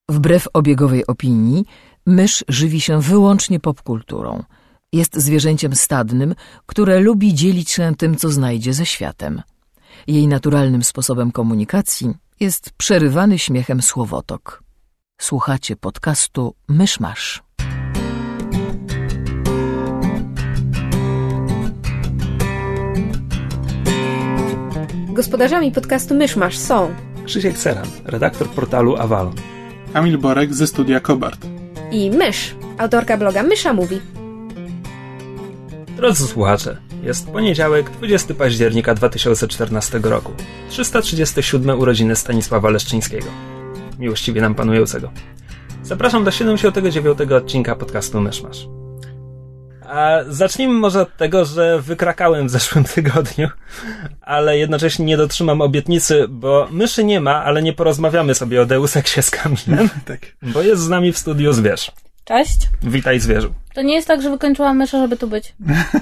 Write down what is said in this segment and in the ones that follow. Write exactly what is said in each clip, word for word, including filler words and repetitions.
Wbrew obiegowej opinii, mysz żywi się wyłącznie popkulturą. Jest zwierzęciem stadnym, które lubi dzielić się tym, co znajdzie ze światem. Jej naturalnym sposobem komunikacji jest przerywany śmiechem słowotok. Słuchacie podcastu Mysz Masz. Gospodarzami podcastu Mysz Masz są Krzysiek Ceran, redaktor portalu Avalon, Kamil Borek ze studia Kobart i Mysz, autorka bloga Mysza Mówi. Drodzy słuchacze, jest poniedziałek, dwudziestego października dwa tysiące czternastego roku, trzysta trzydzieste siódme urodziny Stanisława Leszczyńskiego, miłościwie nam panującego. Zapraszam do siedemdziesiątego dziewiątego odcinka podcastu Mysz Masz. A zacznijmy może od tego, że wykrakałem w zeszłym tygodniu, ale jednocześnie nie dotrzymam obietnicy, bo myszy nie ma, ale nie porozmawiamy sobie o Deus Exie z Kamilem, tak. Bo jest z nami w studiu Zwierz. Cześć. Witaj, Zwierzu. To nie jest tak, że wykończyłam mysza, żeby tu być.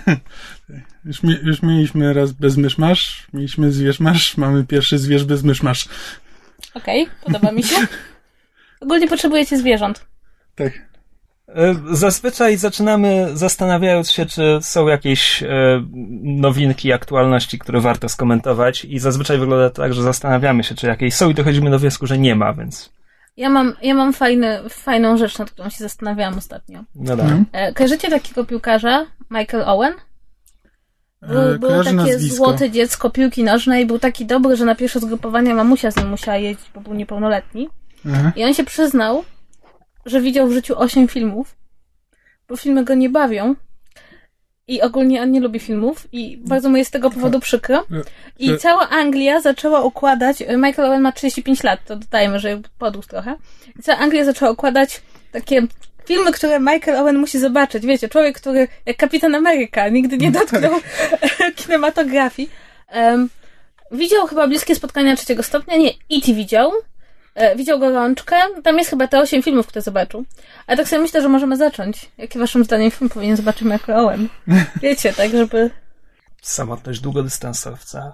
już, mi, już mieliśmy raz bez myszmasz, mieliśmy zwierzmasz, mamy pierwszy zwierz bez myszmasz. Okej, okay, podoba mi się. Ogólnie potrzebujecie zwierząt. Tak. Zazwyczaj zaczynamy zastanawiając się, czy są jakieś e, nowinki, aktualności, które warto skomentować, i zazwyczaj wygląda tak, że zastanawiamy się, czy jakieś są, i dochodzimy do wniosku, że nie ma, więc... Ja mam, ja mam fajny, fajną rzecz, nad którą się zastanawiałam ostatnio. No tak. E, kojarzycie takiego piłkarza? Michael Owen? Był, E, był takie nazwisko. złote dziecko piłki nożnej, był taki dobry, że na pierwsze zgrupowania mamusia z nim musiała jeździć, bo był niepełnoletni. Aha. I on się przyznał, że widział w życiu osiem filmów, bo filmy go nie bawią i ogólnie on nie lubi filmów i bardzo mu jest z tego powodu przykro. I cała Anglia zaczęła układać, Michael Owen ma trzydzieści pięć lat, to dodajmy, że podrósł trochę, i cała Anglia zaczęła układać takie filmy, które Michael Owen musi zobaczyć. Wiecie, człowiek, który jak Kapitan Ameryka nigdy nie dotknął kinematografii. Um, widział chyba Bliskie spotkania trzeciego stopnia, nie, E T widział. Widział Gorączkę. Tam jest chyba te osiem filmów, które zobaczył. Ale tak sobie myślę, że możemy zacząć. Jaki waszym zdaniem film powinien zobaczyć Michael Owen? Wiecie, tak żeby... Samotność długodystansowca.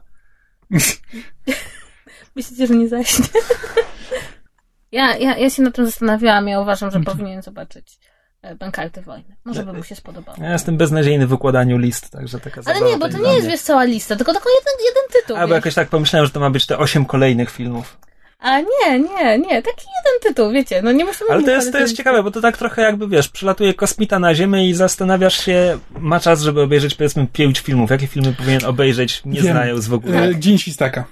Myślicie, że nie zaśnie? ja, ja, ja się nad tym zastanawiałam. Ja uważam, że powinien zobaczyć Bankarty Wojny. Może by mu się spodobało. Ja jestem beznadziejny w układaniu list, także taka Ale nie, bo to nie jest, wiesz, cała lista, tylko tylko jeden, jeden tytuł. Albo jakoś tak pomyślałem, że to ma być te osiem kolejnych filmów. A nie, nie, nie, taki jeden tytuł, wiecie, no nie musimy... Ale to jest, to jest ciekawe, bo to tak trochę jakby, wiesz, przylatuje kosmita na Ziemię i zastanawiasz się, ma czas, żeby obejrzeć, powiedzmy, pięć filmów. Jakie filmy powinien obejrzeć, nie Wiem. znając w ogóle? E, Dzień Świstaka.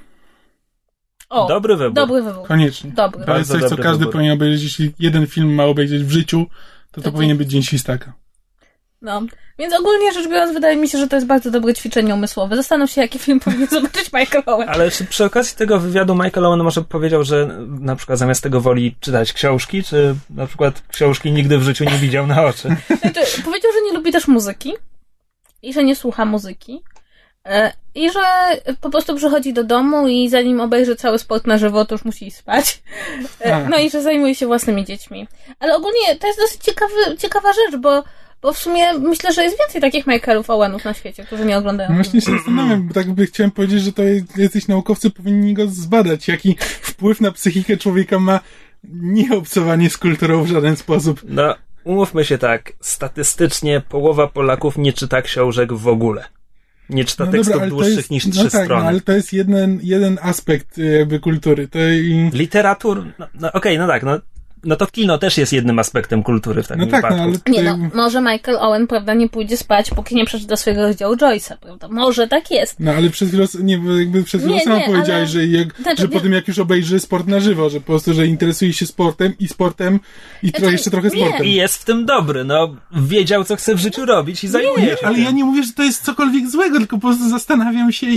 O, dobry wybór. Dobry wybór. Koniecznie. Dobry. To jest coś, co każdy wybór. powinien obejrzeć. Jeśli jeden film ma obejrzeć w życiu, to to, to powinien być Dzień Świstaka. No, więc ogólnie rzecz biorąc, wydaje mi się, że to jest bardzo dobre ćwiczenie umysłowe. Zastanów się, jaki film powinien zobaczyć Michael Owen. Ale czy przy okazji tego wywiadu Michael Owen może powiedział, że na przykład zamiast tego woli czytać książki, czy na przykład książki nigdy w życiu nie widział na oczy? Znaczy, powiedział, że nie lubi też muzyki i że nie słucha muzyki i że po prostu przychodzi do domu i zanim obejrzy cały sport na żywo, to już musi iść spać. No i że zajmuje się własnymi dziećmi. Ale ogólnie to jest dosyć ciekawy, ciekawa rzecz, bo Bo w sumie myślę, że jest więcej takich Michaelów Owenów na świecie, którzy nie oglądają. No właśnie się zastanawiam, bo tak by chciałem powiedzieć, że to jacyś naukowcy powinni go zbadać, jaki wpływ na psychikę człowieka ma nieobcowanie z kulturą w żaden sposób. No, umówmy się tak, statystycznie połowa Polaków nie czyta książek w ogóle. Nie czyta no tekstów dobra, dłuższych jest, niż trzy no tak, strony. No, ale to jest jeden, jeden aspekt jakby kultury. To i... Literatur, no, no okej, okay, no tak, no No to kino też jest jednym aspektem kultury w takim no tak, wypadku. No, ale tutaj... Nie no, może Michael Owen, prawda, nie pójdzie spać, póki nie przeczyta swojego rozdziału Joyce'a, prawda? Może tak jest. No ale przed chwilą, nie, jakby przed chwilą sama powiedziałeś, ale... że, jak, znaczy, że nie... po tym jak już obejrzy sport na żywo, że po prostu, że interesuje się sportem i sportem i znaczy, tro, jeszcze trochę nie. sportem. I jest w tym dobry, no wiedział, co chce w życiu robić i zajmuje nie, się. Ale tym. ja nie mówię, że to jest cokolwiek złego, tylko po prostu zastanawiam się,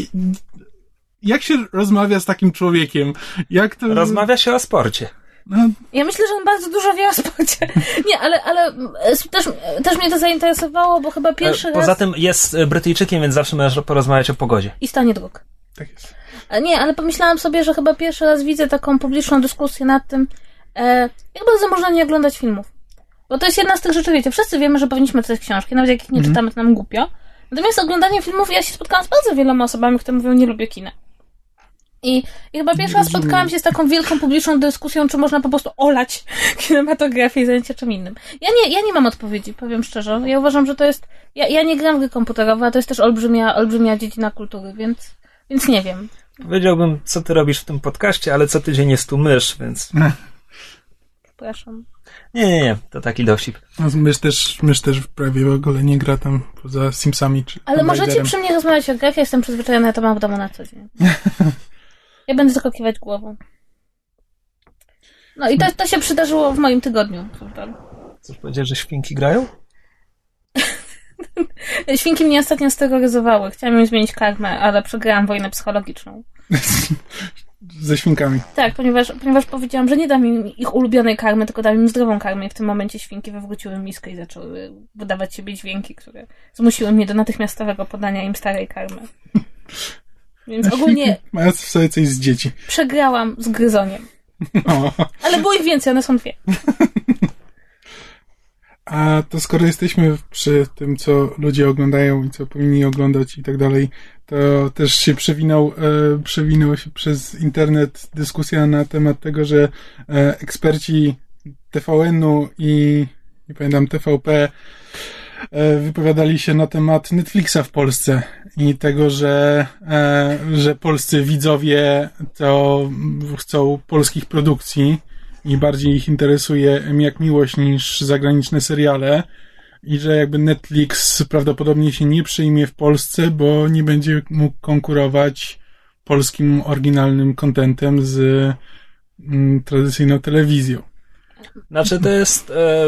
jak się rozmawia z takim człowiekiem. Jak to... Rozmawia się o sporcie. No. Ja myślę, że on bardzo dużo wie o sporcie. Nie, ale, ale też, też mnie to zainteresowało, bo chyba pierwszy Poza raz... Poza tym jest Brytyjczykiem, więc zawsze możesz porozmawiać o pogodzie. I stanie dróg. Tak jest. Nie, ale pomyślałam sobie, że chyba pierwszy raz widzę taką publiczną dyskusję nad tym, e, jak bardzo można nie oglądać filmów. Bo to jest jedna z tych rzeczy, wiecie, wszyscy wiemy, że powinniśmy czytać książki, nawet jak ich nie mm. czytamy, to nam głupio. Natomiast oglądanie filmów, ja się spotkałam z bardzo wieloma osobami, które mówią, nie lubię kina. I, I chyba pierwszy raz spotkałam się z taką wielką publiczną dyskusją, czy można po prostu olać kinematografię i zajęcia czym innym. Ja nie, ja nie mam odpowiedzi, powiem szczerze. Ja uważam, że to jest... Ja, ja nie gram w gry komputerowe, a to jest też olbrzymia, olbrzymia dziedzina kultury, więc, więc nie wiem. Powiedziałbym, co ty robisz w tym podcaście, ale co tydzień jest tu mysz, więc... Przepraszam. Nie, nie, nie, to taki dowcip. No, mysz też, mysz też prawie w ogóle nie gra tam poza Simsami czy Ale możecie przy mnie rozmawiać o grach, ja jestem przyzwyczajona, ja to mam w domu na co dzień. Ja będę tylko kiwać głową. No i to, to się przydarzyło w moim tygodniu. Chcesz powiedzieć, że świnki grają? Świnki mnie ostatnio steroryzowały. Chciałam im zmienić karmę, ale przegrałam wojnę psychologiczną. Ze świnkami. Tak, ponieważ, ponieważ powiedziałam, że nie dam im ich ulubionej karmy, tylko dam im zdrową karmę i w tym momencie świnki wywróciły miskę i zaczęły wydawać siebie dźwięki, które zmusiły mnie do natychmiastowego podania im starej karmy. Więc ogólnie... Mają w sobie coś z dzieci. Przegrałam z gryzoniem. O. Ale było ich więcej, one są dwie. A to skoro jesteśmy przy tym, co ludzie oglądają i co powinni oglądać i tak dalej, to też się przewinął, e, przewinęła się przez internet dyskusja na temat tego, że e, eksperci T V N-u i nie pamiętam T V P e, wypowiadali się na temat Netflixa w Polsce i tego, że, e, że polscy widzowie to chcą polskich produkcji i bardziej ich interesuje Jak miłość niż zagraniczne seriale i że jakby Netflix prawdopodobnie się nie przyjmie w Polsce, bo nie będzie mógł konkurować polskim oryginalnym contentem z mm, tradycyjną telewizją. Znaczy to jest e,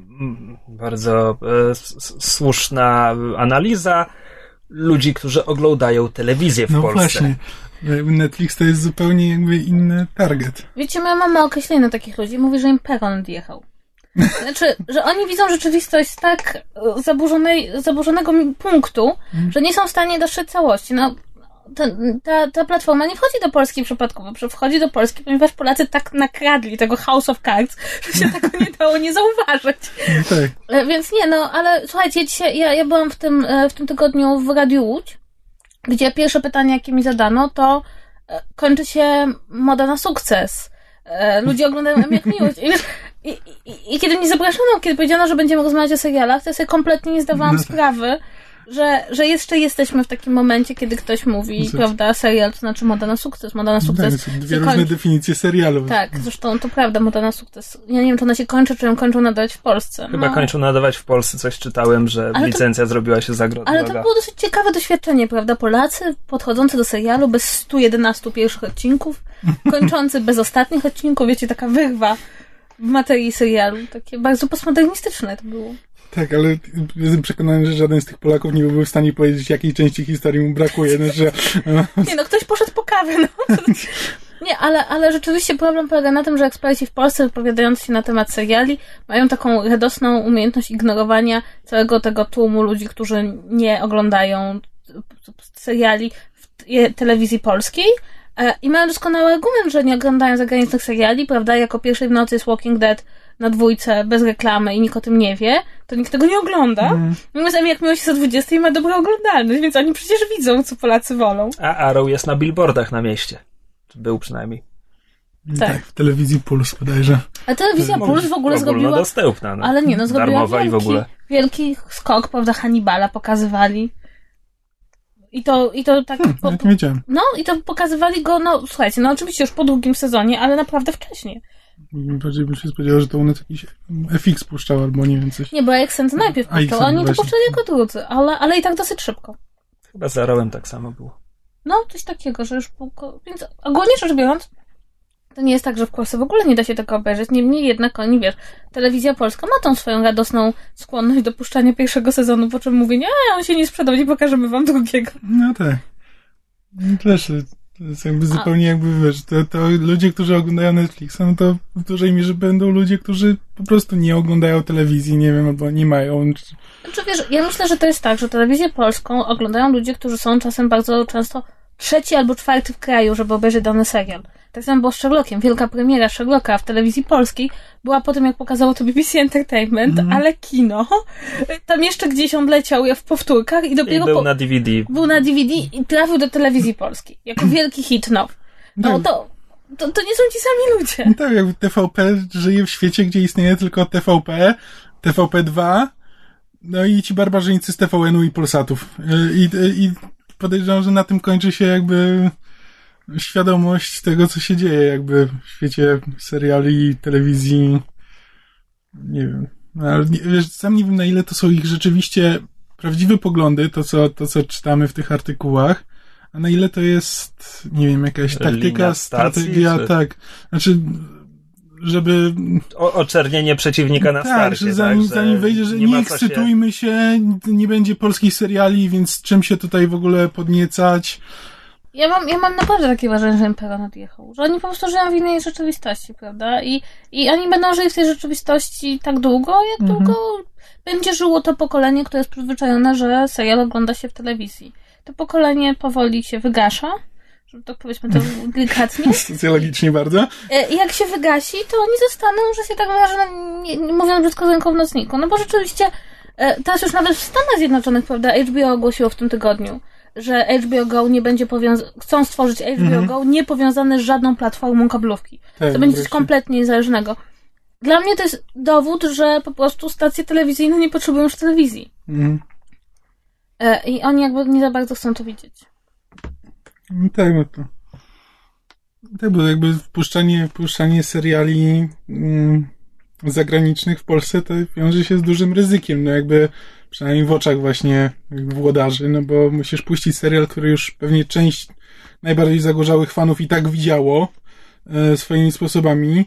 bardzo e, s- słuszna analiza ludzi, którzy oglądają telewizję w no Polsce. Właśnie. Netflix to jest zupełnie jakby inny target. Wiecie, moja mama określenie na takich ludzi mówi, że im peron odjechał. Znaczy, że oni widzą rzeczywistość z tak zaburzonej, zaburzonego punktu, mm. że nie są w stanie dostrzec całości. No, ta, ta, ta platforma nie wchodzi do Polski przypadkowo, wchodzi do Polski, ponieważ Polacy tak nakradli tego House of Cards, że się tego nie dało nie zauważyć. No tak. Więc nie, no, ale słuchajcie, ja, dzisiaj, ja, ja byłam w tym, w tym tygodniu w Radiu Łódź, gdzie pierwsze pytanie, jakie mi zadano, to kończy się moda na sukces. Ludzie oglądają Jak miłość. I, i, i, I kiedy mnie zapraszano, kiedy powiedziano, że będziemy rozmawiać o serialach, to ja sobie kompletnie nie zdawałam no tak. sprawy, że, że jeszcze jesteśmy w takim momencie, kiedy ktoś mówi, no prawda, serial to znaczy moda na sukces. Moda na sukces. Tak, są dwie różne kończy... definicje serialu. Tak, zresztą to prawda, moda na sukces. Ja nie wiem, czy ona się kończy, czy ją kończą nadawać w Polsce. Chyba no. kończą nadawać w Polsce, coś czytałem, że ale licencja to... zrobiła się za droga. Ale to było dosyć ciekawe doświadczenie, prawda? Polacy podchodzący do serialu bez stu jedenastu pierwszych odcinków, kończący bez ostatnich odcinków, wiecie, taka wyrwa w materii serialu. Takie bardzo postmodernistyczne to było. Tak, ale jestem przekonany, że żaden z tych Polaków nie byłby w stanie powiedzieć, jakiej części historii mu brakuje. No, że... Nie no, ktoś poszedł po kawę, no. Nie, ale, ale rzeczywiście problem polega na tym, że eksperci w Polsce wypowiadający się na temat seriali mają taką radosną umiejętność ignorowania całego tego tłumu ludzi, którzy nie oglądają seriali w telewizji polskiej i mają doskonały argument, że nie oglądają zagranicznych seriali, prawda, jako pierwszej w nocy jest Walking Dead na dwójce, bez reklamy i nikt o tym nie wie, to nikt tego nie ogląda. Mm. Natomiast Jak miłość jest o dwudziestej i ma dobrą oglądalność, więc oni przecież widzą, co Polacy wolą. A Arrow jest na billboardach na mieście. Był przynajmniej. Tak, tak w telewizji Puls bodajże. A telewizja Puls w ogóle zrobiła... dostępna, no. Ale nie, no zrobiła darmowa wielki, i w ogóle. wielki skok, prawda, Hannibala pokazywali. I to, i to tak... Hmm, po, nie wiedziałem. No, i to pokazywali go, no, słuchajcie, no oczywiście już po drugim sezonie, ale naprawdę wcześniej. Bardziej bym się spodziewał, że to u nas jakiś F X puszczał, albo nie wiem, coś. Nie, bo Accent najpierw puszczał, a oni to puszczali jako drudzy, ale, ale i tak dosyć szybko. Chyba z Arrowem tak samo było. No, coś takiego, że już półko... Więc ogólnie rzecz biorąc, to nie jest tak, że w Polsce w ogóle nie da się tego obejrzeć. Niemniej jednak oni, wiesz, telewizja polska ma tą swoją radosną skłonność do puszczania pierwszego sezonu, po czym mówię, nie, on się nie sprzedał, nie pokażemy wam drugiego. No tak. Też to jest jakby zupełnie A. jakby, wiesz, to, to ludzie, którzy oglądają Netflixa, no to w dużej mierze będą ludzie, którzy po prostu nie oglądają telewizji, nie wiem, albo nie mają. Znaczy, wiesz, ja myślę, że to jest tak, że telewizję polską oglądają ludzie, którzy są czasem bardzo często trzeci albo czwarty w kraju, żeby obejrzeć dany serial. Tak samo było z Sherlockiem. Wielka premiera Sherlocka w telewizji polskiej była po tym, jak pokazało to B B C Entertainment, mm. ale kino. Tam jeszcze gdzieś on leciał w powtórkach i dopiero... I był po... na D V D. Był na D V D i trafił do telewizji polskiej. Jako wielki hit now. No to, to, to nie są ci sami ludzie. No tak, jakby T V P żyje w świecie, gdzie istnieje tylko T V P, T V P dwa, no i ci barbarzyńcy z T V N u i Polsatów. I, i, i podejrzewam, że na tym kończy się jakby świadomość tego, co się dzieje jakby w świecie seriali, telewizji. Nie wiem. No, ale nie, wiesz, sam nie wiem, na ile to są ich rzeczywiście prawdziwe poglądy, to co, to co czytamy w tych artykułach, a na ile to jest, nie wiem, jakaś taktyka, strategia, czy... tak. Znaczy, żeby... O, oczernienie przeciwnika na tak, starcie. Że zanim, tak, że zanim wejdzie, że nie, nie ekscytujmy się... się, nie będzie polskich seriali, więc czym się tutaj w ogóle podniecać. Ja mam, ja mam naprawdę takie wrażenie, że Imperium odjechał. Że oni po prostu żyją w innej rzeczywistości, prawda? I, i oni będą żyli w tej rzeczywistości tak długo, jak mhm. długo będzie żyło to pokolenie, które jest przyzwyczajone, że serial ogląda się w telewizji. To pokolenie powoli się wygasza, żeby tak powiedzmy to delikatnie. Socjologicznie bardzo. I jak się wygasi, to oni zostaną, że się tak wyrażę, mówiąc brzydko, z ręką w nocniku. No bo rzeczywiście teraz już nawet w Stanach Zjednoczonych, prawda, H B O ogłosiło w tym tygodniu, że H B O Go nie będzie powiązane, chcą stworzyć H B O mm-hmm. Go nie powiązane z żadną platformą kablówki. Tak, to będzie coś kompletnie niezależnego. Dla mnie to jest dowód, że po prostu stacje telewizyjne nie potrzebują już telewizji. Mm. I oni jakby nie za bardzo chcą to widzieć. No tak, no to... Tak, bo jakby wpuszczanie, wpuszczanie seriali mm, zagranicznych w Polsce to wiąże się z dużym ryzykiem, no jakby przynajmniej w oczach właśnie włodarzy, no bo musisz puścić serial, który już pewnie część najbardziej zagorzałych fanów i tak widziało e, swoimi sposobami.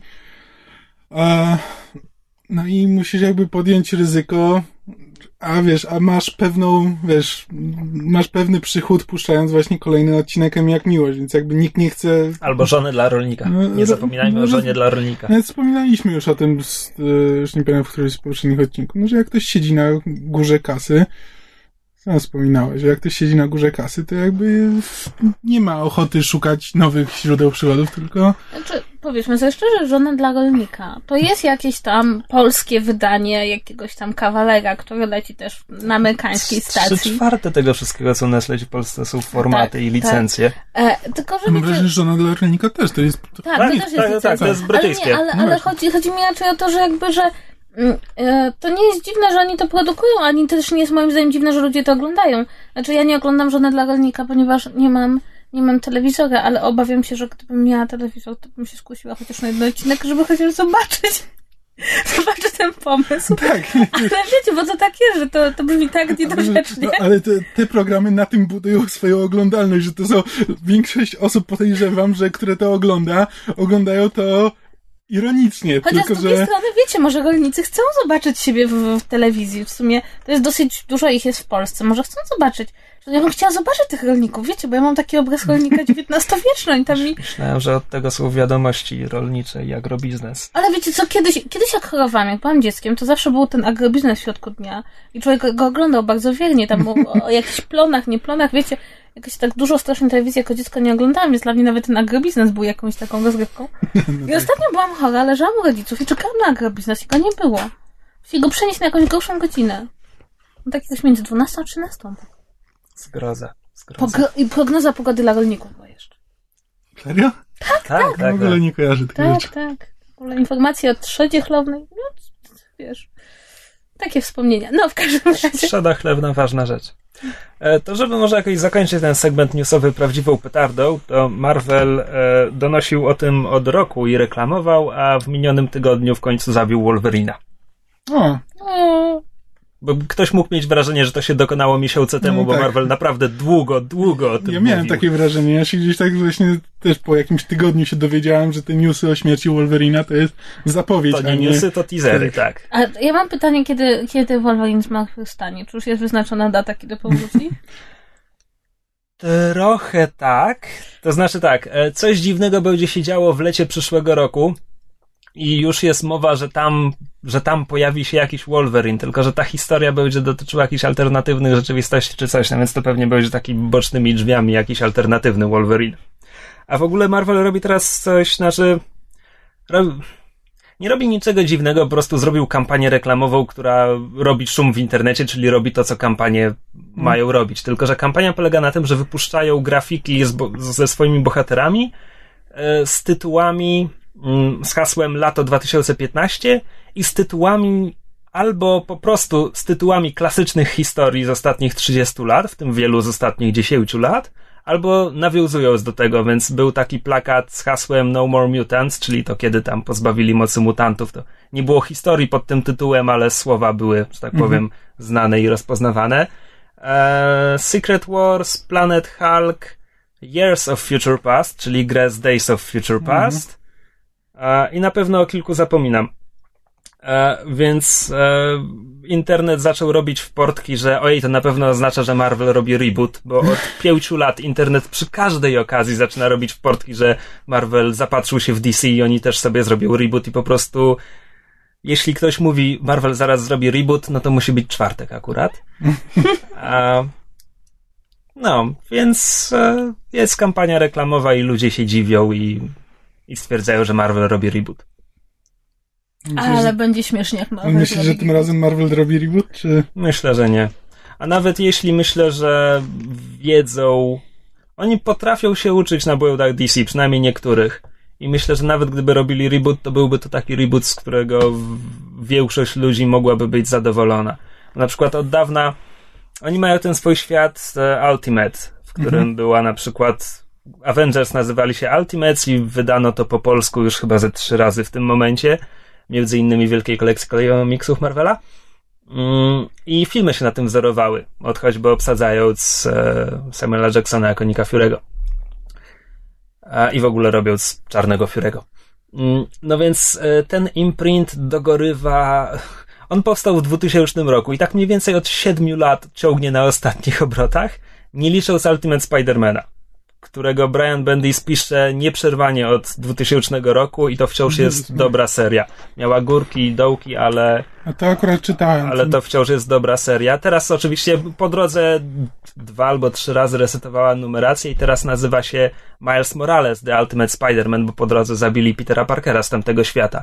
A, no i musisz jakby podjąć ryzyko, a wiesz, a masz pewną, wiesz, masz pewny przychód puszczając właśnie kolejny odcinek Jak Miłość, więc jakby nikt nie chce... Albo Żonę dla rolnika. No, nie zapominajmy no, o Żonie dla rolnika. Nawet wspominaliśmy już o tym, z, już nie pamiętam w którymś z poprzednich odcinków, no, że jak ktoś siedzi na górze kasy, sam wspominałeś, że jak ktoś siedzi na górze kasy, to jakby nie ma ochoty szukać nowych źródeł przychodów, tylko... Znaczy, powiedzmy sobie szczerze, Żona dla rolnika. To jest jakieś tam polskie wydanie jakiegoś tam kawalera, który leci też na amerykańskiej stacji. Trzy czwarte tego wszystkiego, co u nas leci w Polsce, są formaty tak, i licencje. Tak. E, tylko, że Mam wrażenie, że Żona dla rolnika też to jest... Tak, tak, to też jest tak, tak, to jest brytyjskie. Ale, nie, ale, ale chodzi, chodzi mi raczej o to, że jakby, że to nie jest dziwne, że oni to produkują, ani też nie jest moim zdaniem dziwne, że ludzie to oglądają. Znaczy ja nie oglądam Żony dla rolnika, ponieważ nie mam, nie mam telewizora, ale obawiam się, że gdybym miała telewizor, to bym się skusiła chociaż na jeden odcinek, żeby chociaż zobaczyć zobaczyć ten pomysł. Tak. Ale wiecie, bo to tak jest, że to, to brzmi tak niedorzecznie. No, ale te, te programy na tym budują swoją oglądalność, że to są większość osób, podejrzewam, że które to ogląda, oglądają to ironicznie. Chociaż tylko, z drugiej że... strony, wiecie, może rolnicy chcą zobaczyć siebie w, w telewizji. W sumie to jest dosyć dużo ich jest w Polsce. Może chcą zobaczyć. Ja bym chciała zobaczyć tych rolników, wiecie, bo ja mam taki obraz rolnika dziewiętnastowieczny i tam mi... Myślałem, że od tego są wiadomości rolnicze i agrobiznes. Ale wiecie co, kiedyś, kiedyś jak chorowałam, jak byłam dzieckiem, to zawsze był ten agrobiznes w środku dnia i człowiek go oglądał bardzo wiernie, tam o, o jakichś plonach, nie plonach, wiecie, jakoś tak dużo strasznie telewizji jako dziecko nie oglądałam, więc dla mnie nawet ten agrobiznes był jakąś taką rozgrywką. I ostatnio byłam chora, leżałam u rodziców i czekałam na agrobiznes i go nie było. Chcieli go przenieść na jakąś gorszą godzinę. No tak jakoś między dwunastą a trzynastą. Zgroza. Zgroza. Pogro- I prognoza pogody dla rolników była jeszcze. Serio? Tak, tak. tak, tak w ogóle tak. nie kojarzę tego. Tak, rzeczy. tak. W ogóle informacje o trzodzie chlewnej. No, wiesz. Takie wspomnienia. No, w każdym razie. Trzoda chlewna, ważna rzecz. E, to, żeby może jakoś zakończyć ten segment newsowy prawdziwą petardą, to Marvel e, donosił o tym od roku i reklamował, a w minionym tygodniu w końcu zabił Wolverina. O. o. Bo ktoś mógł mieć wrażenie, że to się dokonało miesiące temu, no bo tak. Marvel naprawdę długo, długo o tym Ja miałem mówił. takie wrażenie. Ja się gdzieś tak właśnie też po jakimś tygodniu się dowiedziałem, że te newsy o śmierci Wolverina to jest zapowiedź, To nie a nie... newsy, to teasery, tak. A ja mam pytanie, kiedy, kiedy Wolverine zmartwychwstanie? Czy już jest wyznaczona data, kiedy powróci? Trochę tak. To znaczy tak, coś dziwnego będzie się działo w lecie przyszłego roku. I już jest mowa, że tam, że tam pojawi się jakiś Wolverine, tylko że ta historia będzie dotyczyła jakichś alternatywnych rzeczywistości czy coś, no więc to pewnie będzie takimi bocznymi drzwiami jakiś alternatywny Wolverine. A w ogóle Marvel robi teraz coś, znaczy robi, nie robi niczego dziwnego, po prostu zrobił kampanię reklamową, która robi szum w internecie, czyli robi to, co kampanie hmm. mają robić. Tylko że kampania polega na tym, że wypuszczają grafiki z bo- ze swoimi bohaterami, z tytułami z hasłem lato dwa tysiące piętnaście i z tytułami albo po prostu z tytułami klasycznych historii z ostatnich trzydziestu lat, w tym wielu z ostatnich dziesięciu lat, albo nawiązując do tego, więc był taki plakat z hasłem No More Mutants, czyli to kiedy tam pozbawili mocy mutantów, to nie było historii pod tym tytułem, ale słowa były, że tak powiem, mhm. znane i rozpoznawane. Eee, Secret Wars, Planet Hulk, Years of Future Past, czyli grę z Days of Future Past. Mhm. Eee, I na pewno o kilku zapominam. E, więc e, internet zaczął robić wportki, że ojej, to na pewno oznacza, że Marvel robi reboot, bo od pięciu lat internet przy każdej okazji zaczyna robić wportki, że Marvel zapatrzył się w D C i oni też sobie zrobią reboot i po prostu jeśli ktoś mówi Marvel zaraz zrobi reboot, no to musi być czwartek akurat. A, no, więc e, jest kampania reklamowa i ludzie się dziwią i, i stwierdzają, że Marvel robi reboot. Myślę, Ale że... będzie śmiesznie jak Marvel. Myślisz, że tym razem Marvel robi reboot, czy... Myślę, że nie. A nawet jeśli myślę, że wiedzą... Oni potrafią się uczyć na błędach D C, przynajmniej niektórych. I myślę, że nawet gdyby robili reboot, to byłby to taki reboot, z którego większość ludzi mogłaby być zadowolona. Na przykład od dawna oni mają ten swój świat Ultimate, w którym mhm. była na przykład... Avengers nazywali się Ultimates i wydano to po polsku już chyba ze trzy razy w tym momencie. Między innymi wielkiej kolekcji komiksów Marvela. Mm, I filmy się na tym wzorowały, od choćby obsadzając e, Samuela Jacksona jako Nicka Fury'ego. E, I w ogóle robiąc Czarnego Fury'ego. Mm, no więc e, ten imprint dogorywa... On powstał w dwutysięcznym roku i tak mniej więcej od siedmiu lat ciągnie na ostatnich obrotach, nie licząc Ultimate Spider-Mana, którego Brian Bendis pisze nieprzerwanie od dwutysięcznego roku i to wciąż jest dobra seria. Miała górki i dołki, ale... A to akurat czytałem. Ale to wciąż jest dobra seria. Teraz oczywiście po drodze dwa albo trzy razy resetowała numerację i teraz nazywa się Miles Morales, The Ultimate Spider-Man, bo po drodze zabili Petera Parkera z tamtego świata.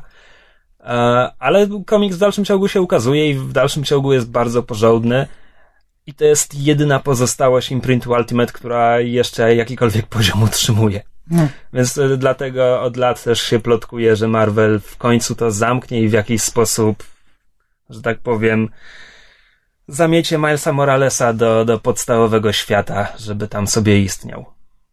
Ale komiks w dalszym ciągu się ukazuje i w dalszym ciągu jest bardzo porządny. I to jest jedyna pozostałość imprintu Ultimate, która jeszcze jakikolwiek poziom utrzymuje. No. Więc dlatego od lat też się plotkuje, że Marvel w końcu to zamknie i w jakiś sposób, że tak powiem, zamiecie Milesa Moralesa do, do podstawowego świata, żeby tam sobie istniał.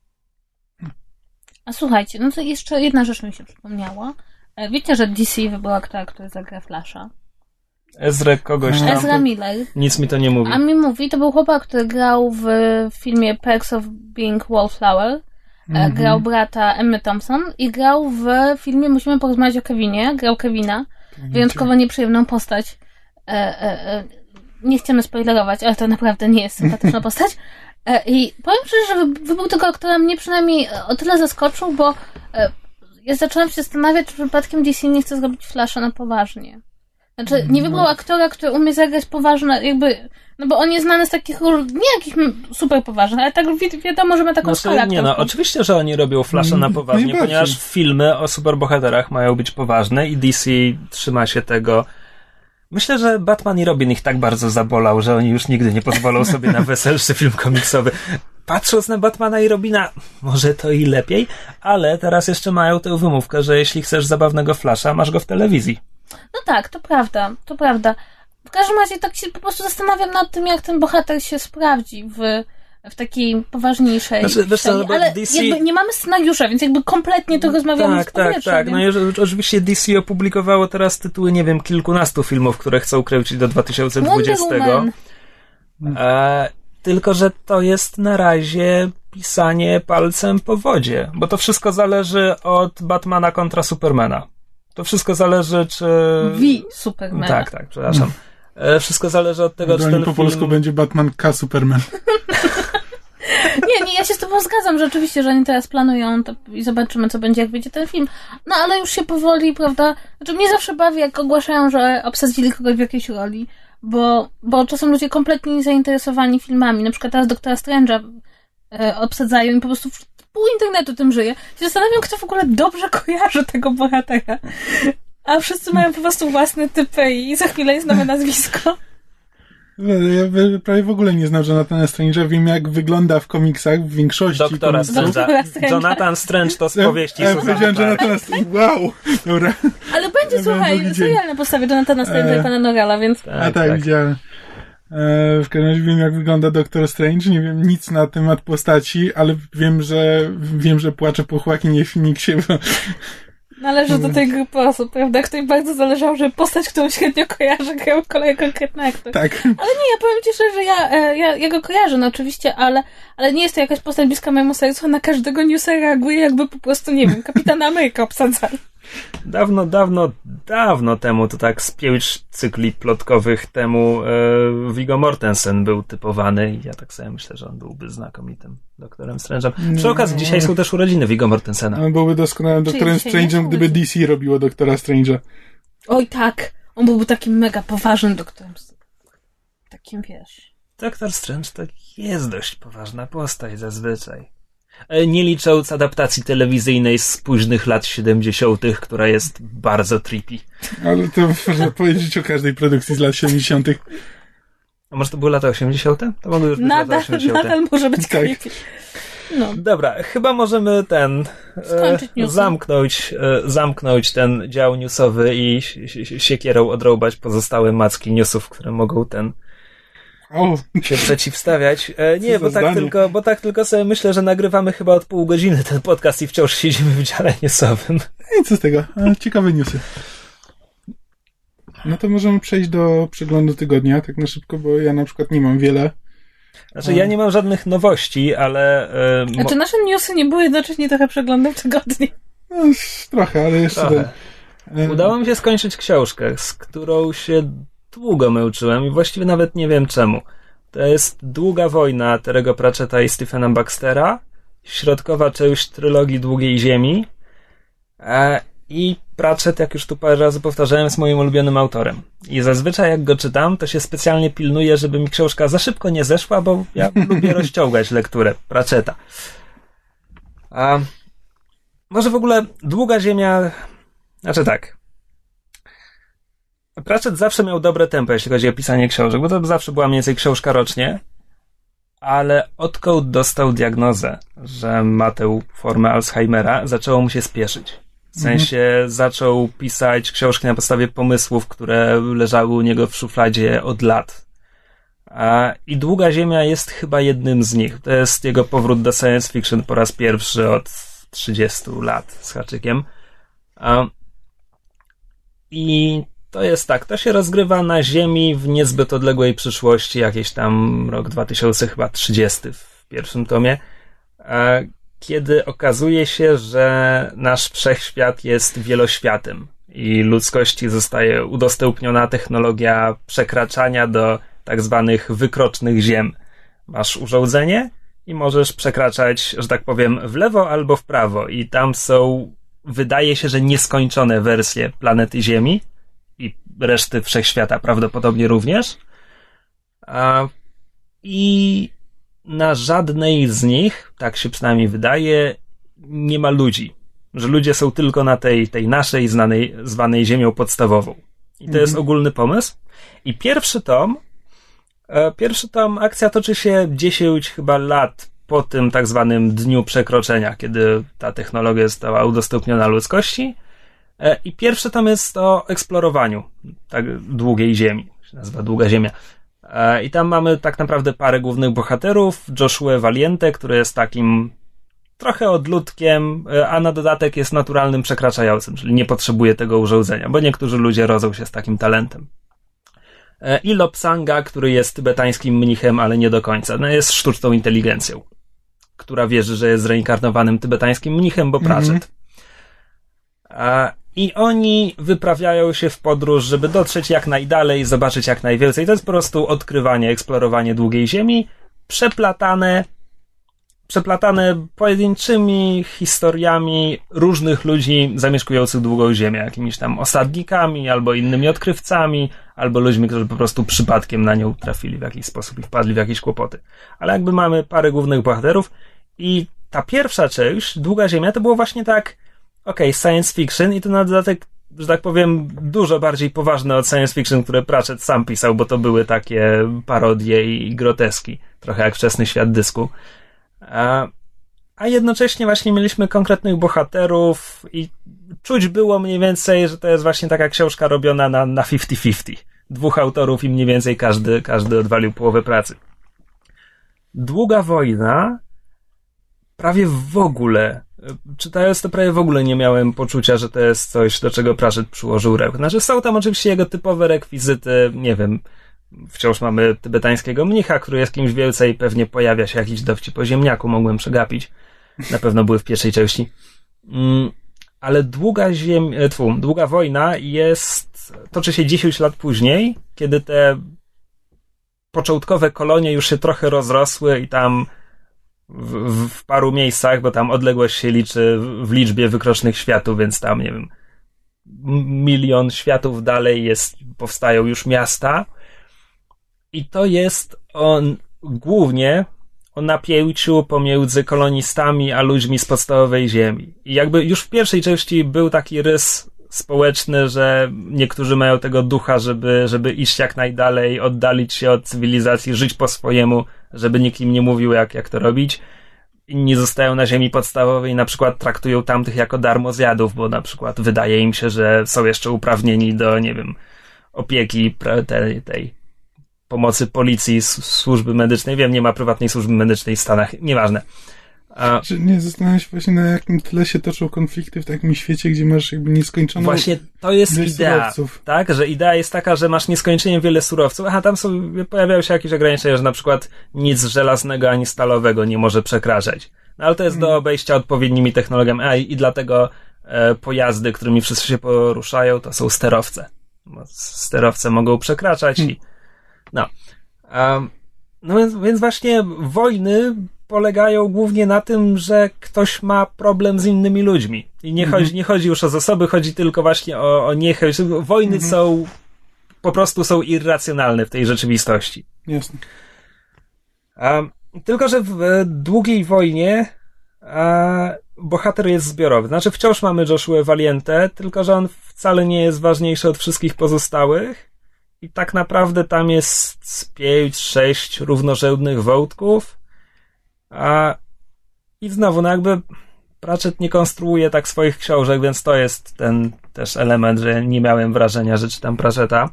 A słuchajcie, no to jeszcze jedna rzecz mi się przypomniała. Wiecie, że D C wybrał aktora, który zagra Flasha? Ezra kogoś tam. Ezra Miller. Nic mi to nie mówi. A mi mówi, to był chłopak, który grał w filmie Perks of Being Wallflower. Mm-hmm. Grał brata Emmy Thompson i grał w filmie Musimy porozmawiać o Kevinie. Grał Kevina. Kevinie. Wyjątkowo nieprzyjemną postać. E, e, e, nie chcemy spoilerować, ale to naprawdę nie jest sympatyczna postać. E, I powiem szczerze, że wybór tego aktora mnie przynajmniej o tyle zaskoczył, bo e, ja zaczęłam się zastanawiać, czy przypadkiem D C nie chce zrobić Flasha na poważnie. Znaczy, nie wybrał aktora, który umie zagrać poważne, jakby, no bo on jest znany z takich ról, nie jakichś super poważnych, ale tak wi- wiadomo, że ma taką no, skalę. Nie no, oczywiście, że oni robią Flasha na poważnie, ponieważ filmy o superbohaterach mają być poważne i D C trzyma się tego. Myślę, że Batman i Robin ich tak bardzo zabolał, że oni już nigdy nie pozwolą sobie na weselszy film komiksowy. Patrząc na Batmana i Robina, może to i lepiej, ale teraz jeszcze mają tę wymówkę, że jeśli chcesz zabawnego Flasha, masz go w telewizji. No tak, to prawda, to prawda. W każdym razie tak się po prostu zastanawiam nad tym, jak ten bohater się sprawdzi w, w takiej poważniejszej znaczy, wiesz co, ale D C... jakby nie mamy scenariusza, więc jakby kompletnie to rozmawiamy tak, z powietrza. Tak, tak, więc... no i oczywiście D C opublikowało teraz tytuły, nie wiem, kilkunastu filmów, które chcą kręcić do dwa tysiące dwudziestego. E, tylko, że to jest na razie pisanie palcem po wodzie, bo to wszystko zależy od Batmana kontra Supermana. To wszystko zależy, czy... Wi Supermana. Tak, tak, przepraszam. E, wszystko zależy od tego, czy ten po film... polsku będzie Batman K Superman. nie, nie, ja się z tobą zgadzam, że oczywiście, że oni teraz planują to i zobaczymy, co będzie, jak wyjdzie ten film. No, ale już się powoli, prawda... Znaczy, mnie zawsze bawi, jak ogłaszają, że obsadzili kogoś w jakiejś roli, bo, bo czasem ludzie kompletnie nie zainteresowani filmami. Na przykład teraz Doktora Strange'a e, obsadzają i po prostu pół internetu tym żyje. Się zastanawiam, kto w ogóle dobrze kojarzy tego bohatera. A wszyscy mają po prostu własne typy i za chwilę jest nowe nazwisko. Ja prawie w ogóle nie znam Jonathana Strange'a, wiem jak wygląda w komiksach, w większości Doktora Strange'a. Jonathan Strange to z powieści ja, Susanna ja powiedziałem Jonathana Strange, wow! Dobra. Ale będzie, ja słuchaj, serial na podstawie Jonathana Strange'a i pana Norala, więc... Tak, A tak, tak. widziałem. W każdym razie wiem, jak wygląda Doktor Strange. Nie wiem nic na temat postaci, ale wiem, że wiem, że płacze po Joaquinie Phoenixie, bo... Należy do tej grupy osób, prawda? Której bardzo zależało, żeby postać, którą średnio kojarzę, grał kolejny konkretny aktor. Tak. Ale nie, ja powiem ci szczerze, że ja, ja, ja go kojarzę, no oczywiście, ale, ale nie jest to jakaś postać bliska mojemu sercu, na każdego newsa reaguje, jakby po prostu, nie wiem, Kapitana Ameryka obsadzali. Dawno, dawno, dawno temu, to tak z pięć cykli plotkowych temu e, Viggo Mortensen był typowany i ja tak sobie myślę, że on byłby znakomitym doktorem Strange'em. Przy okazji, dzisiaj są też urodziny Viggo Mortensena. On byłby doskonałym doktorem Strange'em, gdyby D C robiło doktora Strange'a. Oj tak, on byłby takim mega poważnym doktorem. Takim, wiesz... Doktor Strange to jest dość poważna postać zazwyczaj. Nie licząc adaptacji telewizyjnej z późnych lat siedemdziesiątych, która jest bardzo trippy. Ale to można powiedzieć o każdej produkcji z lat siedemdziesiątych. A może to były lata osiemdziesiąte? To mogły już być nadal, lata osiemdziesiąte. Nadal może być tak. creepy. No. Dobra, chyba możemy ten e, zamknąć, e, zamknąć ten dział newsowy i siekierą odrąbać pozostałe macki newsów, które mogą ten O. się przeciwstawiać. E, nie, bo tak, tylko, bo tak tylko sobie myślę, że nagrywamy chyba od pół godziny ten podcast i wciąż siedzimy w dziale newsowym. I co z tego? A, ciekawe newsy. No to możemy przejść do przeglądu tygodnia, tak na szybko, bo ja na przykład nie mam wiele. Znaczy, ja nie mam żadnych nowości, ale... Yy, mo- A czy nasze newsy nie były jednocześnie trochę przeglądem tygodnia? No, trochę, ale jeszcze... Trochę. Do... Udało mi się skończyć książkę, z którą się długo męczyłem i właściwie nawet nie wiem czemu. To jest Długa wojna Terry'ego Pratchetta i Stephena Baxtera, środkowa część trylogii Długiej Ziemi e, i Pratchett, jak już tu parę razy powtarzałem, jest moim ulubionym autorem. I zazwyczaj jak go czytam, to się specjalnie pilnuję, żeby mi książka za szybko nie zeszła, bo ja lubię rozciągać lekturę Pratchetta. A może w ogóle Długa Ziemia... Znaczy tak. Pratchett zawsze miał dobre tempo, jeśli chodzi o pisanie książek, bo to zawsze była mniej więcej książka rocznie, ale odkąd dostał diagnozę, że ma tę formę Alzheimera, zaczęło mu się spieszyć. W sensie mhm. zaczął pisać książki na podstawie pomysłów, które leżały u niego w szufladzie od lat. A, I Długa Ziemia jest chyba jednym z nich. To jest jego powrót do science fiction po raz pierwszy od trzydziestu lat z haczykiem. A, I to jest tak, to się rozgrywa na Ziemi w niezbyt odległej przyszłości, jakieś tam rok dwa tysiące trzydziesty w pierwszym tomie, kiedy okazuje się, że nasz wszechświat jest wieloświatem i ludzkości zostaje udostępniona technologia przekraczania do tak zwanych wykrocznych ziem. Masz urządzenie i możesz przekraczać, że tak powiem, w lewo albo w prawo i tam są, wydaje się, że nieskończone wersje planety Ziemi i reszty wszechświata prawdopodobnie również. A, I na żadnej z nich, tak się przynajmniej wydaje, nie ma ludzi. Że ludzie są tylko na tej, tej naszej znanej, zwanej Ziemią podstawową. I to mhm. jest ogólny pomysł. I pierwszy tom, e, pierwszy tom, akcja toczy się dziesięć chyba lat po tym tak zwanym dniu przekroczenia, kiedy ta technologia została udostępniona ludzkości. I pierwszy tom jest o eksplorowaniu tak długiej ziemi. Się nazywa Długa Ziemia. I tam mamy tak naprawdę parę głównych bohaterów. Joshua Valiente, który jest takim trochę odludkiem, a na dodatek jest naturalnym przekraczającym, czyli nie potrzebuje tego urządzenia, bo niektórzy ludzie rodzą się z takim talentem. I Lobsanga, który jest tybetańskim mnichem, ale nie do końca. No jest sztuczną inteligencją, która wierzy, że jest zreinkarnowanym tybetańskim mnichem, bo Pratchett. Mm-hmm. I oni wyprawiają się w podróż, żeby dotrzeć jak najdalej, zobaczyć jak najwięcej. To jest po prostu odkrywanie, eksplorowanie długiej ziemi, przeplatane, przeplatane pojedynczymi historiami różnych ludzi zamieszkujących długą ziemię, jakimiś tam osadnikami, albo innymi odkrywcami, albo ludźmi, którzy po prostu przypadkiem na nią trafili w jakiś sposób i wpadli w jakieś kłopoty. Ale jakby mamy parę głównych bohaterów i ta pierwsza część, Długa Ziemia, to było właśnie tak okej, okay, science fiction i to na dodatek że tak powiem, dużo bardziej poważne od science fiction, które Pratchett sam pisał, bo to były takie parodie i groteski, trochę jak Wczesny świat dysku. A, a jednocześnie właśnie mieliśmy konkretnych bohaterów i czuć było mniej więcej, że to jest właśnie taka książka robiona na, na pięćdziesiąt pięćdziesiąt. Dwóch autorów i mniej więcej każdy, każdy odwalił połowę pracy. Długa wojna prawie w ogóle, czytając to prawie w ogóle nie miałem poczucia, że to jest coś, do czego Pratchett przyłożył rękę. Znaczy są tam oczywiście jego typowe rekwizyty, nie wiem, wciąż mamy tybetańskiego mnicha, który jest kimś wielce i pewnie pojawia się jakiś dowcip o ziemniaku, mogłem przegapić. Na pewno były w pierwszej części. Mm, ale długa ziem... Tfu, długa wojna jest, toczy się dziesięć lat później, kiedy te początkowe kolonie już się trochę rozrosły i tam w, w paru miejscach, bo tam odległość się liczy w liczbie wykrocznych światów, więc tam, nie wiem, milion światów dalej jest, powstają już miasta. I to jest on głównie o napięciu pomiędzy kolonistami a ludźmi z podstawowej ziemi. I jakby już w pierwszej części był taki rys społeczny, że niektórzy mają tego ducha, żeby, żeby iść jak najdalej, oddalić się od cywilizacji, żyć po swojemu, żeby nikt im nie mówił, jak, jak to robić. Inni zostają na ziemi podstawowej i na przykład traktują tamtych jako darmozjadów, bo na przykład wydaje im się, że są jeszcze uprawnieni do, nie wiem, opieki tej, tej pomocy policji, służby medycznej. Wiem, nie ma prywatnej służby medycznej w Stanach. Nieważne. A... Czy nie zastanawiam się właśnie, na jakim tle się toczą konflikty w takim świecie, gdzie masz jakby nieskończoną Właśnie to jest idea, surowców. Tak? Że idea jest taka, że masz nieskończenie wiele surowców. Aha, tam są, pojawiają się jakieś ograniczenia, że na przykład nic żelaznego ani stalowego nie może przekraczać. No ale to jest hmm. do obejścia odpowiednimi technologiami. A i, i dlatego e, pojazdy, którymi wszyscy się poruszają, to są sterowce. Bo sterowce mogą przekraczać hmm. i no. Um, no więc, więc właśnie wojny polegają głównie na tym, że ktoś ma problem z innymi ludźmi. I nie, mm-hmm. chodzi, nie chodzi już o zasoby, chodzi tylko właśnie o, o niechęć. Wojny mm-hmm. są, po prostu są irracjonalne w tej rzeczywistości. Jasne. Um, tylko, że w długiej wojnie a, bohater jest zbiorowy. Znaczy wciąż mamy Joshua Valiente, tylko, że on wcale nie jest ważniejszy od wszystkich pozostałych. I tak naprawdę tam jest pięć, sześć równorzędnych wątków. A i znowu, no jakby Pratchett nie konstruuje tak swoich książek, więc to jest ten też element, że nie miałem wrażenia, że czytam Pratchetta.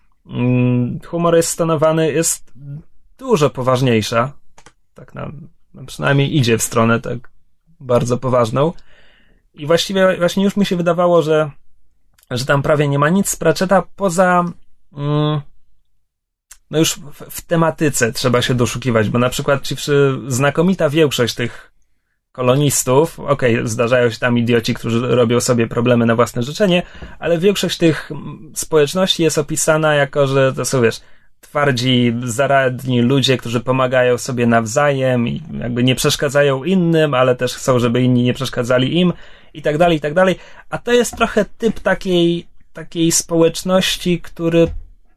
Humor jest stonowany, jest dużo poważniejsza. Tak na, no przynajmniej idzie w stronę tak bardzo poważną. I właściwie właśnie już mi się wydawało, że, że tam prawie nie ma nic z Pratchetta poza... Mm, no już w, w tematyce trzeba się doszukiwać, bo na przykład ci wszy, znakomita większość tych kolonistów, okej, okay, zdarzają się tam idioci, którzy robią sobie problemy na własne życzenie, ale większość tych społeczności jest opisana jako, że to są, wiesz, twardzi, zaradni ludzie, którzy pomagają sobie nawzajem i jakby nie przeszkadzają innym, ale też chcą, żeby inni nie przeszkadzali im i tak dalej, i tak dalej. A to jest trochę typ takiej takiej społeczności, który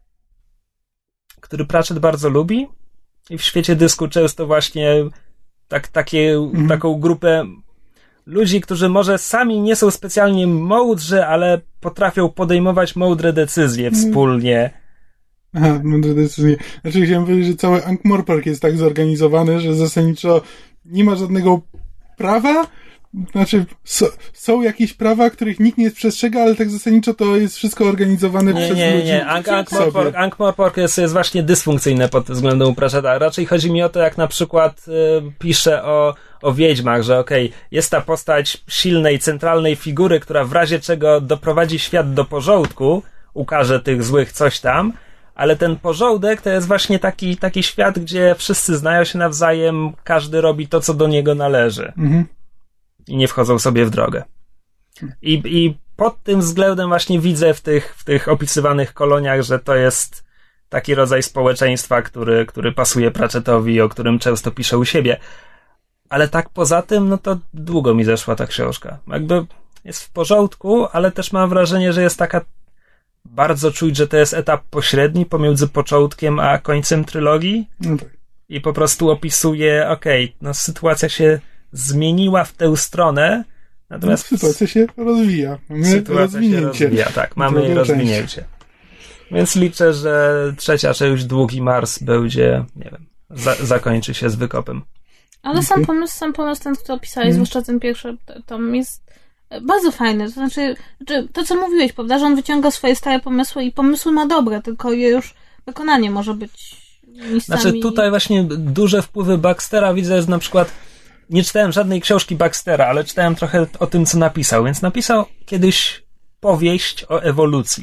który Pratchett bardzo lubi i w świecie dysku często właśnie tak, takie, mhm. taką grupę ludzi, którzy może sami nie są specjalnie mądrzy, ale potrafią podejmować mądre decyzje mhm. wspólnie. Aha, mądre decyzje. Znaczy chciałem powiedzieć, że cały Ankh-Morpork jest tak zorganizowany, że zasadniczo nie ma żadnego prawa. Znaczy, so, są jakieś prawa, których nikt nie przestrzega, ale tak zasadniczo to jest wszystko organizowane nie, przez nie, ludzi. Nie, nie, Ankh-Morpork jest, jest właśnie dysfunkcyjne pod względem Pratchetta. Raczej chodzi mi o to, jak na przykład y, pisze o, o wiedźmach, że okej, okay, jest ta postać silnej, centralnej figury, która w razie czego doprowadzi świat do porządku, ukaże tych złych coś tam, ale ten porządek to jest właśnie taki, taki świat, gdzie wszyscy znają się nawzajem, każdy robi to, co do niego należy. Mhm. I nie wchodzą sobie w drogę. I, i pod tym względem właśnie widzę w tych, w tych opisywanych koloniach, że to jest taki rodzaj społeczeństwa, który, który pasuje Pratchettowi, o którym często pisze u siebie. Ale tak poza tym, no to długo mi zeszła ta książka. Jakby jest w porządku, ale też mam wrażenie, że jest taka bardzo czuć, że to jest etap pośredni pomiędzy początkiem a końcem trylogii. No tak. I po prostu opisuje, okej, okay, no sytuacja się zmieniła w tę stronę, Natomiast no, sytuacja się rozwija. Mamy sytuacja rozwinięcie. się rozwija, tak, mamy jej rozwinięcie. Więc liczę, że trzecia część Długi Mars będzie, nie wiem, za, zakończy się z wykopem. Ale okay. sam pomysł, sam pomysł ten, który opisałeś, mm. zwłaszcza ten pierwszy tom, jest bardzo fajny. To znaczy, to co mówiłeś, prawda, że on wyciąga swoje stare pomysły i pomysły ma dobre, tylko je już wykonanie może być miejscami... Znaczy tutaj właśnie duże wpływy Baxtera widzę, jest na przykład, nie czytałem żadnej książki Baxtera, ale czytałem trochę o tym, co napisał, więc napisał kiedyś powieść o ewolucji.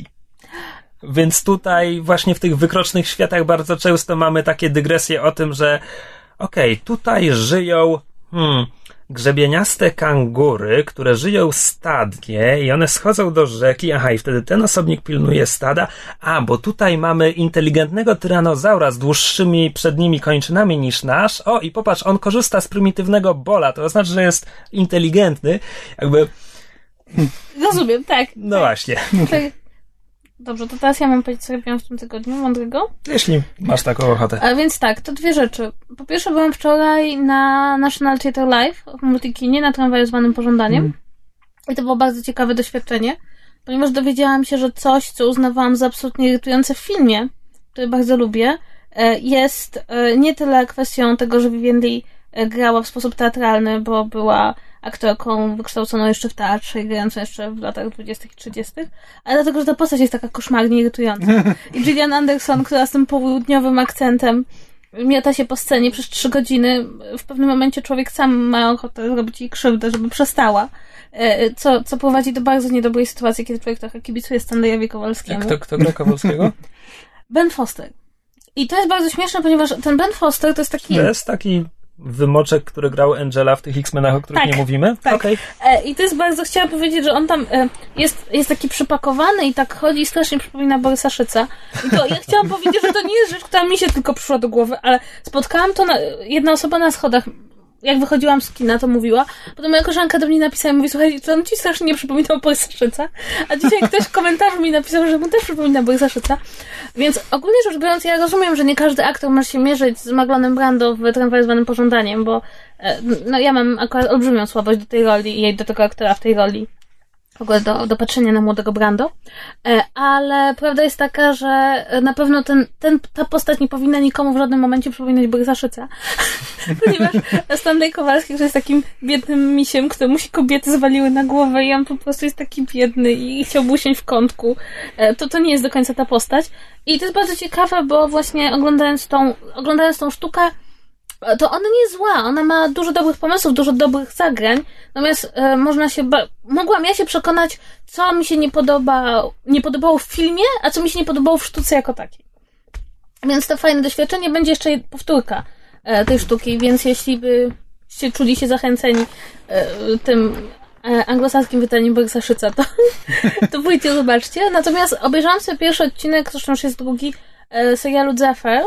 Więc tutaj właśnie w tych wykrocznych światach bardzo często mamy takie dygresje o tym, że okej, okay, tutaj żyją hmm, grzebieniaste kangury, które żyją stadnie i one schodzą do rzeki, aha, i wtedy ten osobnik pilnuje stada, a, bo tutaj mamy inteligentnego tyranozaura z dłuższymi przednimi kończynami niż nasz, o, i popatrz, on korzysta z prymitywnego bola, to znaczy, że jest inteligentny, jakby... Rozumiem, tak. No tak. właśnie. Tak. Dobrze, to teraz ja mam powiedzieć, co robiłam w tym tygodniu mądrego. Jeśli masz taką ochotę. A więc tak, to dwie rzeczy. Po pierwsze, byłam wczoraj na National Theatre Live w multikinie na Tramwaju zwanym Pożądaniem. Mm. I to było bardzo ciekawe doświadczenie, ponieważ dowiedziałam się, że coś, co uznawałam za absolutnie irytujące w filmie, który bardzo lubię, jest nie tyle kwestią tego, że Vivien Leigh grała w sposób teatralny, bo była aktorką wykształconą jeszcze w teatrze i grającą jeszcze w latach dwudziestych i trzydziestych, ale dlatego, że ta postać jest taka koszmarnie irytująca. I Gillian Anderson, która z tym południowym akcentem miata się po scenie przez trzy godziny, w pewnym momencie człowiek sam ma ochotę zrobić jej krzywdę, żeby przestała, co, co prowadzi do bardzo niedobrej sytuacji, kiedy człowiek trochę kibicuje Stanleyowi Kowalskiemu. Kto, kto gra Kowalskiego? Ben Foster. I to jest bardzo śmieszne, ponieważ ten Ben Foster to jest taki... To jest taki... wymoczek, który grał Angela w tych X-Menach, o których tak, nie mówimy? Tak. Okay. E, I to jest bardzo, chciałam powiedzieć, że on tam e, jest, jest taki przypakowany i tak chodzi i strasznie przypomina Borysa Szyca. I to ja chciałam powiedzieć, że to nie jest rzecz, która mi się tylko przyszła do głowy, ale spotkałam to na, jedna osoba na schodach, jak wychodziłam z kina, to mówiła. Potem moja koleżanka do mnie napisała i mówi, słuchaj, to on ci strasznie nie przypominał Borysa Szyca. A dzisiaj ktoś w komentarzu mi napisał, że mu też przypomina Borysa Szyca. Więc ogólnie rzecz biorąc, ja rozumiem, że nie każdy aktor może się mierzyć z Marlonem Brando w Tramwaju zwanym Pożądaniem, bo no, ja mam akurat olbrzymią słabość do tej roli i do tego aktora w tej roli. W ogóle do, do patrzenia na młodego Brando. Ale prawda jest taka, że na pewno ten, ten, ta postać nie powinna nikomu w żadnym momencie przypominać Borysa Szyca. Ponieważ Stanley Kowalski, który jest takim biednym misiem, któremu się kobiety zwaliły na głowę i on po prostu jest taki biedny i chciałby usiąść w kątku. To, to nie jest do końca ta postać. I to jest bardzo ciekawe, bo właśnie oglądając tą, oglądając tą sztukę, to ona nie jest zła, ona ma dużo dobrych pomysłów, dużo dobrych zagrań, natomiast e, można się, ba- mogłam ja się przekonać, co mi się nie podoba, nie podobało w filmie, a co mi się nie podobało w sztuce jako takiej. Więc to fajne doświadczenie, będzie jeszcze powtórka e, tej sztuki, więc jeśli byście czuli się zachęceni e, tym e, anglosaskim wydaniem Borysa Szyca, to, to pójdźcie, zobaczcie. Natomiast obejrzałam sobie pierwszy odcinek, zresztą już jest drugi, e, serialu Zaffer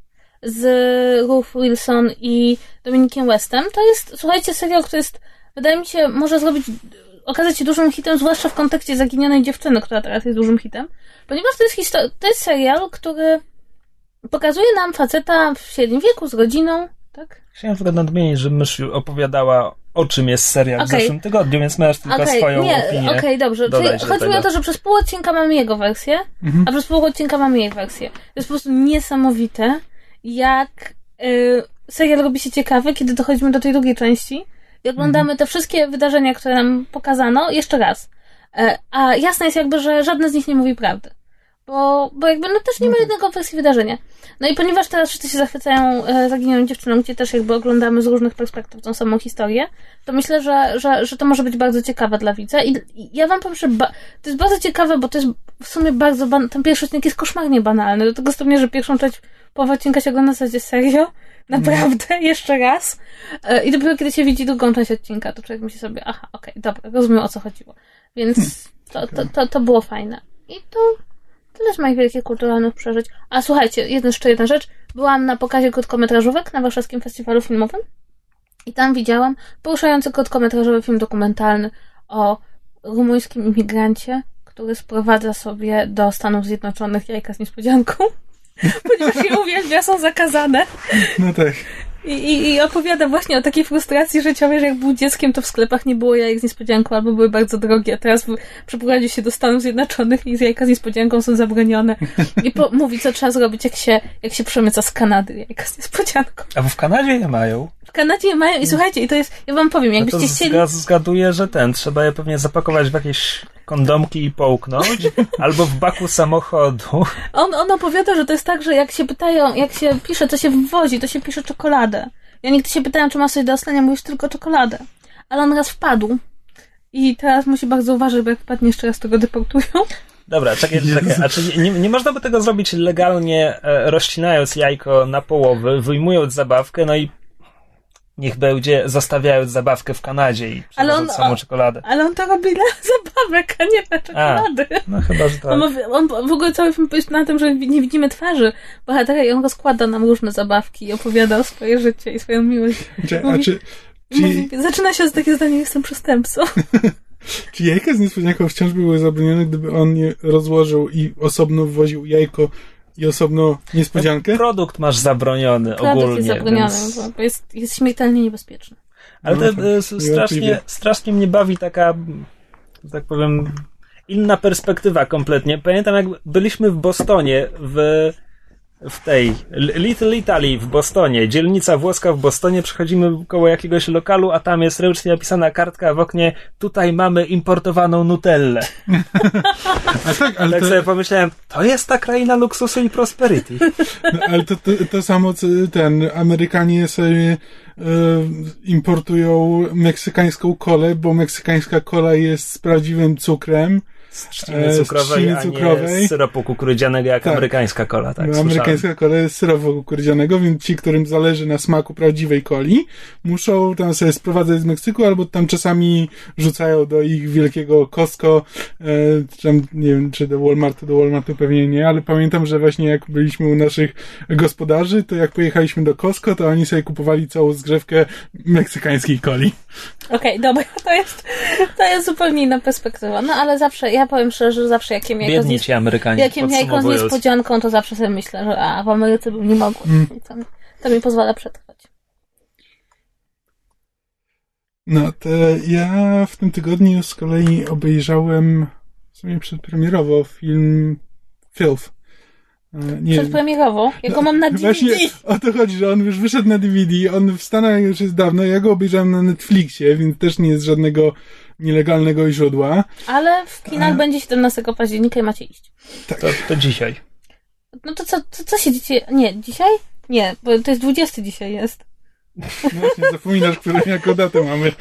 z Ruth Wilson i Dominikiem Westem. To jest, słuchajcie, serial, który jest, wydaje mi się, może zrobić, okazać się dużym hitem, zwłaszcza w kontekście Zaginionej dziewczyny, która teraz jest dużym hitem, ponieważ to jest histor- to jest serial, który pokazuje nam faceta w średnim wieku z rodziną, tak? Chciałem tylko nadmienić, że mysz opowiadała, o czym jest serial okay. w zeszłym tygodniu, więc masz tylko okay, swoją nie, opinię. Okej, okay, dobrze. Czyli chodzi mi o to, że przez pół odcinka mamy jego wersję, mhm. a przez pół odcinka mamy jej wersję. To jest po prostu niesamowite, jak y, serial robi się ciekawy, kiedy dochodzimy do tej drugiej części i oglądamy mhm. te wszystkie wydarzenia, które nam pokazano, jeszcze raz. Y, a jasne jest jakby, że żadne z nich nie mówi prawdy. Bo, bo jakby no też nie ma jednego wersji wydarzenia. No i ponieważ teraz wszyscy się zachwycają e, Zaginioną dziewczyną, gdzie też jakby oglądamy z różnych perspektyw tą samą historię, to myślę, że, że, że to może być bardzo ciekawe dla widza. I, i ja wam powiem, że ba- to jest bardzo ciekawe, bo to jest w sumie bardzo ban- ten pierwszy odcinek jest koszmarnie banalny. Do tego stopnia, że pierwszą część połowa odcinka się ogląda w zasadzie serio. Naprawdę, mm. jeszcze raz. E, I dopiero kiedy się widzi drugą część odcinka, to człowiek myśli sobie, aha, okej, okay, dobra, rozumiem, o co chodziło. Więc to, to, to, to było fajne. I to tyle z moich wielkich kulturalnych przeżyć. A słuchajcie, jedna, jeszcze jedna rzecz. Byłam na pokazie krótkometrażówek na Warszawskim Festiwalu Filmowym i tam widziałam poruszający krótkometrażowy film dokumentalny o rumuńskim imigrancie, który sprowadza sobie do Stanów Zjednoczonych jajka z niespodzianką, ponieważ je uwielbia, są zakazane. No tak. I, i, I opowiada właśnie o takiej frustracji życiowej, że jak był dzieckiem, to w sklepach nie było jajek z niespodzianką, albo były bardzo drogie, a teraz przeprowadził się do Stanów Zjednoczonych i jajka z niespodzianką są zabronione. I po, mówi, co trzeba zrobić, jak się, jak się przemyca z Kanady jajka z niespodzianką. A bo w Kanadzie je mają. W Kanadzie je mają i słuchajcie, i to jest, ja wam powiem, jakbyście no to chcieli... Zga- zgaduję, że ten, trzeba je pewnie zapakować w jakieś kondomki i połknąć, albo w baku samochodu. On, on opowiada, że to jest tak, że jak się pytają, jak się pisze, co się wwozi, to się pisze czekoladę. I oni się pytają, czy ma coś do oslania, mówisz tylko czekoladę. Ale on raz wpadł i teraz musi bardzo uważać, bo jak wpadnie jeszcze raz, to go deportują. Dobra, czekaj, czekaj. A czy nie, nie można by tego zrobić legalnie, e, rozcinając jajko na połowy, wyjmując zabawkę, no i niech będzie zostawiając zabawkę w Kanadzie i przewożąc samą czekoladę. Ale on to robi dla zabawek, a nie dla czekolady. A, no chyba, że tak. On, on w ogóle cały film jest na tym, że nie widzimy twarzy bohatera i on rozkłada nam różne zabawki i opowiada o swoje życie i swoją miłość. Czy, mówi, a czy, czy... Mówi, zaczyna się z takie zdanie, jestem przestępcą. Czy jajka z niespodzianką wciąż były zabronione, gdyby on je rozłożył i osobno wwoził jajko i osobno niespodziankę? Produkt masz zabroniony Produkt ogólnie. jest zabroniony, więc... bo jest, jest śmiertelnie niebezpieczny. Ale no, to jest strasznie, strasznie mnie bawi taka, że tak powiem, inna perspektywa kompletnie. Pamiętam, jak byliśmy w Bostonie, w, w tej Little Italy w Bostonie, dzielnica włoska w Bostonie, przechodzimy koło jakiegoś lokalu, a tam jest ręcznie napisana kartka w oknie, tutaj mamy importowaną Nutellę. A tak, ale tak to... sobie pomyślałem, to jest ta kraina luksusu i prosperity. No, ale to, to, to samo, co ten, Amerykanie sobie e, importują meksykańską kolę, bo meksykańska kola jest z prawdziwym cukrem. Z trzciny cukrowej, z trzciny cukrowej. A nie z syropu kukurydzianego, jak tak. amerykańska kola. Tak, no, amerykańska kola jest z syropu kukurydzianego, więc ci, którym zależy na smaku prawdziwej coli, muszą tam sobie sprowadzać z Meksyku, albo tam czasami rzucają do ich wielkiego Costco, e, czy tam, nie wiem, czy do Walmartu, do Walmartu pewnie nie, ale pamiętam, że właśnie jak byliśmy u naszych gospodarzy, to jak pojechaliśmy do Costco, to oni sobie kupowali całą zgrzewkę meksykańskiej coli. Okej, okay, dobra, to jest, to jest zupełnie inna perspektywa. No ale zawsze, ja powiem szczerze, że zawsze jak jem jajko, z, Amerykanie, jak jem jajko z niespodzianką, to zawsze sobie myślę, że a w Ameryce bym nie mogła. Mm. To, to mi pozwala przetrwać. No to ja w tym tygodniu z kolei obejrzałem w sumie przedpremierowo film Filth. Nie, przedpremierowo? Ja go no, mam na D V D. Właśnie o to chodzi, że on już wyszedł na D V D, on w Stanach już jest dawno, ja go obejrzałem na Netflixie, więc też nie jest żadnego nielegalnego źródła. Ale w kinach A... będzie siedemnastego października i macie iść. Tak. To, to dzisiaj. No to co, co, co się dzisiaj... Nie, dzisiaj? Nie, bo to jest dwudziesty dzisiaj jest. No właśnie, zapominasz, którą jako datę mamy.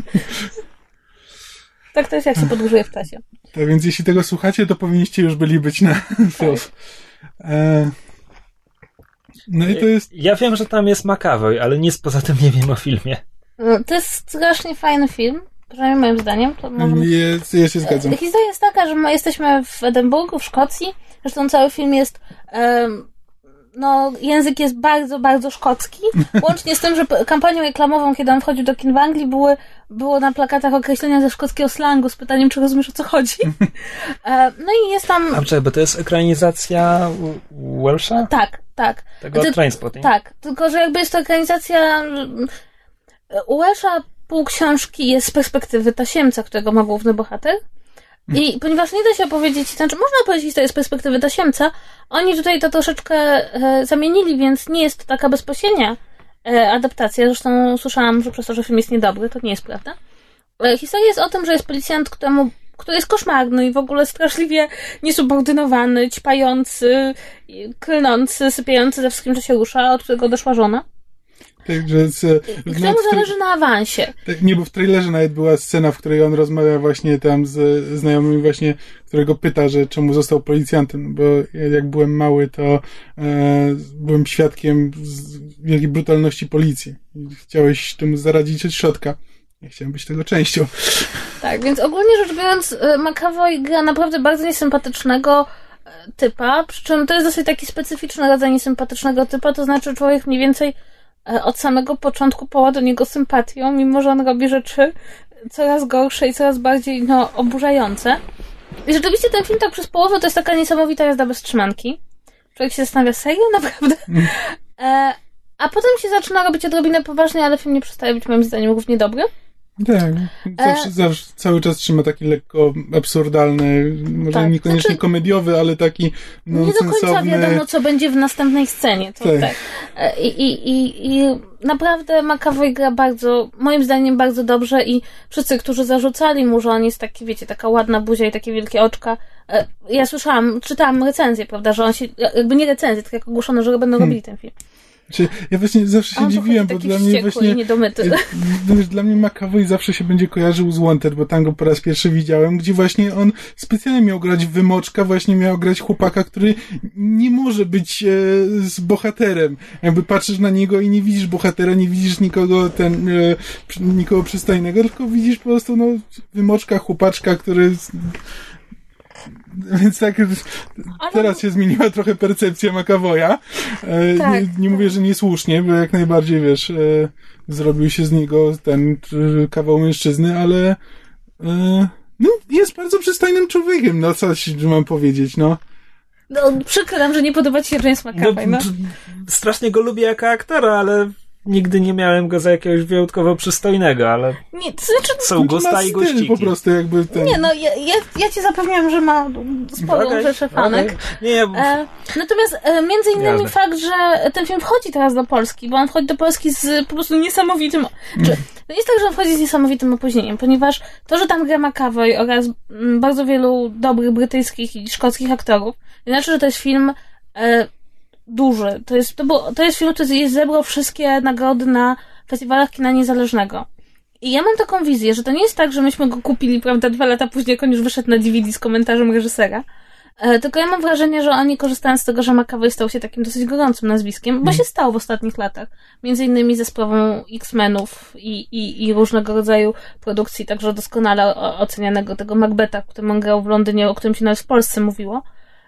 Tak to jest, jak się podróżuje w czasie. Tak, więc jeśli tego słuchacie, to powinniście już byli być na Filth. E... No i to jest... Ja wiem, że tam jest McAvoy, ale nic poza tym nie wiem o filmie. To jest strasznie fajny film, przynajmniej moim zdaniem. To możemy... jest, ja się zgadzam. Historia jest taka, że my jesteśmy w Edynburgu, w Szkocji. Zresztą cały film jest... Um, no, język jest bardzo, bardzo szkocki. Łącznie z tym, że kampanią reklamową, kiedy on wchodził do kin w Anglii, były, było na plakatach określenia ze szkockiego slangu z pytaniem, czy rozumiesz, o co chodzi. No i jest tam... A czekaj, bo to jest ekranizacja Welsha? Tak, tak. Tego to, Trainspotting? Tak, tylko że jakby jest to ekranizacja Welsha, pół książki jest z perspektywy tasiemca, którego ma główny bohater. I ponieważ nie da się opowiedzieć, znaczy można opowiedzieć historię z perspektywy tasiemca, oni tutaj to troszeczkę e, zamienili, więc nie jest to taka bezpośrednia e, adaptacja. Zresztą słyszałam, że przez to, że film jest niedobry, to nie jest prawda. E, historia jest o tym, że jest policjant, któremu, który jest koszmarny i w ogóle straszliwie niesubordynowany, ćpający, klnący, sypiający ze wszystkim, co się rusza, od którego odeszła żona. Także z, I któremu zależy na awansie. Tak, nie, bo w trailerze nawet była scena, w której on rozmawia właśnie tam z znajomymi właśnie, którego pyta, że czemu został policjantem, bo jak byłem mały, to e, byłem świadkiem wielkiej brutalności policji. I chciałeś temu zaradzić od środka. Ja chciałem być tego częścią. Tak, więc ogólnie rzecz biorąc, McAvoy gra naprawdę bardzo niesympatycznego typa, przy czym to jest dosyć taki specyficzny rodzaj niesympatycznego typa, to znaczy człowiek mniej więcej od samego początku poła do niego sympatią, mimo że on robi rzeczy coraz gorsze i coraz bardziej no, oburzające. I rzeczywiście ten film tak przez połowę to jest taka niesamowita jazda bez trzymanki. Człowiek się zastanawia, serio? Naprawdę? Mm. E, A potem się zaczyna robić odrobinę poważnie, ale film nie przestaje być moim zdaniem równie dobry. Tak, zawsze, e... zawsze cały czas trzyma taki lekko absurdalny, może tak. niekoniecznie znaczy, komediowy, ale taki nonsensowny. Nie do końca wiadomo, co będzie w następnej scenie. To, tak. tak. I, i, i, I naprawdę McAvoy gra bardzo, moim zdaniem bardzo dobrze i wszyscy, którzy zarzucali mu, że on jest taki, wiecie, taka ładna buzia i takie wielkie oczka. Ja słyszałam, czytałam recenzję, prawda, że on się, jakby nie recenzję, tylko jak ogłoszono, że będą hmm. robili ten film. Ja właśnie zawsze się dziwiłem, bo dla mnie właśnie dla mnie McAvoy zawsze się będzie kojarzył z Wanted, bo tam go po raz pierwszy widziałem, gdzie właśnie on specjalnie miał grać wymoczka, właśnie miał grać chłopaka, który nie może być e, z bohaterem. Jakby patrzysz na niego i nie widzisz bohatera, nie widzisz nikogo ten, e, nikogo przystojnego, tylko widzisz po prostu no, wymoczka, chłopaczka, który Więc tak, ale... teraz się zmieniła trochę percepcja McAvoya. E, tak, nie, nie mówię, że niesłusznie, bo jak najbardziej, wiesz, e, zrobił się z niego ten e, kawał mężczyzny, ale e, no, jest bardzo przystojnym człowiekiem, no coś mam powiedzieć, no. No, przykro nam, że nie podoba ci się James McAvoy, no. no. Strasznie go lubię jako aktora, ale nigdy nie miałem go za jakiegoś wyjątkowo przystojnego, ale nie, to znaczy, są gusta i guściki. Po prostu jakby ten... Nie, no ja, ja, ja ci zapewniam, że ma sporą okay, rzeszę fanek. Okay. Nie, ja... e, natomiast e, między innymi Jazda. fakt, że ten film wchodzi teraz do Polski, bo on wchodzi do Polski z po prostu niesamowitym... Mm. Czy, to jest tak, że on wchodzi z niesamowitym opóźnieniem, ponieważ to, że tam gra McAvoy oraz m, bardzo wielu dobrych brytyjskich i szkockich aktorów, znaczy, że to jest film... E, duży. To jest, to, było, to jest film, który zebrał wszystkie nagrody na festiwalach kina niezależnego. I ja mam taką wizję, że to nie jest tak, że myśmy go kupili, prawda, dwa lata później, jak on już wyszedł na D V D z komentarzem reżysera. E, tylko ja mam wrażenie, że oni korzystają z tego, że McAvoy stał się takim dosyć gorącym nazwiskiem, bo mm. się stał w ostatnich latach. Między innymi ze sprawą X-Menów i, i, i różnego rodzaju produkcji, także doskonale ocenianego tego Macbetha, którym on grał w Londynie, o którym się nawet w Polsce mówiło.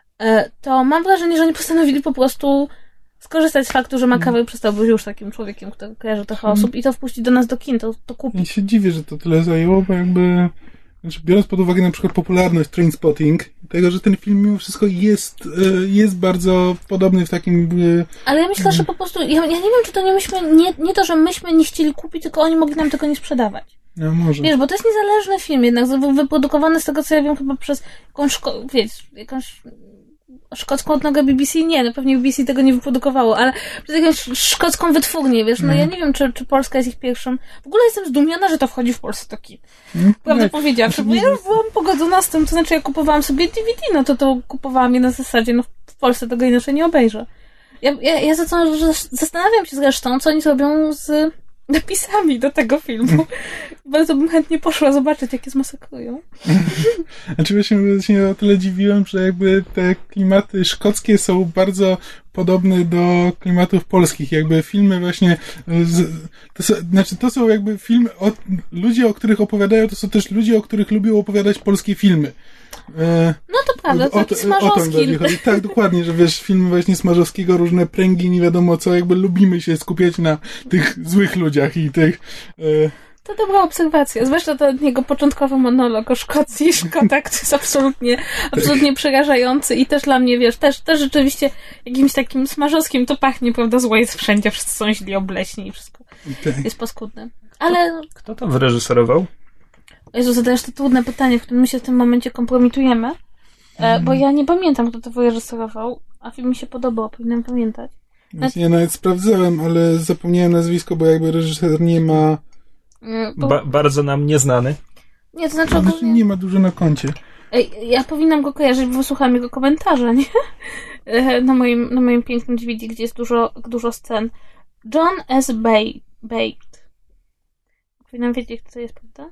To mam wrażenie, że oni postanowili po prostu skorzystać z faktu, że McAvoy mm. przestał być już takim człowiekiem, który kojarzy trochę osób mm. i to wpuścić do nas do kin, to, to kupić. Ja się dziwię, że to tyle zajęło, bo jakby znaczy biorąc pod uwagę na przykład popularność Trainspotting, tego, że ten film mimo wszystko jest, jest bardzo podobny w takim... Ale ja myślę, że po prostu, ja, ja nie wiem, czy to nie myśmy, nie, nie to, że myśmy nie chcieli kupić, tylko oni mogli nam tego nie sprzedawać. No, może. Wiesz, bo to jest niezależny film jednak, wyprodukowany z tego, co ja wiem, chyba przez jakąś, szko- wiesz, jakąś szkocką odnogę B B C, nie, no pewnie B B C tego nie wyprodukowało, ale przez jakąś szkocką wytwórnię, wiesz, no mm. ja nie wiem, czy, czy Polska jest ich pierwszą. W ogóle jestem zdumiona, że to wchodzi w Polsce do kin. Mm. Prawdę powiedziawszy, bo ja już byłam pogodzona z tym, to znaczy ja kupowałam sobie D V D, no to to kupowałam je na zasadzie, no w Polsce tego inaczej nie obejrzę. Ja, ja, ja zastanawiam się zresztą, co oni zrobią z napisami do tego filmu. Bardzo bym chętnie poszła zobaczyć, jak je zmasakrują. Znaczy właśnie się o tyle dziwiłem, że jakby te klimaty szkockie są bardzo podobne do klimatów polskich. Jakby filmy właśnie z, to są, znaczy to są jakby filmy o, ludzie, o których opowiadają, to są też ludzie, o których lubią opowiadać polskie filmy. E, no to prawda, to taki Smarzowski. Tak, dokładnie, że wiesz, filmy właśnie Smarzowskiego, różne pręgi, nie wiadomo co, jakby lubimy się skupiać na tych złych ludziach i tych... E, To dobra obserwacja, zwłaszcza ten jego początkowy monolog o Szkocji i Szkotach, to jest absolutnie, absolutnie przerażający i też dla mnie, wiesz, też, też rzeczywiście jakimś takim Smarzowskim to pachnie, prawda, zło jest wszędzie, wszyscy są źli, obleśni i wszystko tak. jest paskudne. Ale... Kto to wyreżyserował? Jezu, zadajesz to trudne pytanie, w którym my się w tym momencie kompromitujemy, mm. bo ja nie pamiętam, kto to wyreżyserował, a film mi się podobał, powinnam pamiętać. Nawet... Ja nawet sprawdzałem, ale zapomniałem nazwisko, bo jakby reżyser nie ma... Bo... Ba- bardzo nam nieznany. Nie, to znaczy... Ogólnie... Nie ma dużo na koncie. Ej, ja powinnam go kojarzyć, bo wysłuchałam jego komentarza, nie? Na moim, na moim pięknym D V D, gdzie jest dużo, dużo scen. John S. Bate. Powinnam wiedzieć, kto to jest, prawda?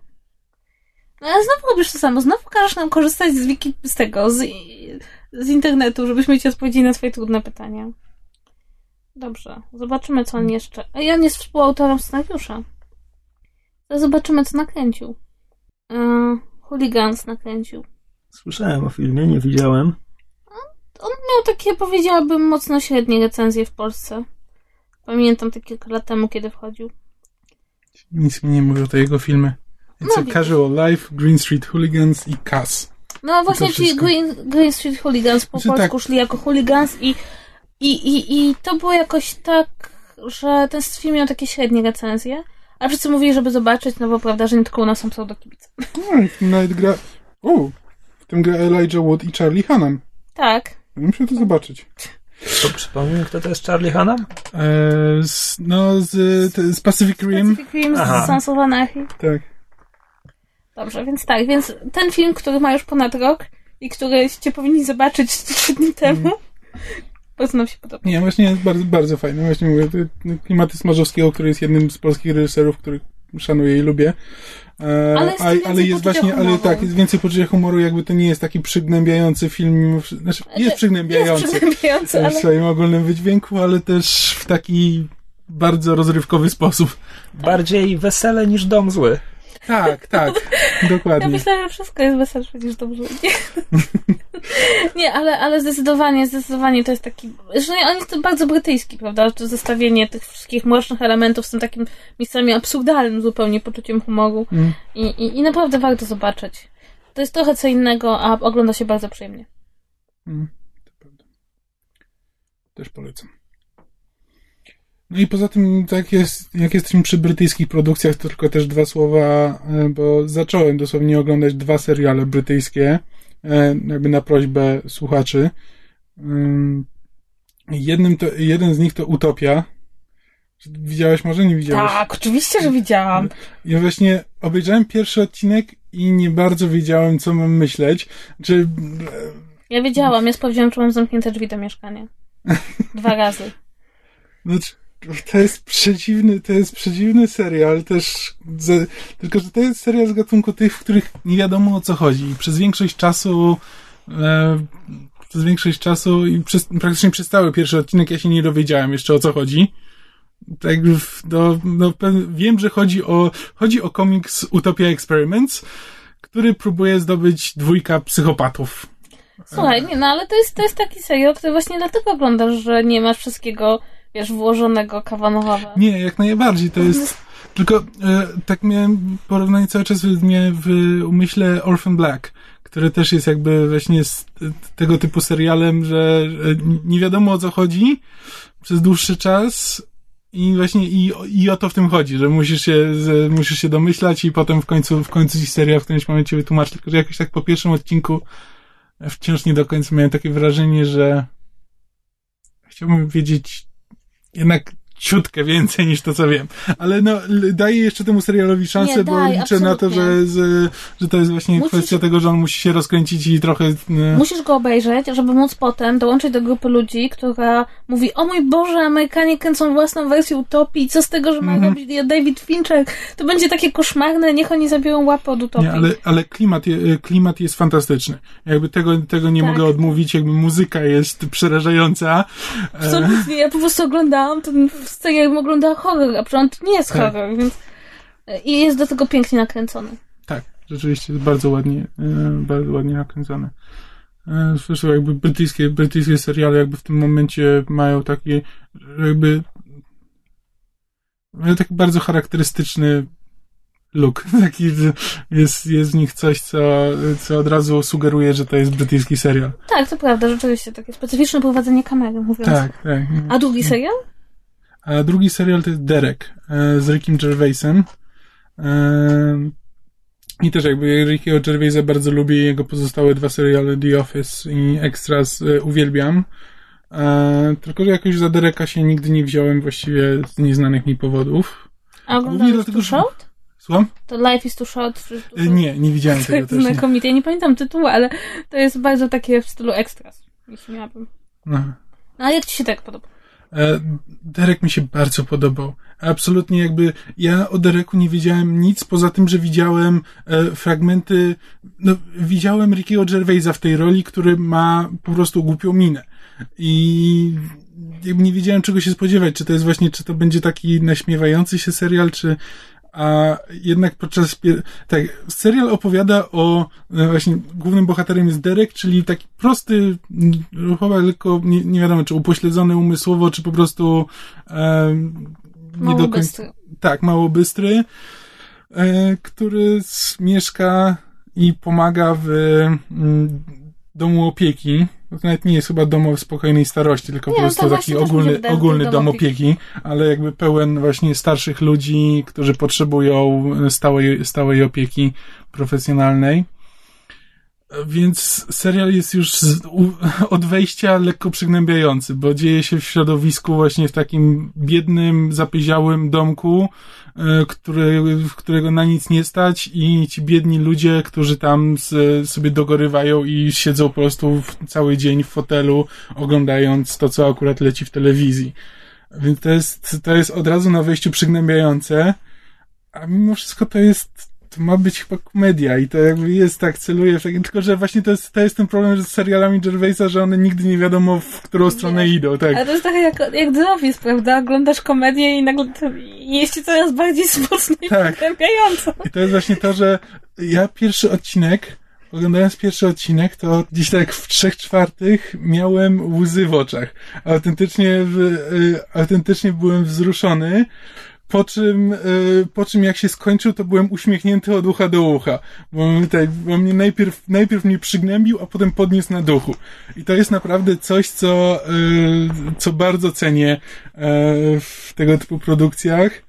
No ale znowu robisz to samo. Znowu każesz nam korzystać z wiki, z tego, z, z internetu, żebyśmy ci odpowiedzieli na twoje trudne pytania. Dobrze. Zobaczymy, co on jeszcze... A ja nie jest współautorem scenariusza. To zobaczymy, co nakręcił. Yy, Hooligans nakręcił. Słyszałem o filmie, nie widziałem. On miał takie, powiedziałabym, mocno średnie recenzje w Polsce. Pamiętam to kilka lat temu, kiedy wchodził. Nic mi nie mówi o te jego filmy. It's no, a Casual Life, Green Street Hooligans i Cass. No właśnie, czyli Green, Green Street Hooligans po znaczy, polsku tak. szli jako Hooligans i, i, i, i to było jakoś tak że ten film miał takie średnie recenzje, a wszyscy mówili, żeby zobaczyć, no bo prawda, że nie tylko u nas są pseudokibice. No, w tym nawet gra... O, w tym gra Elijah Wood i Charlie Hunnam. Tak. Muszę to zobaczyć. To przypomnij, kto to jest Charlie Hunnam? Eee, z, no, z, z Pacific Rim. Pacific Rim, z Sons of Anarchy. Tak. Dobrze, więc tak, więc ten film, który ma już ponad rok i któryście powinni zobaczyć trzy dni temu, mm. bardzo nam się podoba. Nie, właśnie jest bardzo, bardzo fajny. Właśnie mówię, klimaty Smarzowskiego, który jest jednym z polskich reżyserów, których szanuję i lubię. E, ale jest, a, ale jest właśnie, humoru. ale tak, jest więcej poczucia humoru, jakby to nie jest taki przygnębiający film, znaczy jest przygnębiający, jest przygnębiający w ale... swoim ogólnym wydźwięku, ale też w taki bardzo rozrywkowy sposób. Bardziej wesele niż Dom Zły. Tak, tak, dokładnie. Ja myślę, że wszystko jest weselsze niż Dom Zły. Nie, nie ale, ale zdecydowanie, zdecydowanie to jest taki... Zresztą on jest bardzo brytyjski, prawda? To zestawienie tych wszystkich mrocznych elementów z tym takim miejscami absurdalnym zupełnie poczuciem humoru. Mm. I, i, I naprawdę warto zobaczyć. To jest trochę co innego, a ogląda się bardzo przyjemnie. Mm, to prawda. Też polecam. No i poza tym, tak jest, jak jesteśmy przy brytyjskich produkcjach, to tylko też dwa słowa, bo zacząłem dosłownie oglądać dwa seriale brytyjskie, jakby na prośbę słuchaczy. Jednym to, jeden z nich to Utopia. Widziałaś może? Nie widziałaś? Tak, oczywiście, że widziałam. Ja właśnie obejrzałem pierwszy odcinek i nie bardzo wiedziałem, co mam myśleć. Czy... Ja wiedziałam, ja sprawdziłam, czy mam zamknięte drzwi do mieszkania. Dwa razy. Znaczy, to jest przeciwny, to jest przeciwny serial też, z, tylko że to jest serial z gatunku tych, w których nie wiadomo o co chodzi. Przez większość czasu e, przez większość czasu i przez, praktycznie przez cały pierwszy odcinek ja się nie dowiedziałem jeszcze o co chodzi. Tak, no, no, wiem, że chodzi o chodzi o komiks Utopia Experiments, który próbuje zdobyć dwójka psychopatów. Słuchaj, nie, no ale to jest, to jest taki serial, który właśnie dlatego oglądasz, że nie masz wszystkiego, wiesz, włożonego kawanowawe. Nie, jak najbardziej, to jest... Tylko e, tak miałem porównanie cały czas miałem w umyśle Orphan Black, który też jest jakby właśnie z tego typu serialem, że nie wiadomo o co chodzi przez dłuższy czas i właśnie i, i o to w tym chodzi, że musisz się, że musisz się domyślać i potem w końcu, w końcu ci serial w którymś momencie wytłumaczy. Tylko że jakoś tak po pierwszym odcinku wciąż nie do końca miałem takie wrażenie, że chciałbym wiedzieć jednak ciutkę więcej niż to, co wiem. Ale no, daję jeszcze temu serialowi szansę, nie, bo daj, liczę absolutnie. na to, że, że, że to jest właśnie musisz, kwestia tego, że on musi się rozkręcić i trochę... Nie. Musisz go obejrzeć, żeby móc potem dołączyć do grupy ludzi, która mówi, o mój Boże, Amerykanie kręcą własną wersję Utopii, co z tego, że ma mm-hmm. robić David Fincher? To będzie takie koszmarne, niech oni zabiorą łapę od Utopii. Nie, ale, ale klimat, je, klimat jest fantastyczny. Jakby tego, tego nie tak. mogę odmówić, jakby muzyka jest przerażająca. Absolutnie, ja po prostu oglądałam ten scenie, jakbym oglądała horror, a przecież to nie jest tak. horror, więc i jest do tego pięknie nakręcony. Tak, rzeczywiście jest bardzo ładnie, bardzo ładnie nakręcony. Zresztą jakby brytyjskie, brytyjskie seriale jakby w tym momencie mają taki jakby mają taki bardzo charakterystyczny look. Taki, jest, jest w nich coś, co, co od razu sugeruje, że to jest brytyjski serial. Tak, to prawda, rzeczywiście takie specyficzne prowadzenie kamery, mówiąc. Tak, tak. A drugi serial? A drugi serial to jest Derek z Rickiem Gervaisem. I też jakby Rickiego Gervaisa bardzo lubię, jego pozostałe dwa seriale The Office i Extras uwielbiam. Tylko, że jakoś za Dereka się nigdy nie wziąłem właściwie z nieznanych mi powodów. A oglądałeś Too Short? Słucham? To Life is Too Short? Too short? Nie, nie widziałem tego też. Znakomite. Ja nie pamiętam tytułu, ale to jest bardzo takie w stylu Extras, jeśli miałabym. No. A jak ci się tak podoba? Derek mi się bardzo podobał. Absolutnie jakby ja o Dereku nie wiedziałem nic, poza tym, że widziałem e, fragmenty, no widziałem Rickiego Gervaisa w tej roli, który ma po prostu głupią minę. I jakby nie wiedziałem czego się spodziewać, czy to jest właśnie, czy to będzie taki naśmiewający się serial, czy a jednak podczas... Tak, serial opowiada o... Właśnie głównym bohaterem jest Derek, czyli taki prosty, chyba tylko nie, nie wiadomo, czy upośledzony umysłowo, czy po prostu e, nie mało do końca... Bystry. Tak, mało bystry, e, który mieszka i pomaga w m, domu opieki No to nawet nie jest chyba dom spokojnej starości, tylko nie, po prostu no taki ogólny, ogólny dom opieki, ale jakby pełen właśnie starszych ludzi, którzy potrzebują stałej, stałej opieki profesjonalnej. Więc serial jest już z, u, od wejścia lekko przygnębiający, bo dzieje się w środowisku właśnie w takim biednym, zapyziałym domku, y, który, w którego na nic nie stać i ci biedni ludzie, którzy tam z, sobie dogorywają i siedzą po prostu w, cały dzień w fotelu, oglądając to, co akurat leci w telewizji. Więc to jest, to jest od razu na wejściu przygnębiające, a mimo wszystko to jest to ma być chyba komedia i to jakby jest tak, celuje w takim, tylko że właśnie to jest, to jest ten problem z serialami Gervaisa, że one nigdy nie wiadomo, w którą stronę nie. idą, tak. Ale to jest trochę jak, jak The Office, prawda? Oglądasz komedię i nagle jest ci coraz bardziej smutno i tak. przygnębiająco. I to jest właśnie to, że ja pierwszy odcinek, oglądając pierwszy odcinek, to gdzieś tak w trzech czwartych miałem łzy w oczach. Autentycznie, w, autentycznie byłem wzruszony. Po czym, po czym jak się skończył, to byłem uśmiechnięty od ucha do ucha. Bo, tak, bo mnie najpierw, najpierw mnie przygnębił, a potem podniósł na duchu. I to jest naprawdę coś, co, co bardzo cenię w tego typu produkcjach.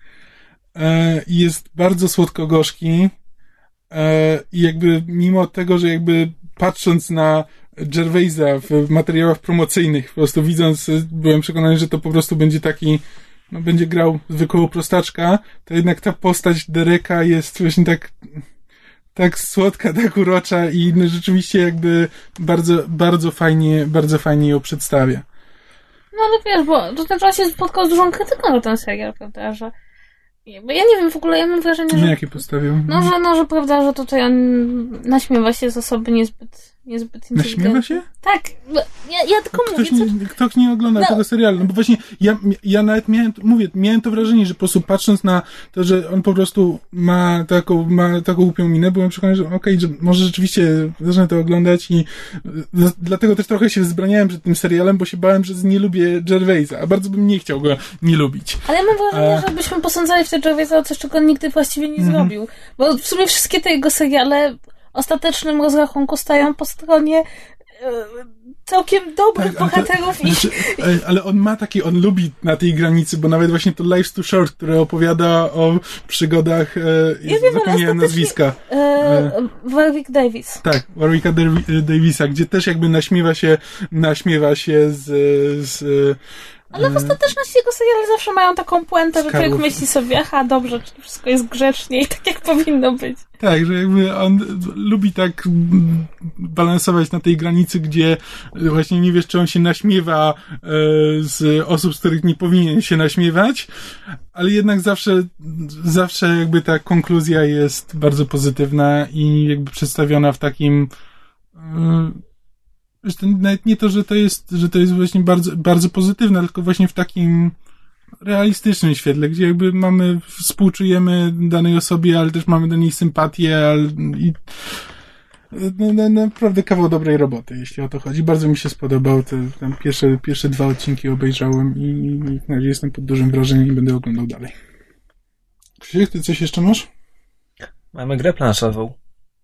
Jest bardzo słodko-gorzki. I jakby mimo tego, że jakby patrząc na Gervaisa w materiałach promocyjnych, po prostu widząc, byłem przekonany, że to po prostu będzie taki no będzie grał zwykłego prostaczka, to jednak ta postać Dereka jest właśnie tak tak słodka, tak urocza i no, rzeczywiście jakby bardzo, bardzo fajnie, bardzo fajnie ją przedstawia. No ale wiesz, bo to ten czas się spotkał z dużą krytyką na ten serial, prawda, że bo ja nie wiem, w ogóle ja mam wrażenie, że... Na jakie postawił? No, że, no, że prawda, że tutaj on naśmiewa się z osoby niezbyt, niezbyt inteligentnej. Naśmiewa się? Tak, ja, ja tylko ktoś mówię... Nie, co... Ktoś nie oglądał no. tego serialu, no bo właśnie ja, ja nawet miałem, mówię, miałem to wrażenie, że po prostu patrząc na to, że on po prostu ma taką, ma taką głupią minę, byłem przekonany, że okej, okay, że może rzeczywiście zacznę to oglądać i dlatego też trochę się wzbraniałem przed tym serialem, bo się bałem, że nie lubię Gervaisa, a bardzo bym nie chciał go nie lubić. Ale ja mam wrażenie, a... że byśmy posądzali w te Gervaisa o coś, czego on nigdy właściwie nie mm-hmm. zrobił. Bo w sumie wszystkie te jego seriale w ostatecznym rozrachunku stają po stronie e, całkiem dobrych tak, bohaterów. To, i... znaczy, ale on ma taki, on lubi na tej granicy, bo nawet właśnie to Life's Too Short, które opowiada o przygodach, e, ja zapomniałem nazwiska. E, Warwick Davis. Tak, Warwicka Davisa, gdzie też jakby naśmiewa się, naśmiewa się z, z ale w ostateczności jego seriale zawsze mają taką puentę, że człowiek myśli sobie, aha, dobrze, czyli wszystko jest grzecznie i tak jak powinno być. Tak, że jakby on lubi tak balansować na tej granicy, gdzie właśnie nie wiesz, czy on się naśmiewa z osób, z których nie powinien się naśmiewać, ale jednak zawsze, zawsze jakby ta konkluzja jest bardzo pozytywna i jakby przedstawiona w takim nawet nie to, że to jest, że to jest właśnie bardzo, bardzo pozytywne, tylko właśnie w takim realistycznym świetle, gdzie jakby mamy, współczujemy danej osobie, ale też mamy do niej sympatię, ale i no, no, naprawdę kawał dobrej roboty, jeśli o to chodzi. Bardzo mi się spodobał. Te, tam pierwsze, pierwsze dwa odcinki obejrzałem i, i na razie jestem pod dużym wrażeniem i będę oglądał dalej. Krzysiek, ty coś jeszcze masz? Mamy grę planszową.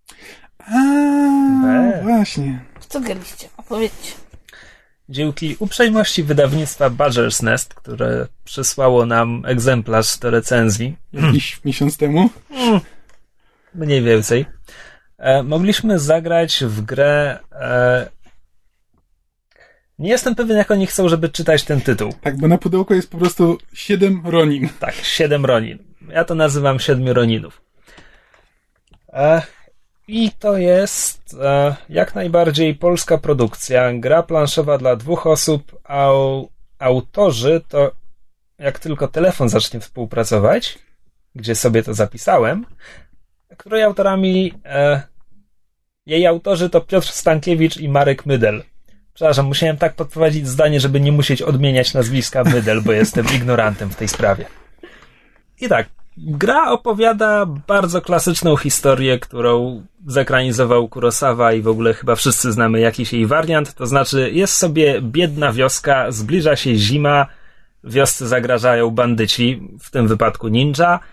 A, właśnie. Co graliście? Opowiedzcie. Dzięki uprzejmości wydawnictwa Badger's Nest, które przysłało nam egzemplarz do recenzji. Jakiś miesiąc temu? Mm, mniej więcej. E, mogliśmy zagrać w grę... E, nie jestem pewien, jak oni chcą, żeby czytać ten tytuł. Tak, bo na pudełku jest po prostu siedem Ronin. Tak, siedem Ronin. Ja to nazywam siedmiu Roninów. E, I to jest e, jak najbardziej polska produkcja. Gra planszowa dla dwóch osób, a autorzy to jak tylko telefon zacznie współpracować, gdzie sobie to zapisałem, której autorami e, jej autorzy to Piotr Stankiewicz i Marek Mydel. Przepraszam, musiałem tak podprowadzić zdanie, żeby nie musieć odmieniać nazwiska Mydel, bo jestem ignorantem w tej sprawie. I tak, gra opowiada bardzo klasyczną historię, którą zekranizował Kurosawa i w ogóle chyba wszyscy znamy jakiś jej wariant, to znaczy jest sobie biedna wioska, zbliża się zima, wiosce zagrażają bandyci, w tym wypadku ninja,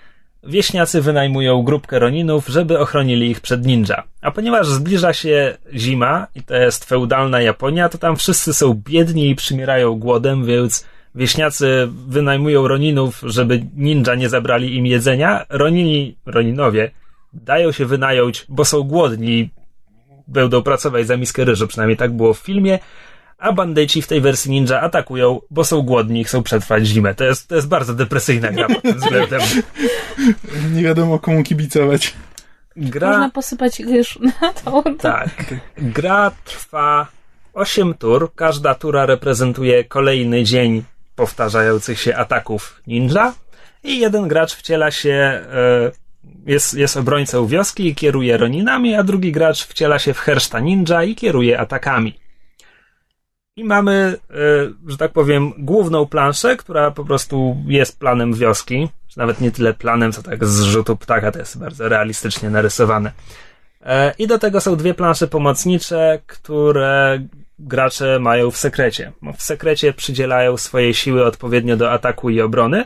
wieśniacy wynajmują grupkę roninów, żeby ochronili ich przed ninja. A ponieważ zbliża się zima i to jest feudalna Japonia, to tam wszyscy są biedni i przymierają głodem, więc wieśniacy wynajmują roninów, żeby ninja nie zabrali im jedzenia. Ronini, roninowie dają się wynająć, bo są głodni i będą pracować za miskę ryżu, przynajmniej tak było w filmie, a bandyci w tej wersji ninja atakują, bo są głodni i chcą przetrwać zimę. To jest, to jest bardzo depresyjna gra pod tym względem. Nie wiadomo komu kibicować. Gra... Można posypać ryż na to. Tak. Gra trwa osiem tur. Każda tura reprezentuje kolejny dzień powtarzających się ataków ninja i jeden gracz wciela się, jest, jest obrońcą wioski i kieruje roninami, a drugi gracz wciela się w herszta ninja i kieruje atakami. I mamy, że tak powiem, główną planszę, która po prostu jest planem wioski, czy nawet nie tyle planem, co tak z rzutu ptaka, to jest bardzo realistycznie narysowane. I do tego są dwie plansze pomocnicze, które gracze mają w sekrecie. W sekrecie przydzielają swoje siły odpowiednio do ataku i obrony,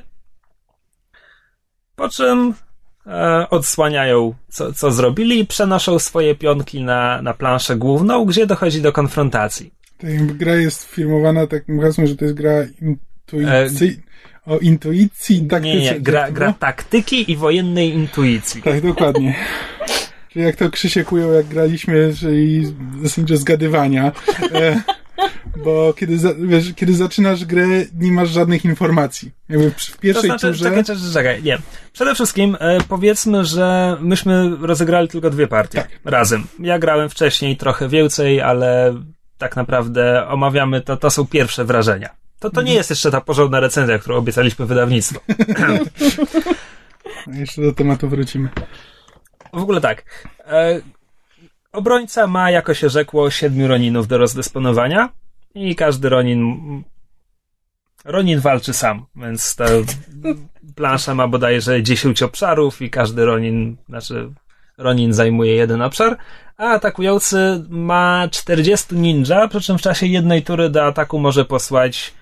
po czym e, odsłaniają, co, co zrobili i przenoszą swoje pionki na, na planszę główną, gdzie dochodzi do konfrontacji. Tak, gra jest filmowana takim hasłem, że to jest gra intuicji, e, o intuicji, taktyce. Nie, nie, gra, gra taktyki i wojennej intuicji. Tak, dokładnie. Czyli jak to Krzysiek ujął, jak graliśmy, czyli zasadniczo zgadywania. E, bo kiedy, za, wiesz, kiedy zaczynasz grę, nie masz żadnych informacji. Jakby w pierwszej to znaczy, turze... Czekaj, czekaj, czekaj, nie. Przede wszystkim e, powiedzmy, że myśmy rozegrali tylko dwie partie tak. razem. Ja grałem wcześniej trochę więcej, ale tak naprawdę omawiamy to, to są pierwsze wrażenia. To, to nie jest jeszcze ta porządna recenzja, którą obiecaliśmy wydawnictwu. Jeszcze do tematu wrócimy. W ogóle tak. E, obrońca ma, jako się rzekło, siedmiu roninów do rozdysponowania i każdy ronin ronin walczy sam, więc ta plansza ma bodajże dziesięć obszarów i każdy ronin, znaczy ronin zajmuje jeden obszar, a atakujący ma czterdziestu ninja, przy czym w czasie jednej tury do ataku może posłać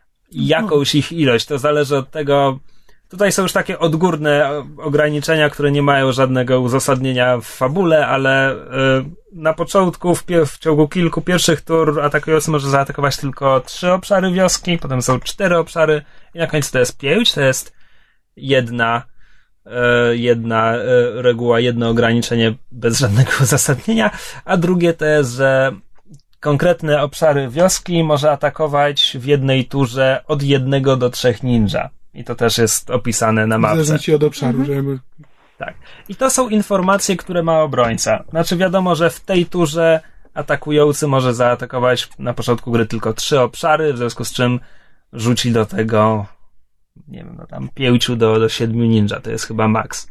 jakąś ich ilość. To zależy od tego. Tutaj są już takie odgórne ograniczenia, które nie mają żadnego uzasadnienia w fabule, ale na początku, w, pie- w ciągu kilku pierwszych tur atakujący może zaatakować tylko trzy obszary wioski, potem są cztery obszary i na końcu to jest pięć, to jest jedna, jedna reguła, jedno ograniczenie bez żadnego uzasadnienia, a drugie to jest, że konkretne obszary wioski może atakować w jednej turze od jednego do trzech ninja. I to też jest opisane na mapce. Zależy ci od obszaru, mhm. żeby... Tak. I to są informacje, które ma obrońca. Znaczy wiadomo, że w tej turze atakujący może zaatakować na początku gry tylko trzy obszary, w związku z czym rzuci do tego, nie wiem, no tam pięciu do, do siedmiu ninja. To jest chyba maks.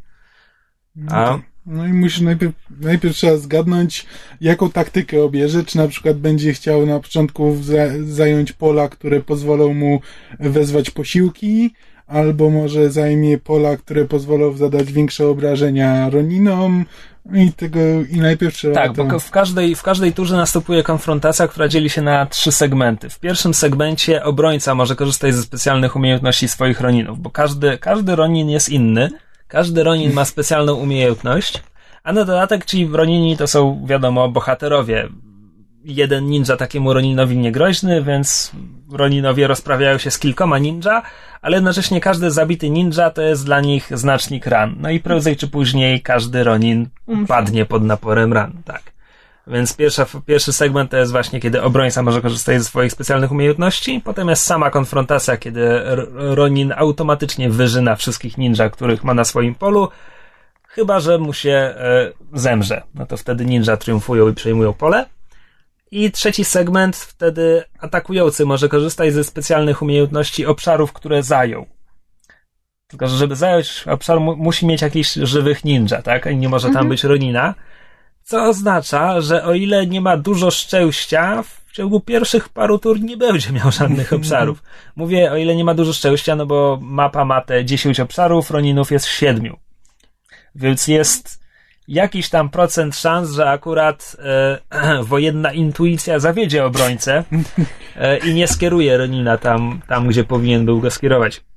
A... No i musisz najpierw, najpierw trzeba zgadnąć, jaką taktykę obierze, czy na przykład będzie chciał na początku za, zająć pola, które pozwolą mu wezwać posiłki, albo może zajmie pola, które pozwolą zadać większe obrażenia roninom i tego, i najpierw trzeba... Tak, to... bo w każdej, w każdej turze następuje konfrontacja, która dzieli się na trzy segmenty. W pierwszym segmencie obrońca może korzystać ze specjalnych umiejętności swoich roninów, bo każdy, każdy ronin jest inny. Każdy ronin ma specjalną umiejętność, a na dodatek ci ronini to są, wiadomo, bohaterowie. Jeden ninja takiemu roninowi niegroźny, więc roninowie rozprawiają się z kilkoma ninja, ale jednocześnie każdy zabity ninja to jest dla nich znacznik ran. No i prędzej czy później każdy ronin padnie pod naporem ran. Tak. Więc pierwsza, pierwszy segment to jest właśnie, kiedy obrońca może korzystać ze swoich specjalnych umiejętności. Potem jest sama konfrontacja, kiedy ronin automatycznie wyżyna wszystkich ninja, których ma na swoim polu, chyba że mu się e, zemrze. No to wtedy ninja triumfują i przejmują pole. I trzeci segment, wtedy atakujący może korzystać ze specjalnych umiejętności obszarów, które zajął. Tylko że żeby zająć obszar, mu, musi mieć jakichś żywych ninja, tak? I nie może tam mhm. być ronina. Co oznacza, że o ile nie ma dużo szczęścia, w ciągu pierwszych paru tur nie będzie miał żadnych obszarów. Mówię, o ile nie ma dużo szczęścia, no bo mapa ma te dziesięć obszarów, roninów jest siedmiu. Więc jest jakiś tam procent szans, że akurat e, wojenna intuicja zawiedzie obrońcę e, i nie skieruje ronina tam, tam, gdzie powinien był go skierować.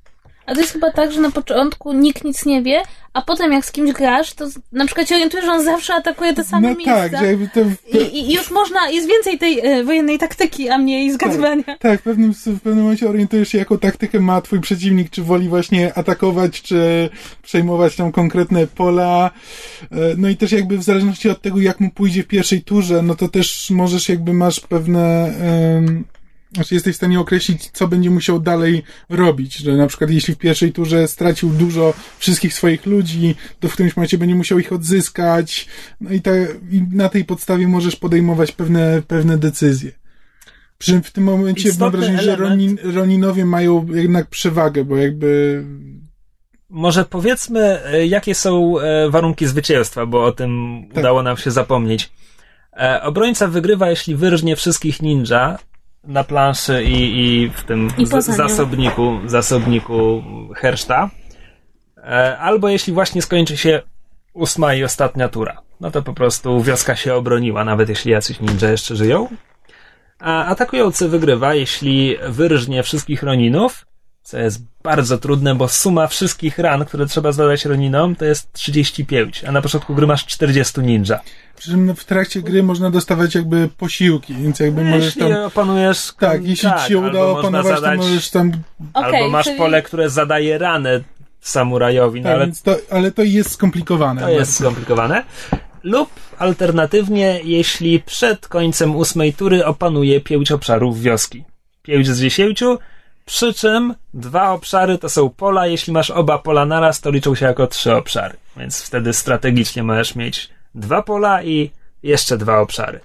A to jest chyba tak, że na początku nikt nic nie wie, a potem jak z kimś grasz, to na przykład się orientujesz, że on zawsze atakuje te same no miejsca. Tak, że jakby to... I, I już można, jest więcej tej e, wojennej taktyki, a mniej zgadywania. Tak, tak w, pewnym, w pewnym momencie orientujesz się, jaką taktykę ma twój przeciwnik, czy woli właśnie atakować, czy przejmować tam konkretne pola. No i też jakby w zależności od tego, jak mu pójdzie w pierwszej turze, no to też możesz jakby masz pewne... Um, Znaczy jesteś w stanie określić, co będzie musiał dalej robić, że na przykład jeśli w pierwszej turze stracił dużo wszystkich swoich ludzi, to w którymś momencie będzie musiał ich odzyskać, no i, ta, i na tej podstawie możesz podejmować pewne, pewne decyzje. Przy czym w tym momencie mam wrażenie, że Ronin, Roninowie mają jednak przewagę, bo jakby... Może powiedzmy, jakie są warunki zwycięstwa, bo o tym tak. udało nam się zapomnieć. Obrońca wygrywa, jeśli wyrżnie wszystkich ninja na planszy i, i w tym I z, zasobniku, zasobniku herszta. E, albo jeśli właśnie skończy się ósma i ostatnia tura. No to po prostu wioska się obroniła, nawet jeśli jacyś ninja jeszcze żyją. A atakujący wygrywa, jeśli wyrżnie wszystkich Roninów, co jest bardzo trudne, bo suma wszystkich ran, które trzeba zadać Roninom, to jest trzydzieści pięć, a na początku gry masz czterdzieści ninja. Przy czym w trakcie gry można dostawać jakby posiłki, więc jakby no, możesz tam... Jeśli opanujesz... Tak, jeśli tak, ci się uda opanować, zadać, to możesz tam... Albo okay, masz czyli... pole, które zadaje ranę samurajowi. No tak, ale... Więc to, ale to jest skomplikowane. To jest skomplikowane. Lub alternatywnie, jeśli przed końcem ósmej tury opanuje pięć obszarów wioski. Pięć z dziesięciu, przy czym dwa obszary to są pola. Jeśli masz oba pola naraz, to liczą się jako trzy obszary. Więc wtedy strategicznie możesz mieć dwa pola i jeszcze dwa obszary.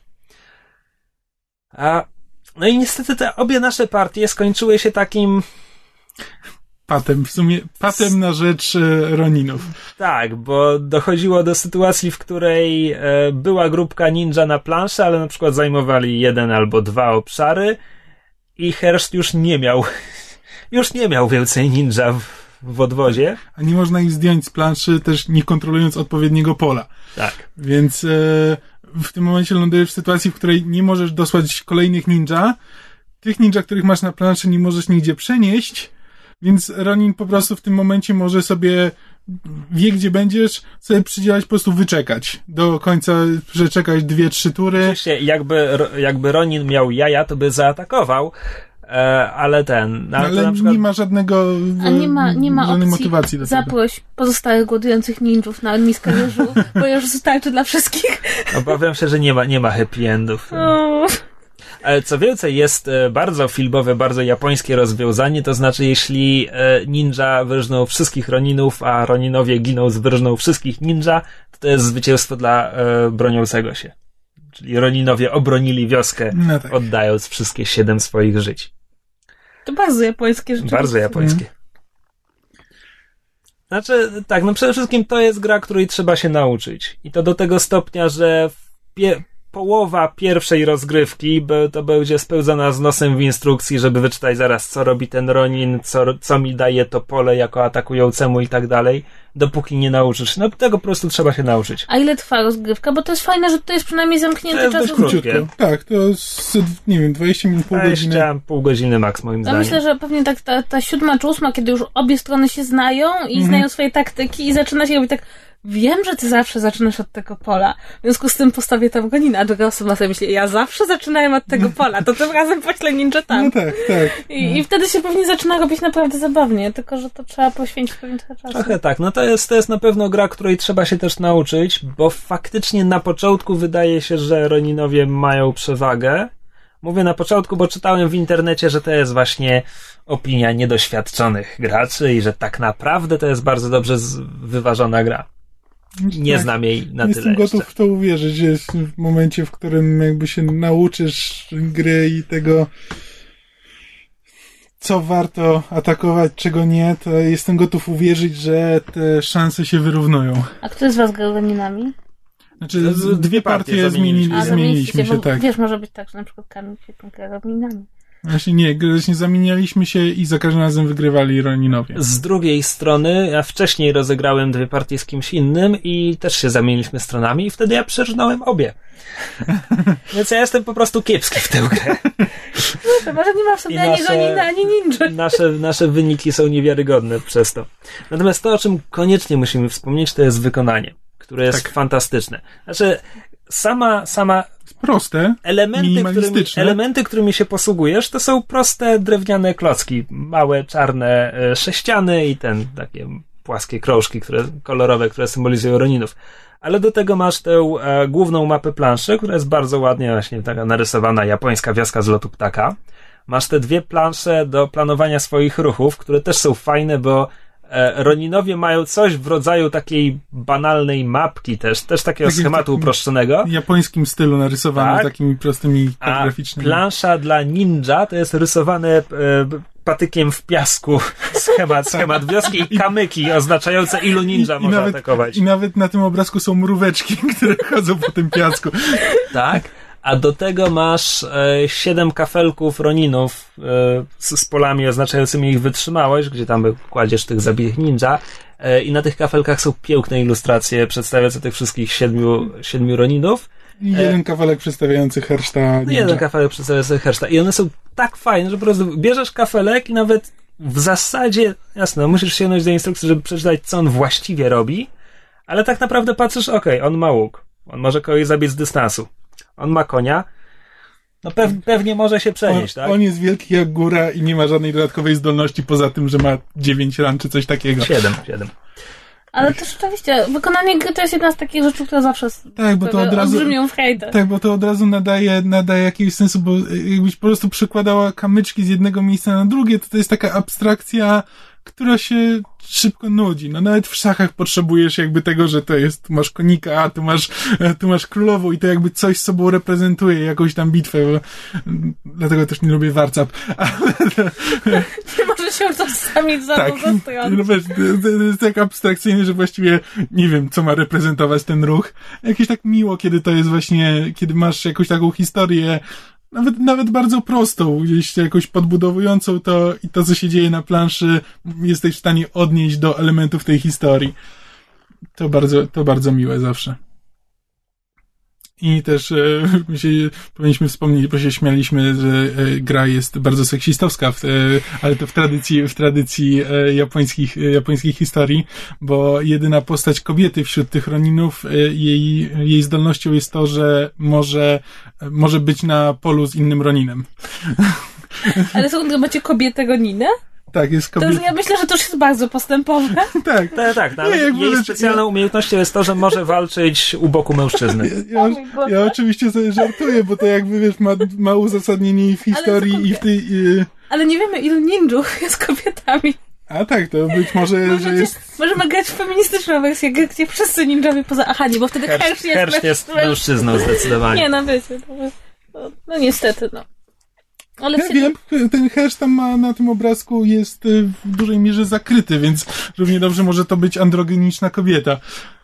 A, no i niestety te obie nasze partie skończyły się takim... Patem, w sumie patem na rzecz e, Roninów. Tak, bo dochodziło do sytuacji, w której e, była grupka ninja na planszy, ale na przykład zajmowali jeden albo dwa obszary i Herszt już nie miał już nie miał więcej ninja w, w odwozie. A nie można ich zdjąć z planszy, też nie kontrolując odpowiedniego pola. Tak. Więc e, w tym momencie lądujesz w sytuacji, w której nie możesz dosłać kolejnych ninja. Tych ninja, których masz na planszy, nie możesz nigdzie przenieść. Więc Ronin po prostu w tym momencie może sobie, wie gdzie będziesz, sobie przydzielać, po prostu wyczekać. Do końca przeczekać dwie, trzy tury. Oczywiście, jakby, jakby Ronin miał jaja, to by zaatakował, e, ale ten... No, ale ale przykład... nie ma żadnego A nie ma, nie ma żadnej opcji motywacji do tego. Zaproś pozostałych głodujących ninjów na miskę ryżu, bo już starczy dla wszystkich. Obawiam się, że nie ma, nie ma happy endów. Oh. Co więcej, jest bardzo filmowe, bardzo japońskie rozwiązanie, to znaczy jeśli ninja wyrżną wszystkich Roninów, a Roninowie giną z wyrżną wszystkich ninja, to to jest zwycięstwo dla broniącego się. Czyli Roninowie obronili wioskę, no tak. oddając wszystkie siedem swoich żyć. To bardzo japońskie rzeczywiście. Bardzo japońskie. Znaczy, tak, no przede wszystkim to jest gra, której trzeba się nauczyć. I to do tego stopnia, że w pie- połowa pierwszej rozgrywki to będzie spełzana z nosem w instrukcji, żeby wyczytać zaraz, co robi ten Ronin, co, co mi daje to pole jako atakującemu i tak dalej, dopóki nie nauczysz. No tego po prostu trzeba się nauczyć. A ile trwa rozgrywka? Bo to jest fajne, że to jest przynajmniej zamknięty czas. To jest krótkie. Tak, to jest, nie wiem, dwadzieścia minut, pół godziny. pół godziny maks, moim no zdaniem. Myślę, że pewnie tak ta, ta siódma czy ósma, kiedy już obie strony się znają i mhm. znają swoje taktyki i zaczyna się robić tak, wiem, że ty zawsze zaczynasz od tego pola, w związku z tym postawię tam Ronina, a druga osoba sobie myśli, ja zawsze zaczynałem od tego pola, to tym razem poślę ninja tam. No tak, tak. I, no. I wtedy się pewnie zaczyna robić naprawdę zabawnie, tylko że to trzeba poświęcić pewien czas. Trochę tak, no to jest, to jest na pewno gra, której trzeba się też nauczyć, bo faktycznie na początku wydaje się, że Roninowie mają przewagę. Mówię na początku, bo czytałem w internecie, że to jest właśnie opinia niedoświadczonych graczy i że tak naprawdę to jest bardzo dobrze wyważona gra. Nie tak. znam jej na Jestem tyle gotów jeszcze. w to uwierzyć, że jest w momencie, w którym jakby się nauczysz gry i tego, co warto atakować, czego nie, to jestem gotów uwierzyć, że te szanse się wyrównują. A kto z was grał Roninami? Znaczy, dwie, dwie partie, partie zmienili, A, zmieniliśmy się, bo, tak. Wiesz, może być tak, że na przykład Kamil się gra Roninami. Właśnie nie, właśnie zamienialiśmy się i za każdym razem wygrywali Roninowie. Z drugiej strony, ja wcześniej rozegrałem dwie partie z kimś innym i też się zamieniliśmy stronami i wtedy ja przerżnąłem obie. Więc ja jestem po prostu kiepski w tę grę. No, może nie ma w sobie ani Ronina, ani ninja. Nasze, nasze wyniki są niewiarygodne przez to. Natomiast to, o czym koniecznie musimy wspomnieć, to jest wykonanie, które jest tak fantastyczne. Znaczy, sama, sama proste, elementy którymi, elementy, którymi się posługujesz, to są proste drewniane klocki, małe, czarne e, sześciany i ten, takie płaskie krążki, które, kolorowe, które symbolizują Roninów. Ale do tego masz tę e, główną mapę planszy, która jest bardzo ładnie właśnie taka narysowana japońska wioska z lotu ptaka. Masz te dwie plansze do planowania swoich ruchów, które też są fajne, bo e, Roninowie mają coś w rodzaju takiej banalnej mapki też, też takiego tak schematu uproszczonego. W japońskim stylu narysowane tak? Takimi prostymi graficznymi. A plansza dla ninja to jest rysowane e, patykiem w piasku schemat, schemat wioski i kamyki oznaczające ilu ninja I, można i nawet, atakować. I nawet na tym obrazku są mróweczki, które chodzą po tym piasku. Tak. A do tego masz e, siedem kafelków Roninów e, z, z polami oznaczającymi ich wytrzymałość, gdzie tam kładziesz tych zabitych ninja e, i na tych kafelkach są piękne ilustracje przedstawiające tych wszystkich siedmiu, siedmiu Roninów. I jeden e, kafelek przedstawiający herszta ninja. Jeden kafelek przedstawiający herszta. I one są tak fajne, że po prostu bierzesz kafelek i nawet w zasadzie, jasne, musisz sięgnąć do instrukcji, żeby przeczytać, co on właściwie robi, ale tak naprawdę patrzysz, okej, okay, on ma łuk, on może kogoś zabić z dystansu. On ma konia. No pew, pewnie może się przenieść, on, tak? On jest wielki jak góra i nie ma żadnej dodatkowej zdolności poza tym, że ma dziewięć ran czy coś takiego. Siedem, siedem. Ale to rzeczywiście, wykonanie gry to jest jedna z takich rzeczy, które zawsze tak, bo to od razu, w hejtę. Tak, bo to od razu nadaje, nadaje jakiegoś sensu, bo jakbyś po prostu przykładała kamyczki z jednego miejsca na drugie, to to jest taka abstrakcja, która się szybko nudzi. No nawet w szachach potrzebujesz jakby tego, że to jest, tu masz konika, a tu masz, tu masz królową i to jakby coś z sobą reprezentuje, jakąś tam bitwę, bo, dlatego też nie lubię warcap. Nie może się utożsamić za tak, tą stronę. No wiesz, to jest tak abstrakcyjne, że właściwie nie wiem, co ma reprezentować ten ruch. Jakieś tak miło, kiedy to jest właśnie, kiedy masz jakąś taką historię, Nawet, nawet bardzo prostą, gdzieś jakoś podbudowującą to i to, co się dzieje na planszy, jesteś w stanie odnieść do elementów tej historii. To bardzo, to bardzo miłe zawsze. I też e, my się, powinniśmy wspomnieć, bo się śmialiśmy, że e, gra jest bardzo seksistowska, w, e, ale to w tradycji, w tradycji e, japońskich, e, japońskich historii, bo jedyna postać kobiety wśród tych Roninów, e, jej, jej zdolnością jest to, że może, e, może być na polu z innym Roninem. Ale co, macie kobietę Roninę? Tak, jest kobieta. To ja myślę, że to już jest bardzo postępowe. tak, tak, tak. No, ale nie, jej rzecz, specjalną ja... umiejętnością jest to, że może walczyć u boku mężczyzny. Ja, ja, ja oczywiście sobie żartuję, bo to jakby, wiesz, ma, ma uzasadnienie w historii i w tej... I... Ale nie wiemy, ilu ninjów jest kobietami. A tak, to być może, Możecie, że jest... Możemy grać w feministyczną wersję, gdzie wszyscy ninjowie poza... Aha, nie, bo wtedy Hersz jest... Hersz jest mężczyzną zdecydowanie. Nie, no wiecie, no, no, no niestety, no. Ale ja wiem, ten hersz tam ma na tym obrazku jest w dużej mierze zakryty, więc równie dobrze może to być androgeniczna kobieta.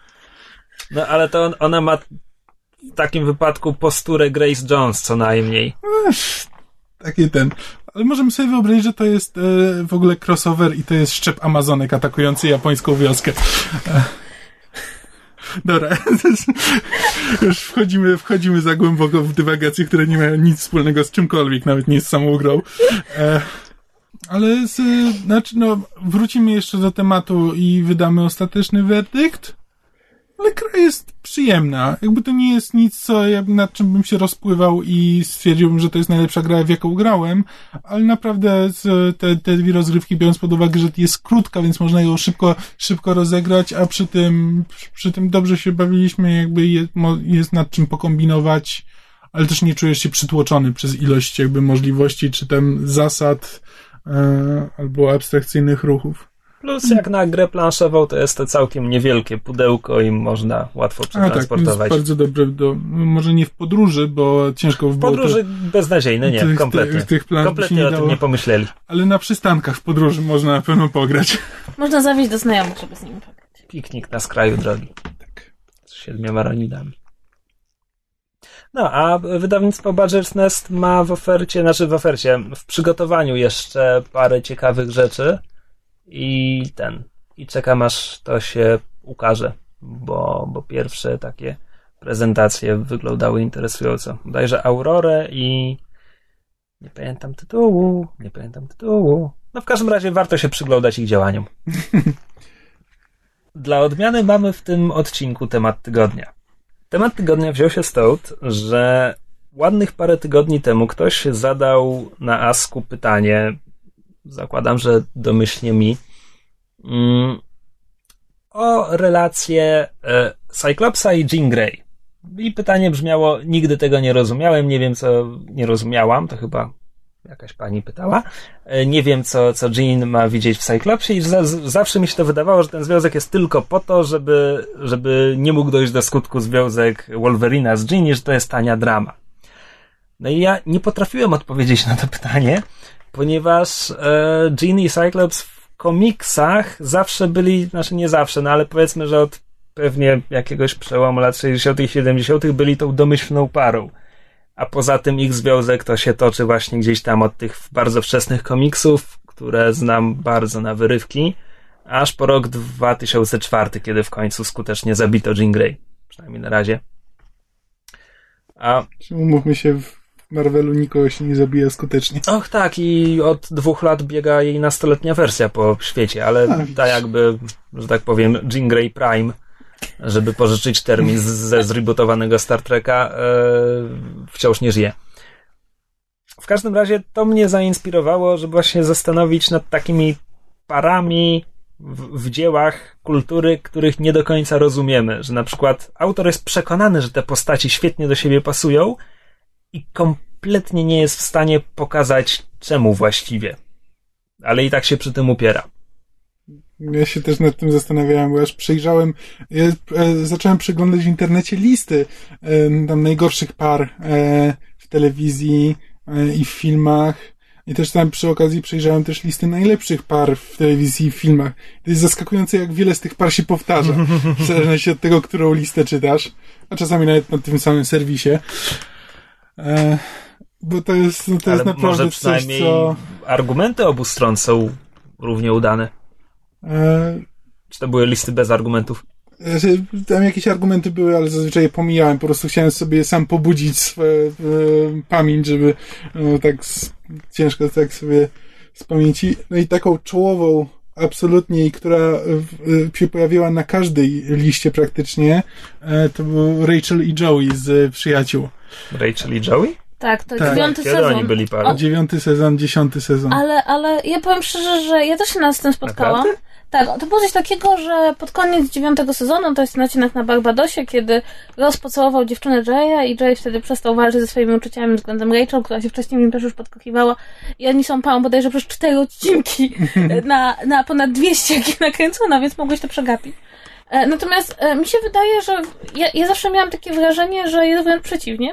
No ale to on, ona ma w takim wypadku posturę Grace Jones co najmniej. Ech, taki ten. Ale możemy sobie wyobrazić, że to jest e, w ogóle crossover i to jest szczep Amazonek atakujący japońską wioskę. Ech. Dobra, już wchodzimy, wchodzimy za głęboko w dywagacje, które nie mają nic wspólnego z czymkolwiek, nawet nie z samą grą. E, ale z, znaczy, no, wrócimy jeszcze do tematu i wydamy ostateczny werdykt. Ale gra jest przyjemna. Jakby to nie jest nic, co, nad czym bym się rozpływał i stwierdziłbym, że to jest najlepsza gra, w jaką grałem, ale naprawdę te, te dwie rozgrywki, biorąc pod uwagę, że jest krótka, więc można ją szybko, szybko rozegrać, a przy tym, przy tym dobrze się bawiliśmy, jakby jest, jest nad czym pokombinować, ale też nie czujesz się przytłoczony przez ilość jakby możliwości, czy tam zasad, e, albo abstrakcyjnych ruchów. Plus jak na grę planszową to jest to całkiem niewielkie pudełko i można łatwo przetransportować. A tak, jest bardzo dobre, do, może nie w podróży, bo ciężko w podróży to, beznadziejne, nie, tych, kompletnie. Tych, tych kompletnie nie o dało, tym nie pomyśleli. Ale na przystankach w podróży można na pewno pograć. Można zawieźć do znajomych, żeby z nimi pograć. Piknik na skraju drogi. Tak. Z siedmioma Roninami. No, a wydawnictwo Badger's Nest ma w ofercie, znaczy w ofercie, w przygotowaniu jeszcze parę ciekawych rzeczy i ten, i czekam aż to się ukaże, bo, bo pierwsze takie prezentacje wyglądały interesująco. Bodajże Aurorę i nie pamiętam tytułu, nie pamiętam tytułu. No w każdym razie warto się przyglądać ich działaniom. Dla odmiany mamy w tym odcinku temat tygodnia. Temat tygodnia wziął się stąd, że ładnych parę tygodni temu ktoś zadał na Asku pytanie, zakładam, że domyślnie mi, mm, o relację e, Cyclopsa i Jean Grey. I pytanie brzmiało, nigdy tego nie rozumiałem, nie wiem co, nie rozumiałam, to chyba jakaś pani pytała, e, nie wiem co, co Jean ma widzieć w Cyclopsie i za, zawsze mi się to wydawało, że ten związek jest tylko po to, żeby, żeby nie mógł dojść do skutku związek Wolverina z Jean i że to jest tania drama. No i ja nie potrafiłem odpowiedzieć na to pytanie, ponieważ e, Jean i Cyclops w komiksach zawsze byli, znaczy nie zawsze, no ale powiedzmy, że od pewnie jakiegoś przełomu lat sześćdziesiątych i siedemdziesiątych byli tą domyślną parą. A poza tym ich związek to się toczy właśnie gdzieś tam od tych bardzo wczesnych komiksów, które znam bardzo na wyrywki, aż po rok dwa tysiące czwarty, kiedy w końcu skutecznie zabito Jean Grey. Przynajmniej na razie. A... Umówmy się, w Marvelu nikogo się nie zabija skutecznie. Och tak, i od dwóch lat biega jej nastoletnia wersja po świecie, ale ta jakby, że tak powiem, Jean Grey Prime, żeby pożyczyć termin ze zrebootowanego Star Treka, yy, wciąż nie żyje. W każdym razie to mnie zainspirowało, żeby właśnie zastanowić nad takimi parami w, w dziełach kultury, których nie do końca rozumiemy, że na przykład autor jest przekonany, że te postaci świetnie do siebie pasują i kompletnie nie jest w stanie pokazać czemu właściwie, ale i tak się przy tym upiera. Ja się też nad tym zastanawiałem, bo aż przejrzałem, ja zacząłem przeglądać w internecie listy e, tam najgorszych par e, w telewizji e, i w filmach i też tam przy okazji przejrzałem też listy najlepszych par w telewizji i w filmach. To jest zaskakujące, jak wiele z tych par się powtarza, w zależności od tego, którą listę czytasz, a czasami nawet na tym samym serwisie. E, bo to jest, no to jest naprawdę może przynajmniej coś, co... argumenty obu stron są równie udane. E... Czy to były listy bez argumentów? Tam jakieś argumenty były, ale zazwyczaj je pomijałem. Po prostu chciałem sobie sam pobudzić swoją e, pamięć, żeby no, tak z, ciężko tak sobie z pamięci. No i taką czołową absolutnie, która e, się pojawiła na każdej liście praktycznie, e, to był Rachel i Joey z Przyjaciół. Rachel i Joey? Tak, to tak. dziewiąty Kiedy sezon. oni byli parą? Dziewiąty sezon, dziesiąty sezon. Ale, ale ja powiem szczerze, że ja też się z tym spotkałam. Naprawdę? Tak, to było coś takiego, że pod koniec dziewiątego sezonu, to jest nacinek na Barbadosie, kiedy Ross pocałował dziewczynę Jaya i Jay wtedy przestał walczyć ze swoimi uczuciami względem Rachel, która się wcześniej im też już podkochiwała. I oni są parą bodajże przez cztery odcinki na, na ponad dwieście jak nakręcona, więc mogłeś to przegapić. Natomiast mi się wydaje, że ja, ja zawsze miałam takie wrażenie, że jest wręcz przeciwnie.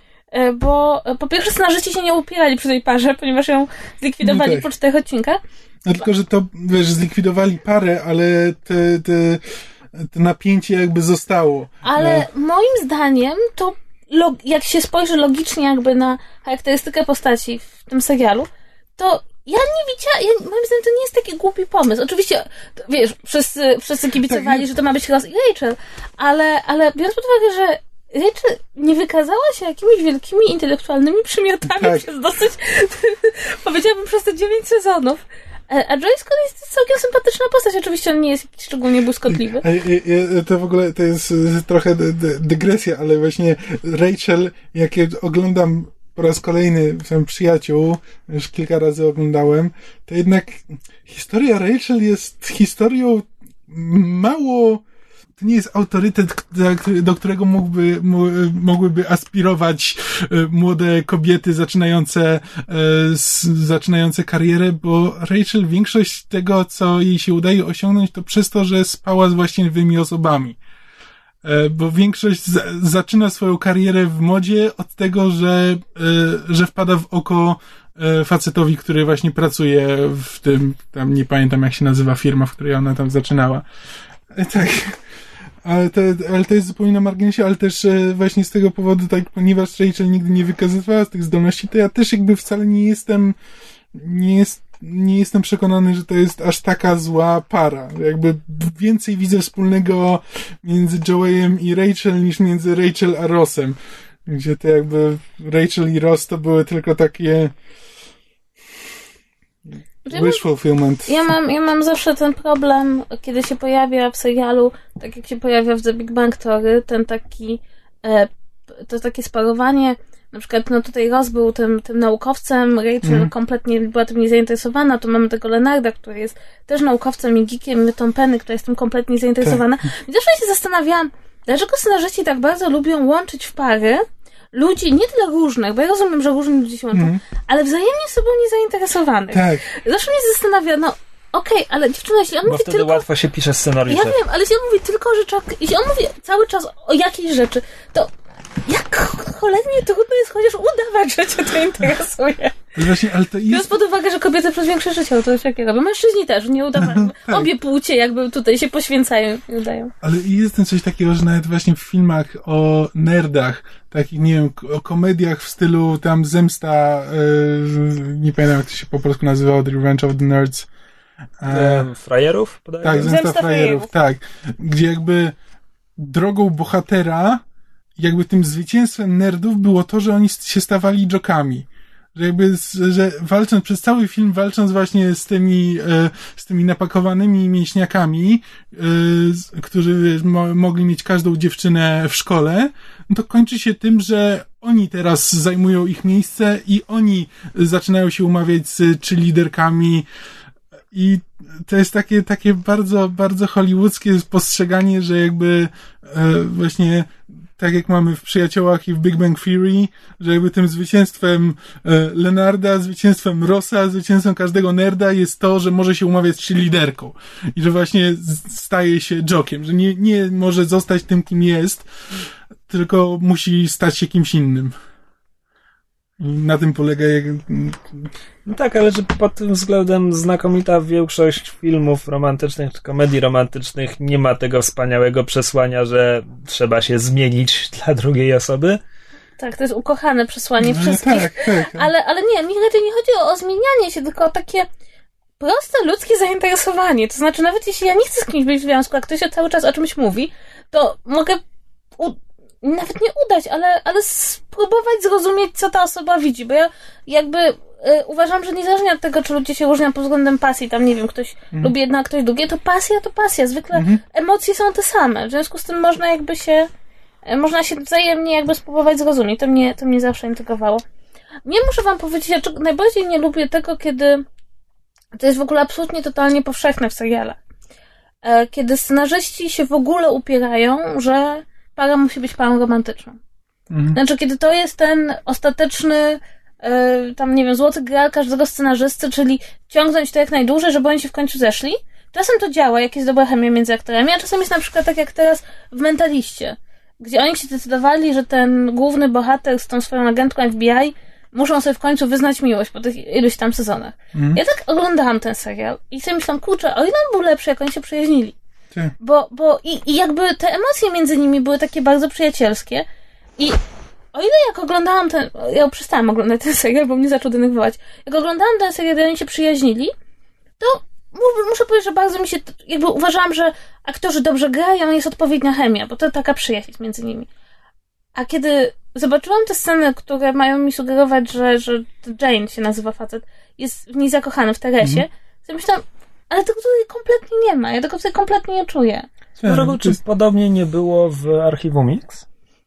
Bo po pierwsze scenarzyści się nie upierali przy tej parze, ponieważ ją zlikwidowali tak. po czterech odcinkach. No tylko, że to, wiesz, zlikwidowali parę, ale te, te, te napięcie jakby zostało. Ale no. Moim zdaniem to log- jak się spojrzy logicznie jakby na charakterystykę postaci w tym serialu, to ja nie widziałam, ja, moim zdaniem to nie jest taki głupi pomysł. Oczywiście, wiesz, wszyscy, wszyscy kibicowali, tak, że to ma być Ross i Rachel, ale, ale biorąc pod uwagę, że Rachel nie wykazała się jakimiś wielkimi intelektualnymi przymiotami tak. przez dosyć, powiedziałabym, przez te dziewięć sezonów. A Joey z kolei jest całkiem sympatyczna postać. Oczywiście on nie jest jakiś szczególnie błyskotliwy. To w ogóle to jest trochę dygresja, ale właśnie Rachel, jak ja oglądam po raz kolejny w Przyjaciół, już kilka razy oglądałem, to jednak historia Rachel jest historią mało... To nie jest autorytet, do którego mógłby, mogłyby aspirować młode kobiety zaczynające, zaczynające karierę, bo Rachel większość tego, co jej się udaje osiągnąć, to przez to, że spała z właściwymi osobami. Bo większość z, zaczyna swoją karierę w modzie od tego, że, że wpada w oko facetowi, który właśnie pracuje w tym, tam nie pamiętam jak się nazywa firma, w której ona tam zaczynała. Tak. ale to, ale to jest zupełnie na marginesie, ale też e, właśnie z tego powodu, tak, ponieważ Rachel nigdy nie wykazywała tych zdolności, to ja też jakby wcale nie jestem, nie jest, nie jestem przekonany, że to jest aż taka zła para. Jakby więcej widzę wspólnego między Joeyem i Rachel niż między Rachel a Rossem. Gdzie to jakby Rachel i Ross to były tylko takie wish fulfillment. Ja mam, ja mam zawsze ten problem, kiedy się pojawia w serialu, tak jak się pojawia w The Big Bang Theory, ten taki e, to takie sparowanie, na przykład no tutaj Ross był tym, tym naukowcem, Rachel mm. kompletnie była tym niezainteresowana, tu mamy tego Leonarda, który jest też naukowcem i geekiem, my tą Penny, która jest tym kompletnie zainteresowana. Tak. I zawsze się zastanawiałam, dlaczego scenarzyści tak bardzo lubią łączyć w pary ludzi nie tyle różnych, bo ja rozumiem, że różni ludzie się łączą, mm. ale wzajemnie sobą niezainteresowanych. Tak. Zawsze mnie zastanawia, no okej, okay, ale dziewczyna, jeśli on bo mówi wtedy tylko... łatwo się pisze scenariusze. Ja wiem, ale jeśli on mówi tylko o rzeczach, jeśli on mówi cały czas o jakiejś rzeczy, to jak cholernie trudno jest chociaż udawać, że cię to interesuje. Właśnie, ale to jest... Biorąc pod uwagę, że kobiety przez większe życie to już jakie robią. Mężczyźni też nie udawają. Tak. Obie płcie jakby tutaj się poświęcają i udają. Ale jest ten coś takiego, że nawet właśnie w filmach o nerdach, takich, nie wiem, o komediach w stylu tam Zemsta, yy, nie pamiętam jak to się po polsku nazywało, The Revenge of the Nerds. E, frajerów? Podaję? Tak, Zemsta, Zemsta frajerów, frajerów, tak. Gdzie jakby drogą bohatera, jakby tym zwycięstwem nerdów było to, że oni się stawali jokami. Że jakby, że walcząc przez cały film, walcząc właśnie z tymi, z tymi napakowanymi mięśniakami, którzy mo- mogli mieć każdą dziewczynę w szkole, no to kończy się tym, że oni teraz zajmują ich miejsce i oni zaczynają się umawiać z cheerleaderkami i to jest takie, takie bardzo, bardzo hollywoodzkie postrzeganie, że jakby właśnie tak jak mamy w Przyjaciołach i w Big Bang Theory, że jakby tym zwycięstwem Leonarda, zwycięstwem Rossa, zwycięstwem każdego nerda jest to, że może się umawiać z cheerleaderką i że właśnie staje się jokiem, że nie, nie może zostać tym, kim jest, tylko musi stać się kimś innym. I na tym polega jak... No tak, ale że pod tym względem znakomita większość filmów romantycznych czy komedii romantycznych nie ma tego wspaniałego przesłania, że trzeba się zmienić dla drugiej osoby. Tak, to jest ukochane przesłanie no, wszystkich. Tak, tak. Ale, ale nie, mi raczej nie chodzi o, o zmienianie się, tylko o takie proste ludzkie zainteresowanie. To znaczy, nawet jeśli ja nie chcę z kimś być w związku, a ktoś się cały czas o czymś mówi, to mogę u... nawet nie udać, ale, ale spróbować zrozumieć, co ta osoba widzi, bo ja jakby y, uważam, że niezależnie od tego, czy ludzie się różnią pod względem pasji, tam nie wiem, ktoś mm. lubi jedno, a ktoś drugie, to pasja to pasja. Zwykle mm-hmm. emocje są te same. W związku z tym można jakby się y, można się wzajemnie jakby spróbować zrozumieć. To mnie, to mnie zawsze intrygowało. Nie muszę wam powiedzieć, ja czego, najbardziej nie lubię tego, kiedy to jest w ogóle absolutnie totalnie powszechne w serialach. Y, kiedy scenarzyści się w ogóle upierają, że para musi być parą romantyczną. Mhm. Znaczy, kiedy to jest ten ostateczny yy, tam, nie wiem, złoty graal każdego scenarzysty, czyli ciągnąć to jak najdłużej, żeby oni się w końcu zeszli. Czasem to działa, jak jest dobra chemia między aktorami, a czasem jest na przykład tak jak teraz w Mentaliście, gdzie oni się zdecydowali, że ten główny bohater z tą swoją agentką F B I muszą sobie w końcu wyznać miłość po tych iluś tam sezonach. Mhm. Ja tak oglądałam ten serial i sobie myślałam, kurczę, o ile on był lepszy, jak oni się przyjaźnili. Bo, bo i, i jakby te emocje między nimi były takie bardzo przyjacielskie i o ile jak oglądałam ten, ja przestałam oglądać ten serial, bo mnie zaczął denerwować, jak oglądałam ten serial, gdy oni się przyjaźnili, to muszę powiedzieć, że bardzo mi się, jakby uważałam, że aktorzy dobrze grają, jest odpowiednia chemia, bo to taka przyjaźń jest między nimi. A kiedy zobaczyłam te sceny, które mają mi sugerować, że, że Jane się nazywa facet, jest w niej zakochany, w Teresie, mm. to myślałam, ale tego tutaj kompletnie nie ma. Ja tego tutaj kompletnie nie czuję. Drogo, czy jest... podobnie nie było w Archiwum Mix?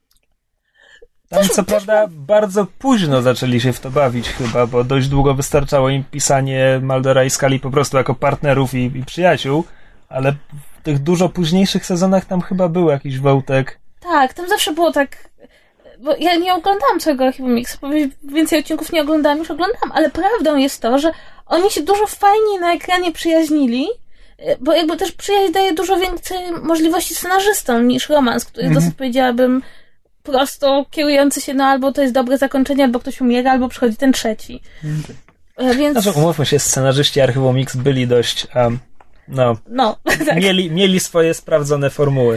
Tam też, co też prawda ma... bardzo późno zaczęli się w to bawić chyba, bo dość długo wystarczało im pisanie Muldera i Scully po prostu jako partnerów i, i przyjaciół, ale w tych dużo późniejszych sezonach tam chyba był jakiś wątek. Tak, tam zawsze było tak... Bo ja nie oglądałam całego Archiwum Mix, więcej odcinków nie oglądałam, już oglądałam, ale prawdą jest to, że oni się dużo fajniej na ekranie przyjaźnili, bo jakby też przyjaźń daje dużo więcej możliwości scenarzystom niż romans, który jest mm-hmm. dosyć, powiedziałabym, prosto kierujący się na albo to jest dobre zakończenie, albo ktoś umiera, albo przychodzi ten trzeci. Mm-hmm. Więc... Znaczy, umówmy się, scenarzyści Archiwum Mix byli dość, um, no, no tak. mieli, mieli swoje sprawdzone formuły.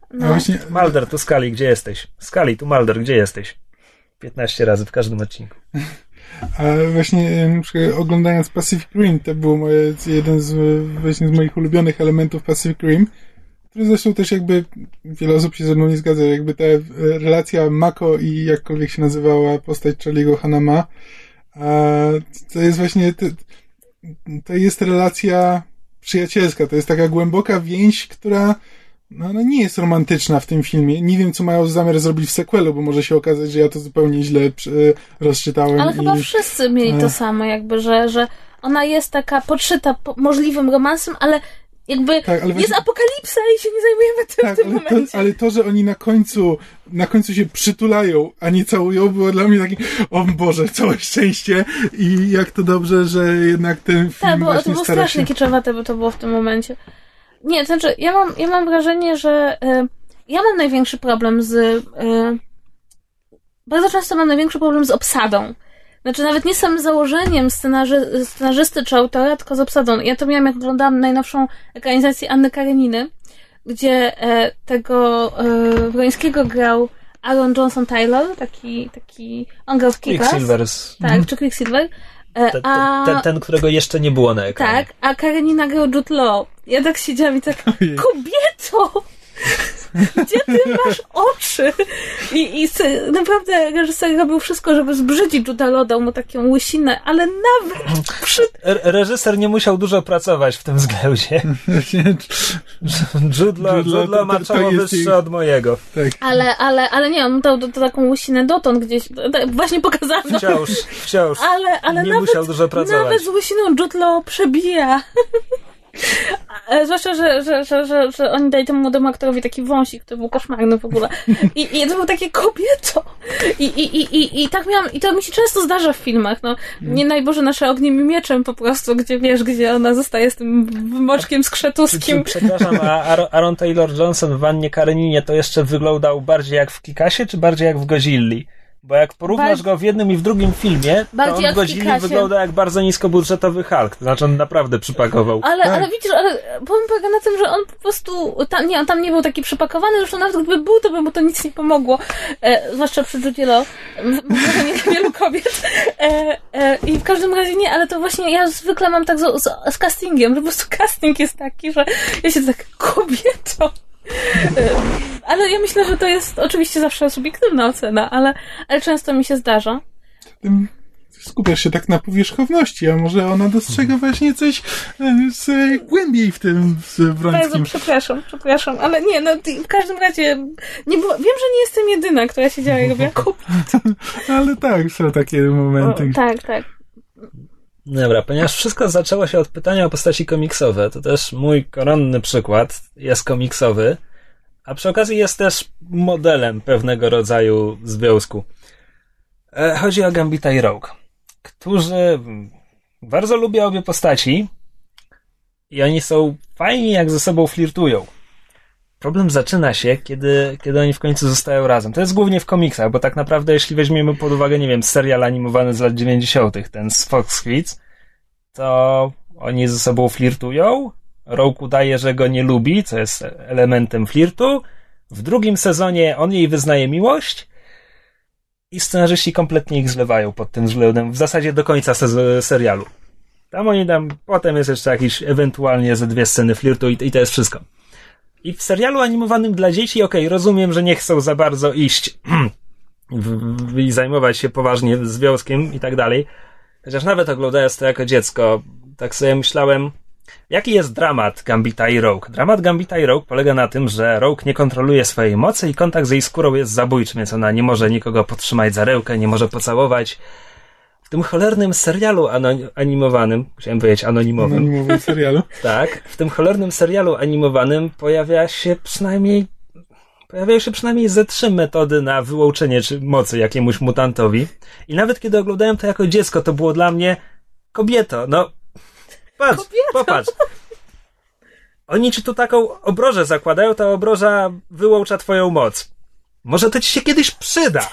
No. Właśnie... Mulder, tu Scully, gdzie jesteś? Scully, tu Mulder, gdzie jesteś? piętnaście razy w każdym odcinku. A właśnie oglądając Pacific Rim, to był moje, jeden z, właśnie z moich ulubionych elementów Pacific Rim, który zresztą też jakby wiele osób się ze mną nie zgadza, jakby ta relacja Mako i jakkolwiek się nazywała postać Charlie'ego Hanama, to jest właśnie to, to jest relacja przyjacielska, to jest taka głęboka więź, która no, no nie jest romantyczna w tym filmie. Nie wiem, co mają zamiar zrobić w sequelu, bo może się okazać, że ja to zupełnie źle przy, rozczytałem. Ale i... chyba wszyscy mieli to samo, jakby, że, że ona jest taka podszyta po możliwym romansem, ale jakby tak, ale jest właśnie... apokalipsa i się nie zajmujemy tym tak, w tym ale momencie. To, ale to, że oni na końcu na końcu się przytulają, a nie całują, było dla mnie takie, o Boże, całe szczęście i jak to dobrze, że jednak ten film tak, bo właśnie to było stara strasznie się... kiczowate, by to było w tym momencie. Nie, to znaczy, ja mam, ja mam wrażenie, że y, ja mam największy problem z... Y, bardzo często mam największy problem z obsadą. Znaczy, nawet nie samym założeniem scenarzy, scenarzysty czy autora, tylko z obsadą. Ja to miałam, jak oglądałam najnowszą ekranizację Anny Kareniny, gdzie e, tego e, Wrońskiego grał Aaron Johnson Taylor, taki, taki on grał w Kick-Ass. Quicksilver. Tak, mm. czy Quicksilver. E, ten, a... ten, ten, którego jeszcze nie było na ekranie. Tak, a Karenina grał Jude Law. Ja tak siedziałam i tak, Ojej. Kobieto! Gdzie ty masz oczy? I, i naprawdę reżyser robił wszystko, żeby zbrzydzić Jude'a Law, dał mu taką łysinę, ale nawet przy... Re- reżyser nie musiał dużo pracować w tym względzie. Jude Law, Jude Law ma czoło wyższe jej... od mojego. Tak. Ale, ale, ale nie, on dał to, to taką łysinę dotąd gdzieś, właśnie pokazano. Wciąż, wciąż. Ale, ale nie nawet, musiał dużo pracować. Nawet z łysiną Jude Law przebija. Zwłaszcza, że, że, że, że, że oni dali temu młodemu aktorowi taki wąsik, który był koszmarny w ogóle. I, i to było takie kobieto. I, i, i, i, i tak miałam, i to mi się często zdarza w filmach, no. Nie najboże nasze ogniem i mieczem po prostu, gdzie wiesz, gdzie ona zostaje z tym wymoczkiem skrzetuskim. Przepraszam, a Aaron Taylor-Johnson w Annie Kareninie to jeszcze wyglądał bardziej jak w Kick-Assie, czy bardziej jak w Godzilli? Bo jak porównasz Bar- go w jednym i w drugim filmie, to on w Godzilli wygląda jak bardzo niskobudżetowy Hulk. To znaczy on naprawdę przypakował. Ale, tak. ale widzisz, ale problem polega na tym, że on po prostu tam nie, on tam nie był taki przypakowany, zresztą nawet gdyby był, to by mu to nic nie pomogło. E, zwłaszcza przy Judzie Law. Może nie dla wielu kobiet. E, e, I w każdym razie nie, ale to właśnie ja zwykle mam tak z, z, z castingiem, że po prostu casting jest taki, że ja się tak, kobieto. Ale ja myślę, że to jest oczywiście zawsze subiektywna ocena, ale, ale często mi się zdarza. Skupiasz się tak na powierzchowności, a może ona dostrzega właśnie coś z, głębiej w tym Wrońskim. Bardzo przepraszam, przepraszam, ale nie, no w każdym razie nie było, wiem, że nie jestem jedyna, która siedziała i robiła kobiet. Ale tak, są takie momenty. O, tak, tak. Dobra, ponieważ wszystko zaczęło się od pytania o postaci komiksowe, to też mój koronny przykład jest komiksowy, a przy okazji jest też modelem pewnego rodzaju związku. Chodzi o Gambita i Rogue, którzy bardzo lubią obie postaci i oni są fajni, jak ze sobą flirtują. Problem zaczyna się, kiedy, kiedy oni w końcu zostają razem. To jest głównie w komiksach, bo tak naprawdę jeśli weźmiemy pod uwagę, nie wiem, serial animowany z lat dziewięćdziesiątych, ten z Fox Kids, to oni ze sobą flirtują, Rogue udaje, że go nie lubi, co jest elementem flirtu, w drugim sezonie on jej wyznaje miłość i scenarzyści kompletnie ich zlewają pod tym względem, w zasadzie do końca sez- serialu. Tam oni tam, potem jest jeszcze jakieś ewentualnie ze dwie sceny flirtu i, i to jest wszystko. I w serialu animowanym dla dzieci, okej, okay, rozumiem, że nie chcą za bardzo iść i zajmować się poważnie związkiem i tak dalej. Chociaż nawet oglądając to jako dziecko, tak sobie myślałem, jaki jest dramat Gambita i Rogue? Dramat Gambita i Rogue polega na tym, że Rogue nie kontroluje swojej mocy i kontakt z jej skórą jest zabójczy, więc ona nie może nikogo podtrzymać za rękę, nie może pocałować. W tym cholernym serialu ano- animowanym, musiałem powiedzieć anonimowym. Anonimowym serialu. Tak, w tym cholernym serialu animowanym pojawia się przynajmniej pojawiają się przynajmniej ze trzy metody na wyłączenie czy mocy jakiemuś mutantowi. I nawet kiedy oglądałem to jako dziecko, to było dla mnie kobieto, no patrz, kobieto. Popatrz. Oni ci tu taką obrożę zakładają, ta obroża wyłącza twoją moc. Może to ci się kiedyś przyda.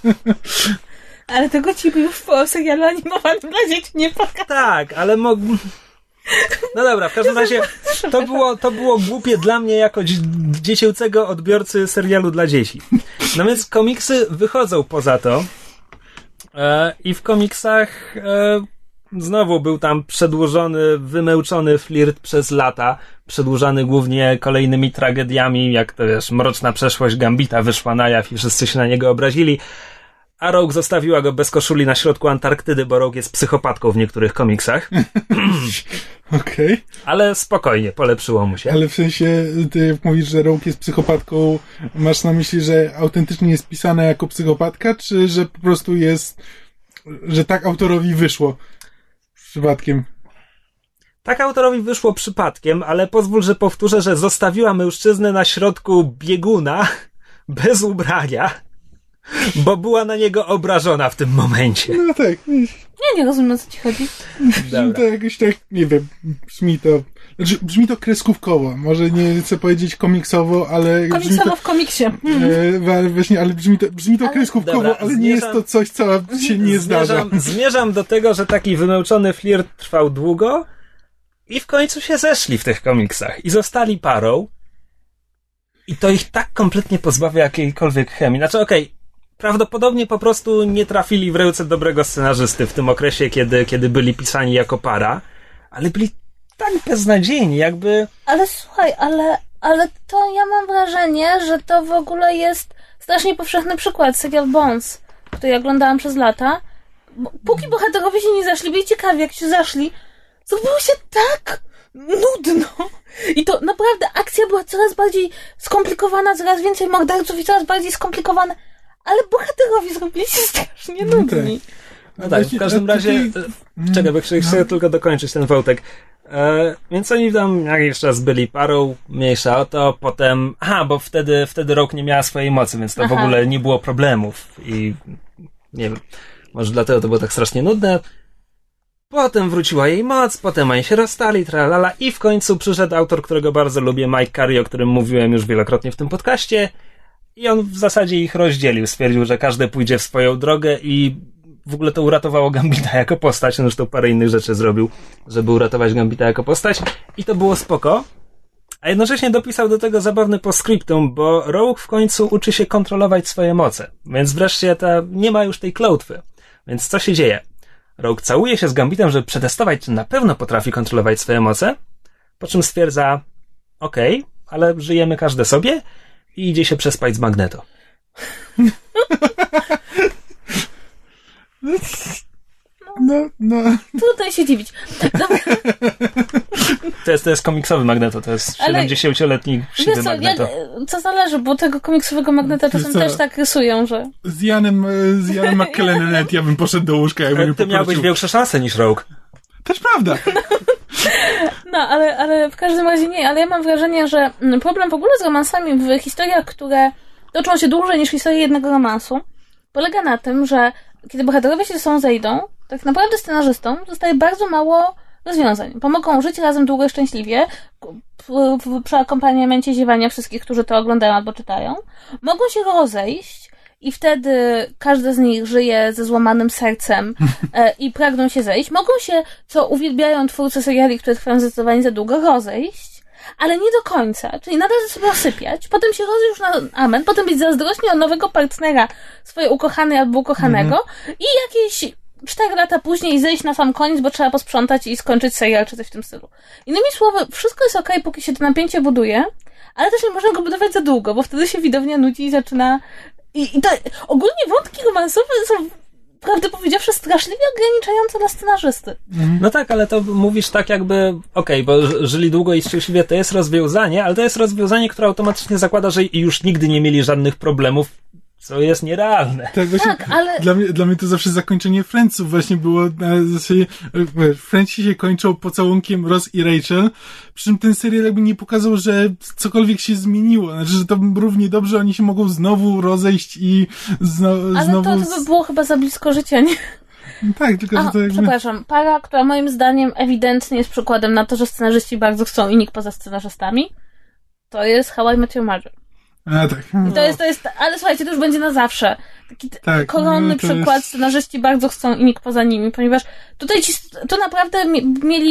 Ale tego ci już w serialu animowanym dla dzieci nie pokaże. Tak, ale mógł... No dobra, w każdym razie To było, to było głupie dla mnie jako dziecięcego odbiorcy serialu dla dzieci. No więc komiksy wychodzą poza to e, i w komiksach e, znowu był tam przedłużony, wymęczony flirt przez lata, przedłużany głównie kolejnymi tragediami, jak to wiesz, mroczna przeszłość Gambita wyszła na jaw i wszyscy się na niego obrazili, a Rogue zostawiła go bez koszuli na środku Antarktydy, bo Rogue jest psychopatką w niektórych komiksach. Okej. Okay. Ale spokojnie, polepszyło mu się. Ale w sensie, ty mówisz, że Rogue jest psychopatką, masz na myśli, że autentycznie jest pisana jako psychopatka, czy że po prostu jest, że tak autorowi wyszło przypadkiem? Tak autorowi wyszło przypadkiem, ale pozwól, że powtórzę, że zostawiła mężczyznę na środku bieguna, bez ubrania, bo była na niego obrażona w tym momencie. No tak. Ja nie rozumiem, o co ci chodzi. Brzmi to jakoś tak, nie wiem, brzmi to, znaczy brzmi to kreskówkowo. Może nie chcę powiedzieć komiksowo, ale... Komiksowo to, w komiksie. E, ale właśnie, ale brzmi to, brzmi to ale, kreskówkowo, dobra, ale zmierzam, nie jest to coś, co się nie zdarza. Zmierzam, zmierzam do tego, że taki wymęczony flirt trwał długo i w końcu się zeszli w tych komiksach i zostali parą i to ich tak kompletnie pozbawia jakiejkolwiek chemii. Znaczy, okej, okay, prawdopodobnie po prostu nie trafili w ręce dobrego scenarzysty w tym okresie, kiedy, kiedy byli pisani jako para, ale byli tak beznadziejni, jakby... Ale słuchaj, ale, ale to ja mam wrażenie, że to w ogóle jest strasznie powszechny przykład. Serial Bones, który ja oglądałam przez lata. Póki bohaterowie się nie zaszli, byli ciekawi, jak się zaszli, zrobiło się tak nudno. I to naprawdę akcja była coraz bardziej skomplikowana, coraz więcej morderców i coraz bardziej skomplikowane. Ale bohaterowie zrobili się strasznie nudni. No tak, w każdym razie... Czekaj, bo chcę no. tylko dokończyć ten wątek. E, więc oni tam jakiś czas byli parą, mniejsza o to, potem... Aha, bo wtedy, wtedy Rogue nie miała swojej mocy, więc to Aha. w ogóle nie było problemów. I nie wiem, może dlatego to było tak strasznie nudne. Potem wróciła jej moc, potem oni się rozstali, tralala, i w końcu przyszedł autor, którego bardzo lubię, Mike Carey, o którym mówiłem już wielokrotnie w tym podcaście. I on w zasadzie ich rozdzielił. Stwierdził, że każdy pójdzie w swoją drogę i w ogóle to uratowało Gambita jako postać. Zresztą parę innych rzeczy zrobił, żeby uratować Gambita jako postać. I to było spoko. A jednocześnie dopisał do tego zabawny postscriptum, bo Rogue w końcu uczy się kontrolować swoje moce. Więc wreszcie ta, nie ma już tej klątwy. Więc co się dzieje? Rogue całuje się z Gambitem, żeby przetestować, czy na pewno potrafi kontrolować swoje moce. Po czym stwierdza, okej, okay, ale żyjemy każdy sobie. I idzie się przespać z Magneto. No, no. Tutaj się dziwić. To jest, to jest komiksowy Magneto, to jest siedemdziesięcioletni siwy Magneto. Ja, co zależy, bo tego komiksowego Magneta czasem też tak rysują, że... Z Janem, z Janem McKellenem ja bym poszedł do łóżka, jakby mnie Ty miałbyś większe szanse niż Rogue. Też prawda. No, ale, ale w każdym razie nie, ale ja mam wrażenie, że problem w ogóle z romansami w historiach, które toczą się dłużej niż historie jednego romansu, polega na tym, że kiedy bohaterowie się ze sobą zejdą, tak naprawdę scenarzystom zostaje bardzo mało rozwiązań. Pomogą żyć razem długo i szczęśliwie, przy akompaniamencie ziewania wszystkich, którzy to oglądają albo czytają. Mogą się rozejść i wtedy każdy z nich żyje ze złamanym sercem e, i pragną się zejść. Mogą się, co uwielbiają twórcy seriali, które trwają zdecydowanie za długo, rozejść, ale nie do końca. Czyli nadal sobie osypiać, potem się rozejść już na amen, potem być zazdrośni o nowego partnera, swojej ukochanej albo ukochanego mm-hmm. i jakieś cztery lata później zejść na sam koniec, bo trzeba posprzątać i skończyć serial, czy coś w tym stylu. Innymi słowy, wszystko jest okej, okay, póki się to napięcie buduje, ale też nie można go budować za długo, bo wtedy się widownia nudzi i zaczyna... I, i to, ogólnie wątki romansowe są, prawdę powiedziawszy, straszliwie ograniczające dla scenarzysty. No tak, ale to mówisz tak jakby, okej, okay, bo żyli długo i szczęśliwie, to jest rozwiązanie, ale to jest rozwiązanie, które automatycznie zakłada, że już nigdy nie mieli żadnych problemów, co jest nierealne. Tak, właśnie, tak, ale... dla, mnie, dla mnie to zawsze zakończenie Friendsów właśnie było na zasadzie, Friendsi się kończą pocałunkiem Ross i Rachel, przy czym ten serial jakby nie pokazał, że cokolwiek się zmieniło, znaczy, że to równie dobrze oni się mogą znowu rozejść i zno, ale znowu... Ale to, to by było chyba za blisko życia, nie? No tak, tylko A, że to jakby... Przepraszam, para, która moim zdaniem ewidentnie jest przykładem na to, że scenarzyści bardzo chcą i nikt poza scenarzystami, to jest How I Met Your Mother. A, tak. I to jest, to jest, ale słuchajcie, to już będzie na zawsze. Taki tak, koronny no, przykład, jest... scenarzyści bardzo chcą i nikt poza nimi, ponieważ tutaj ci, to naprawdę mieli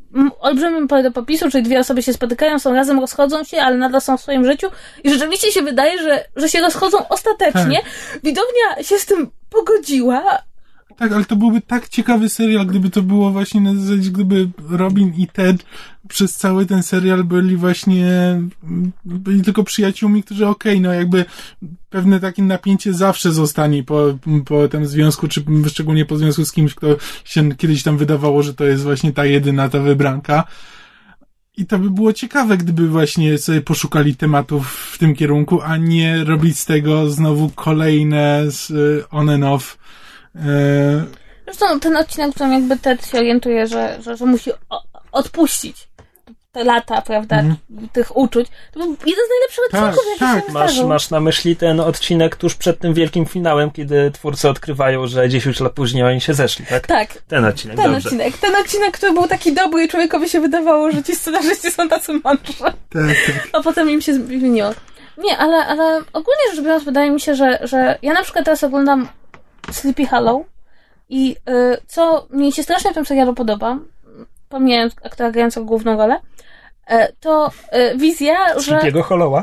olbrzymim pole do popisu, czyli dwie osoby się spotykają, są razem, rozchodzą się, ale nadal są w swoim życiu i rzeczywiście się wydaje, że, że się rozchodzą ostatecznie. Tak. Widownia się z tym pogodziła. Tak, ale to byłby tak ciekawy serial, gdyby to było właśnie na zasadzie, gdyby Robin i Ted przez cały ten serial byli właśnie byli tylko przyjaciółmi, którzy okej, okay, no jakby pewne takie napięcie zawsze zostanie po, po tym związku, czy szczególnie po związku z kimś, kto się kiedyś tam wydawało, że to jest właśnie ta jedyna, ta wybranka. I to by było ciekawe, gdyby właśnie sobie poszukali tematów w tym kierunku, a nie robić z tego znowu kolejne z on and off. Zresztą ten odcinek, w którym jakby Ted się orientuje, że, że, że musi o, odpuścić te lata, prawda, mm. tych uczuć. To był jeden z najlepszych tak, odcinków, jaki tak. się masz, masz na myśli ten odcinek tuż przed tym wielkim finałem, kiedy twórcy odkrywają, że dziesięć lat później oni się zeszli, tak? Tak. Ten odcinek, ten dobrze. Odcinek, ten odcinek, który był taki dobry i człowiekowi się wydawało, że ci scenarzyści są tacy mądrzy. Tak, tak. A potem im się zmieniło. Nie, ale, ale ogólnie rzecz biorąc, wydaje mi się, że, że ja na przykład teraz oglądam Sleepy Hollow i y, co mi się strasznie w tym serialu podoba, pomijając aktora grającego główną rolę, y, to y, wizja, że... Sleepy'ego Hollowa.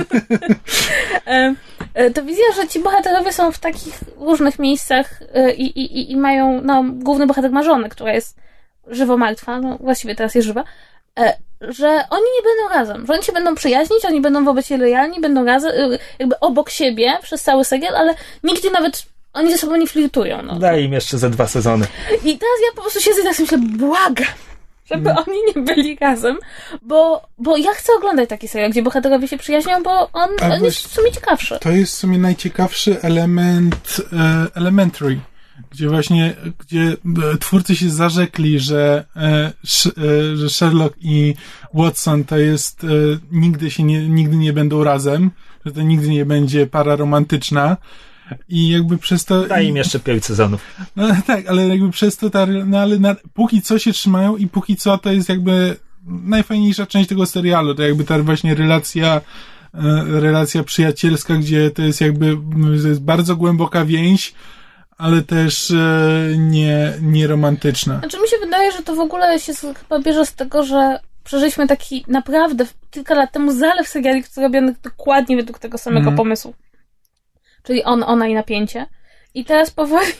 y, y, to wizja, że ci bohaterowie są w takich różnych miejscach y, i, i, i mają, no, główny bohater ma żonę, która jest żywo martwa, no właściwie teraz jest żywa, y, że oni nie będą razem, że oni się będą przyjaźnić, oni będą wobec siebie lojalni, będą razem, y, jakby obok siebie przez cały serial, ale nigdy nawet oni ze sobą nie flirtują. No. Daj im jeszcze ze dwa sezony. I teraz ja po prostu siedzę i tak myślę, błagam, żeby mm. oni nie byli razem, bo, bo ja chcę oglądać taki serial, gdzie bohaterowie się przyjaźnią, bo on, on jest w sumie ciekawszy. To jest w sumie najciekawszy element e, Elementary, gdzie właśnie, gdzie twórcy się zarzekli, że, e, sz, e, że Sherlock i Watson to jest, e, nigdy się nie, nigdy nie będą razem, że to nigdy nie będzie para romantyczna. I jakby przez to... Daj im jeszcze pięć sezonów. No tak, ale jakby przez to ta... No ale na, póki co się trzymają i póki co to jest jakby najfajniejsza część tego serialu. To jakby ta właśnie relacja relacja przyjacielska, gdzie to jest jakby to jest bardzo głęboka więź, ale też nie, nie romantyczna. Znaczy mi się wydaje, że to w ogóle się chyba bierze z tego, że przeżyliśmy taki naprawdę kilka lat temu zalew seriali robionych dokładnie według tego samego mm. pomysłu. Czyli on, ona i napięcie. I teraz powoli,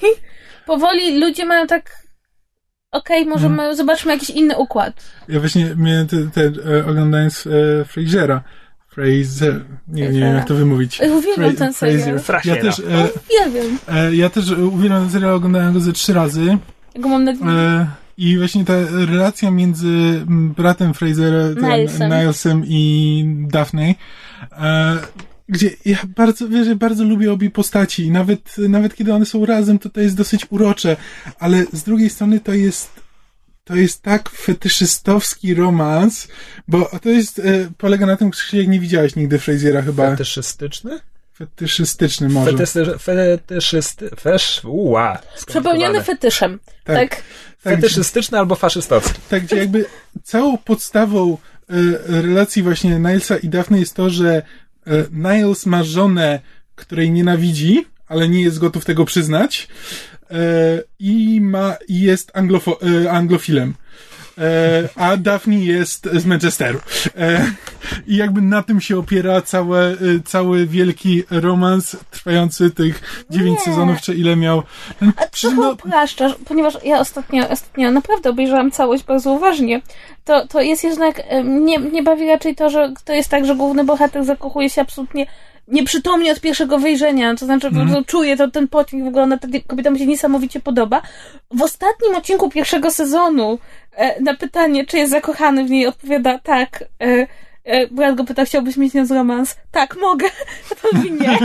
powoli ludzie mają tak okej, okay, możemy, hmm. zobaczmy jakiś inny układ. Ja właśnie miałem te, te, e, oglądając e, Frasera. Fraser, nie, nie wiem jak to wymówić. Uwielbiam ten serial. Ja też, e, uwielbiam. E, ja też uwielbiam ten serial, oglądałem go ze trzy razy. Ja go mam na e, I właśnie ta relacja między bratem Frasera, Nilesem. Nilesem i Daphne, e, gdzie ja bardzo, wiesz, bardzo lubię obie postaci i nawet, nawet kiedy one są razem, to to jest dosyć urocze, ale z drugiej strony to jest to jest tak fetyszystowski romans, bo to jest, e, polega na tym, że nie widziałeś nigdy Frasera chyba. Fetyszystyczny? Fetyszystyczny może. Fetyszy, fetyszysty, fesz, uła. Przepełniony fetyszem. Tak. tak. tak Fetyszystyczny albo faszystowski. Tak, gdzie jakby całą podstawą e, relacji właśnie Nilesa i Daphne jest to, że Niles ma żonę, której nienawidzi, ale nie jest gotów tego przyznać e, i ma i jest anglofo- e, anglofilem. E, a Daphne jest z Manchesteru. E, I jakby na tym się opiera całe, cały wielki romans trwający tych dziewięć sezonów, czy ile miał. A trochę no... upraszczasz, ponieważ ja ostatnio, ostatnio naprawdę obejrzałam całość bardzo uważnie. To, to jest jednak, mnie, mnie bawi raczej to, że to jest tak, że główny bohater zakochuje się absolutnie nieprzytomnie od pierwszego wejrzenia, to znaczy mm. to czuje to ten pociąg, w ogóle ona, ta kobieta mi się niesamowicie podoba. W ostatnim odcinku pierwszego sezonu e, na pytanie, czy jest zakochany w niej, odpowiada tak. E, e, brat go pyta, chciałbyś mieć z nią romans? Tak, mogę. To mówi nie.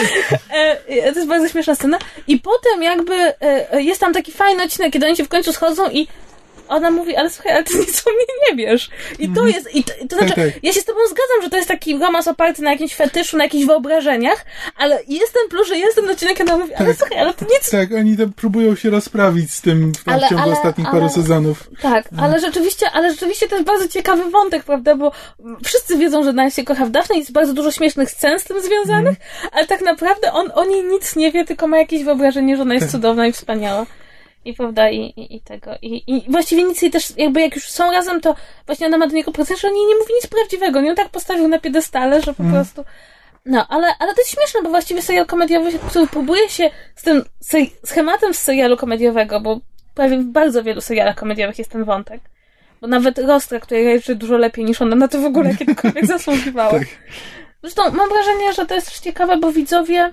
E, to jest bardzo śmieszna scena. I potem jakby e, jest tam taki fajny odcinek, kiedy oni się w końcu schodzą i ona mówi, ale słuchaj, ale ty nic o mnie nie wiesz. I to jest, i to, to znaczy, tak, tak. ja się z tobą zgadzam, że to jest taki romans oparty na jakimś fetyszu, na jakichś wyobrażeniach, ale jest ten plus, że jest ten odcinek, ona mówi, ale tak, słuchaj, ale to nic... Tak, oni tam próbują się rozprawić z tym w, ale, w ciągu ale, ostatnich ale, paru sezonów. Tak, no. ale rzeczywiście, ale rzeczywiście to jest bardzo ciekawy wątek, prawda, bo wszyscy wiedzą, że Niles się kocha w Daphne i jest bardzo dużo śmiesznych scen z tym związanych, mm. ale tak naprawdę on o niej nic nie wie, tylko ma jakieś wyobrażenie, że ona jest tak. cudowna i wspaniała. i prawda, i, i, i tego. I, I właściwie nic jej też, jakby jak już są razem, to właśnie ona ma do niego pretensje, że on jej nie mówi nic prawdziwego. Nie on tak postawił na piedestale, że po mm. prostu... No, ale, ale to jest śmieszne, bo właściwie serial komediowy, który próbuje się z tym seri- schematem z serialu komediowego, bo prawie w bardzo wielu serialach komediowych jest ten wątek. Bo nawet Rostra, której reży dużo lepiej niż ona na to w ogóle kiedykolwiek zasługiwała. Tak. Zresztą mam wrażenie, że to jest też ciekawe, bo widzowie,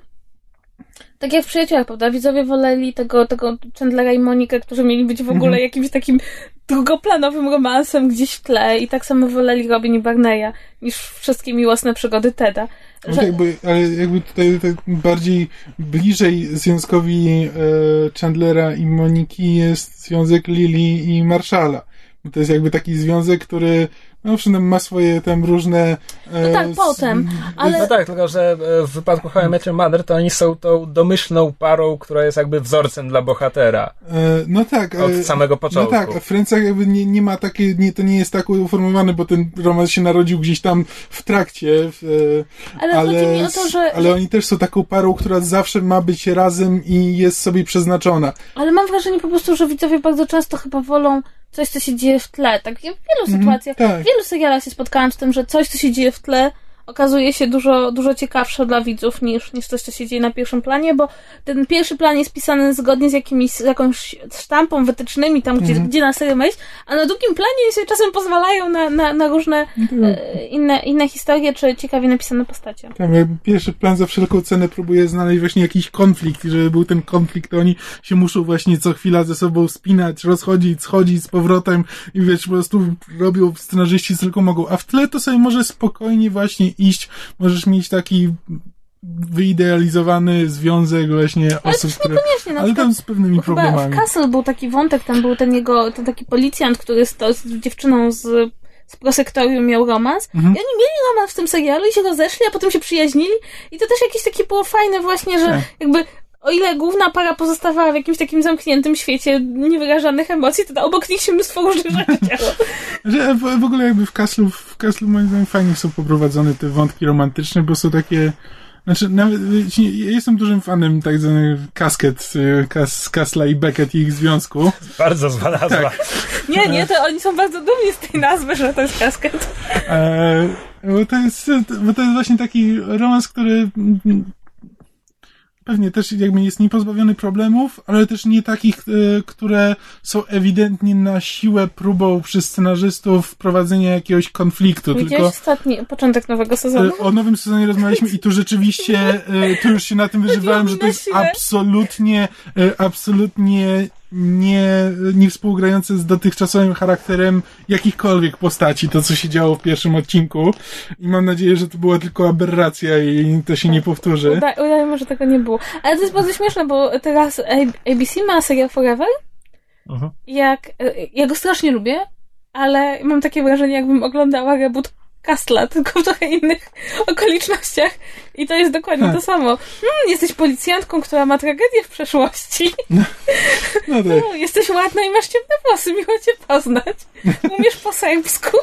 tak jak w Przyjaciołach, prawda, widzowie woleli tego, tego Chandlera i Monikę, którzy mieli być w ogóle jakimś takim drugoplanowym romansem gdzieś w tle i tak samo woleli Robin i Barneya niż wszystkie miłosne przygody Teda. Że... No jakby, ale jakby tutaj tak bardziej bliżej związkowi e, Chandlera i Moniki jest związek Lily i Marshalla. To jest jakby taki związek, który no owszem, ma swoje tam różne... E, no tak, potem, ale... No tak, tylko że w wypadku How I Met Your Mother to oni są tą domyślną parą, która jest jakby wzorcem dla bohatera. E, no tak. Od e, samego początku. No tak, a w Friendsach jakby nie, nie ma takie, nie, to nie jest tak uformowany, bo ten romans się narodził gdzieś tam w trakcie. W, e, ale ale, chodzi mi o to, że... ale oni też są taką parą, która zawsze ma być razem i jest sobie przeznaczona. Ale mam wrażenie po prostu, że widzowie bardzo często chyba wolą coś, co się dzieje w tle. Tak, w wielu mm, sytuacjach, tak. w wielu serialach się spotkałam z tym, że coś, co się dzieje w tle, okazuje się dużo, dużo ciekawsze dla widzów niż, niż coś, co się dzieje na pierwszym planie, bo ten pierwszy plan jest pisany zgodnie z jakimiś, z jakąś sztampą, wytycznymi tam, gdzie, mm. gdzie na serię ma iść, a na drugim planie się czasem pozwalają na, na, na różne mm. e, inne, inne historie, czy ciekawie napisane postacie. Tam jakby pierwszy plan za wszelką cenę próbuje znaleźć właśnie jakiś konflikt i żeby był ten konflikt, to oni się muszą właśnie co chwila ze sobą spinać, rozchodzić, schodzić z powrotem i wiesz, po prostu robią scenarzyści co tylko mogą, a w tle to sobie może spokojnie właśnie iść, możesz mieć taki wyidealizowany związek właśnie ale osób, które... No ale tam z pewnymi problemami. W Castle był taki wątek, tam był ten jego, ten taki policjant, który z, to, z dziewczyną z, z prosektorium miał romans mhm. i oni mieli romans w tym serialu i się rozeszli, a potem się przyjaźnili i to też jakieś takie było fajne właśnie, że tak. jakby o ile główna para pozostawała w jakimś takim zamkniętym świecie niewyrażanych emocji, to obok nich się mnóstwo różnych rzeczy działo. Że w, w ogóle jakby w Castle'u, w Castle'u moim zdaniem fajnie są poprowadzone te wątki romantyczne, bo są takie, znaczy nawet, ja jestem dużym fanem tak zwanych kasket, kas, Castle'a i Beckett i ich związku. Bardzo zła nazwa. Tak. Nie, nie, to oni są bardzo dumni z tej nazwy, że to jest kasket. E, bo to jest, bo to jest właśnie taki romans, który pewnie też jakby jest niepozbawiony problemów, ale też nie takich, y, które są ewidentnie na siłę próbą przez scenarzystów wprowadzenia jakiegoś konfliktu. Widziałeś tylko ostatni, początek nowego sezonu? Y, o nowym sezonie rozmawialiśmy i tu rzeczywiście, y, tu już się na tym wyżywałem, że to jest absolutnie, y, absolutnie nie, nie współgrające z dotychczasowym charakterem jakichkolwiek postaci, to co się działo w pierwszym odcinku i mam nadzieję, że to była tylko aberracja i to się nie powtórzy. Uda, udajmy, że tego nie było. Ale to jest bardzo śmieszne, bo teraz A B C ma serial Forever. Uh-huh. Jak, ja go strasznie lubię, ale mam takie wrażenie, jakbym oglądała reboot Castle'a, tylko w trochę innych okolicznościach. I to jest dokładnie to samo. Hmm, jesteś policjantką, która ma tragedię w przeszłości. No, no tak. No, jesteś ładna i masz ciemne włosy, miło cię poznać. Umiesz po serbsku.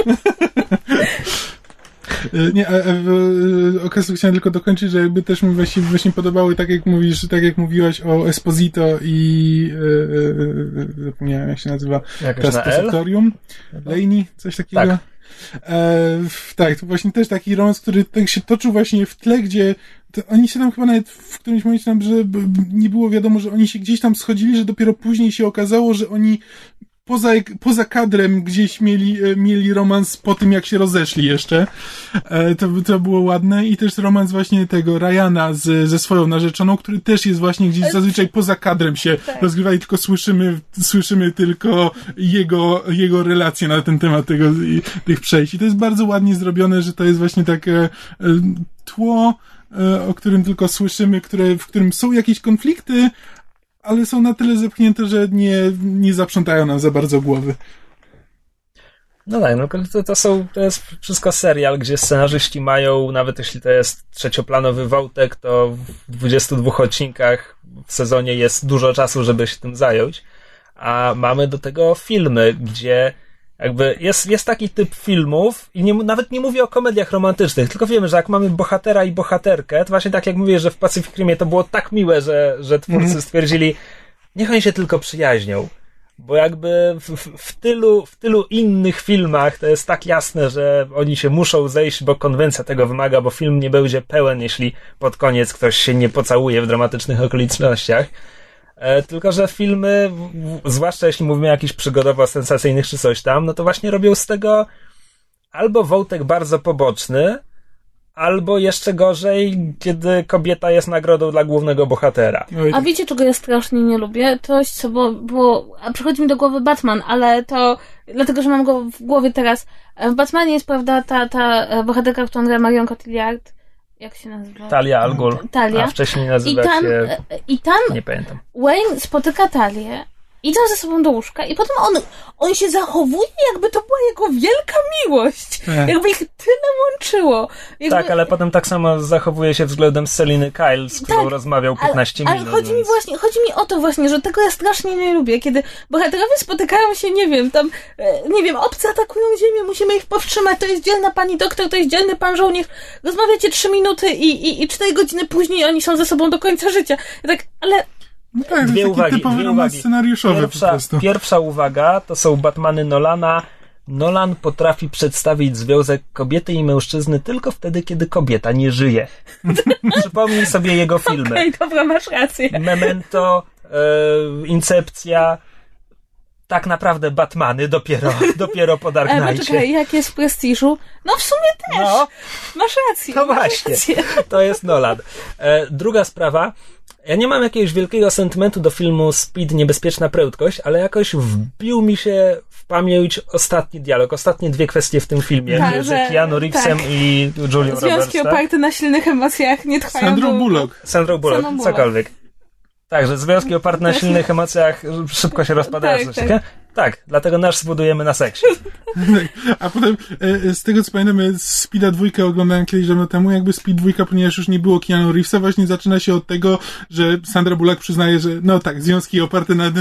Nie, a, a, a, okazji chciałem tylko dokończyć, że jakby też mi właśnie, właśnie podobały, tak jak mówisz, tak jak mówiłaś o Esposito i e, e, zapomniałem jak się nazywa, Prosektorium, Laney, coś takiego. Tak. E, tak, to właśnie też taki romans, który tak się toczył właśnie w tle, gdzie to oni się tam chyba nawet w którymś momencie tam, że nie było wiadomo, że oni się gdzieś tam schodzili, że dopiero później się okazało, że oni poza, poza kadrem gdzieś mieli, mieli romans po tym, jak się rozeszli jeszcze. E, to, to było ładne i też romans właśnie tego Ryana z, ze swoją narzeczoną, który też jest właśnie gdzieś zazwyczaj poza kadrem się tak. rozgrywa i tylko słyszymy, słyszymy tylko jego, jego relacje na ten temat tego, i, tych przejść. I to jest bardzo ładnie zrobione, że to jest właśnie takie e, tło, e, o którym tylko słyszymy, które, w którym są jakieś konflikty, ale są na tyle zepchnięte, że nie, nie zaprzątają nam za bardzo głowy. No tak, no to, to są, to jest wszystko serial, gdzie scenarzyści mają, nawet jeśli to jest trzecioplanowy wątek, to w dwudziestu dwóch odcinkach w sezonie jest dużo czasu, żeby się tym zająć, a mamy do tego filmy, gdzie jakby jest, jest taki typ filmów i nie, nawet nie mówię o komediach romantycznych, tylko wiemy, że jak mamy bohatera i bohaterkę, to właśnie tak jak mówię, że w Pacific Rimie to było tak miłe, że, że twórcy stwierdzili, niech oni się tylko przyjaźnią. Bo jakby w, w, w, tylu, w tylu innych filmach to jest tak jasne, że oni się muszą zejść, bo konwencja tego wymaga, bo film nie będzie pełen, jeśli pod koniec ktoś się nie pocałuje w dramatycznych okolicznościach. E, tylko że filmy, w, zwłaszcza jeśli mówimy o jakichś przygodowo-sensacyjnych czy coś tam, no to właśnie robią z tego albo wątek bardzo poboczny, albo jeszcze gorzej, kiedy kobieta jest nagrodą dla głównego bohatera. A wiecie, czego ja strasznie nie lubię? To jest co, bo, bo a przychodzi mi do głowy Batman, ale to dlatego, że mam go w głowie teraz. W Batmanie jest, prawda, ta, ta bohaterka, którą gra Marion Cotillard. Jak się nazywa? Talia al Ghul. Talia. A wcześniej nazywa I tam, się... I tam nie pamiętam. Wayne spotyka Talię, idą ze sobą do łóżka i potem on, on się zachowuje, jakby to była jego wielka miłość. Tak. Jakby ich tyle łączyło. Jakby... Tak, ale potem tak samo zachowuje się względem Seliny Kyle, z którą tak, rozmawiał piętnaście ale, minut. Ale chodzi więc... mi właśnie, chodzi mi o to właśnie, że tego ja strasznie nie lubię, kiedy bohaterowie spotykają się, nie wiem, tam, nie wiem, obcy atakują ziemię, musimy ich powstrzymać, to jest dzielna pani doktor, to jest dzielny pan żołnierz, rozmawiacie trzy minuty i, i, i cztery godziny później oni są ze sobą do końca życia. Ja tak, ale... No tak, dwie taki uwagi, typowy dwie uwagi. scenariuszowy pierwsza, po prostu. Pierwsza uwaga to są Batmany Nolana. Nolan potrafi przedstawić związek kobiety i mężczyzny tylko wtedy, kiedy kobieta nie żyje. Przypomnij sobie jego filmy. Okej, okay, dobra, masz rację. Memento, e, Incepcja. Tak naprawdę Batmany dopiero, dopiero po Dark Knightie. Ale poczekaj, jak jest w Prestiżu? No w sumie też. No, masz rację. No właśnie, rację. To jest Nolan. E, druga sprawa. Ja nie mam jakiegoś wielkiego sentymentu do filmu Speed, Niebezpieczna prędkość, ale jakoś wbił mi się w pamięć ostatni dialog, ostatnie dwie kwestie w tym filmie, tak, między że, Keanu Reevesem tak. i Julią Roberts. Związki oparte na silnych emocjach nie trwają Sandra Bullock. Sandra Bullock, Bullock. cokolwiek. Tak, że związki oparte na silnych emocjach szybko się rozpadają. Tak, tak. tak, dlatego nasz zbudujemy na seksie. A potem, e, z tego co pamiętam, Speeda dwójkę oglądałem kiedyś dawno temu, jakby Speed dwójka, ponieważ już nie było Keanu Reevesa, właśnie zaczyna się od tego, że Sandra Bullock przyznaje, że no tak, związki oparte na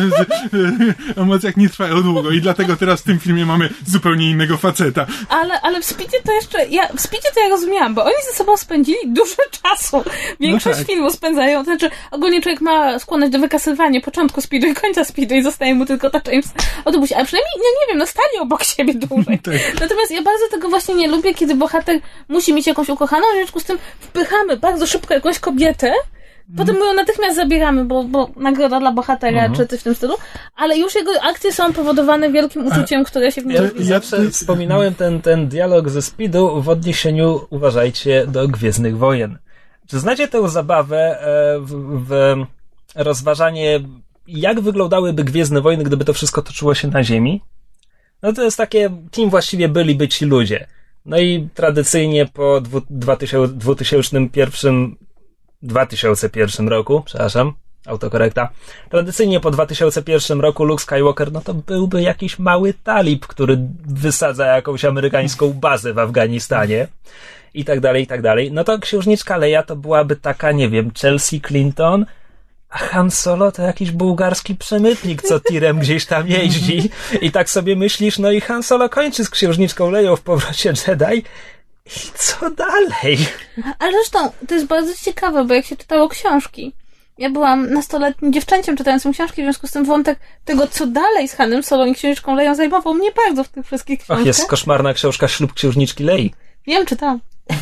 emocjach nie trwają długo i dlatego teraz w tym filmie mamy zupełnie innego faceta. Ale, ale w Speedzie to jeszcze, ja, w Speedzie to ja rozumiałam, bo oni ze sobą spędzili dużo czasu. Większość no tak. filmu spędzają, to znaczy ogólnie człowiek ma skłonność do wykasywania początku Speedu i końca Speedu i zostaje mu tylko ta część autobusie, ale przynajmniej, no nie wiem, no stali obok siebie dłużej. Tak. Natomiast ja bardzo tego właśnie nie lubię, kiedy bohater musi mieć jakąś ukochaną, w związku z tym wpychamy bardzo szybko jakąś kobietę, potem my ją natychmiast zabieramy, bo, bo nagroda dla bohatera, mhm. czy coś w tym stylu, ale już jego akcje są powodowane wielkim uczuciem, które się w nim ja, ja zawsze wspominałem ten, ten dialog ze Speedu w odniesieniu, uważajcie, do Gwiezdnych Wojen. Czy znacie tę zabawę w, w rozważanie, jak wyglądałyby Gwiezdne Wojny, gdyby to wszystko toczyło się na Ziemi? No to jest takie, kim właściwie byliby ci ludzie. No i tradycyjnie po dwa tysiące pierwszym, dwa tysiące pierwszym roku, przepraszam, autokorekta, tradycyjnie po dwa tysiące pierwszym roku Luke Skywalker, no to byłby jakiś mały talib, który wysadza jakąś amerykańską bazę w Afganistanie i tak dalej, i tak dalej. No to księżniczka Leia to byłaby taka, nie wiem, Chelsea Clinton, a Han Solo to jakiś bułgarski przemytnik, co tirem gdzieś tam jeździ i tak sobie myślisz, no i Han Solo kończy z księżniczką Leią w Powrocie Jedi i co dalej? Ale zresztą to jest bardzo ciekawe, bo jak się czytało książki, ja byłam nastoletnim dziewczęciem czytającym książki, w związku z tym wątek tego, co dalej z Hanem Solo i księżniczką Leją zajmował mnie bardzo w tych wszystkich książkach. Och, jest koszmarna książka Ślub księżniczki Lei. Wiem, czytałam.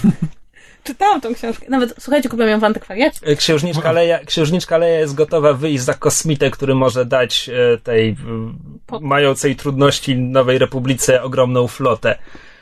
Czytałam tą książkę. Nawet, słuchajcie, kupiłam ją w antykwariacie. Księżniczka Leia, księżniczka Leia jest gotowa wyjść za kosmitę, który może dać tej po... mającej trudności Nowej Republice ogromną flotę.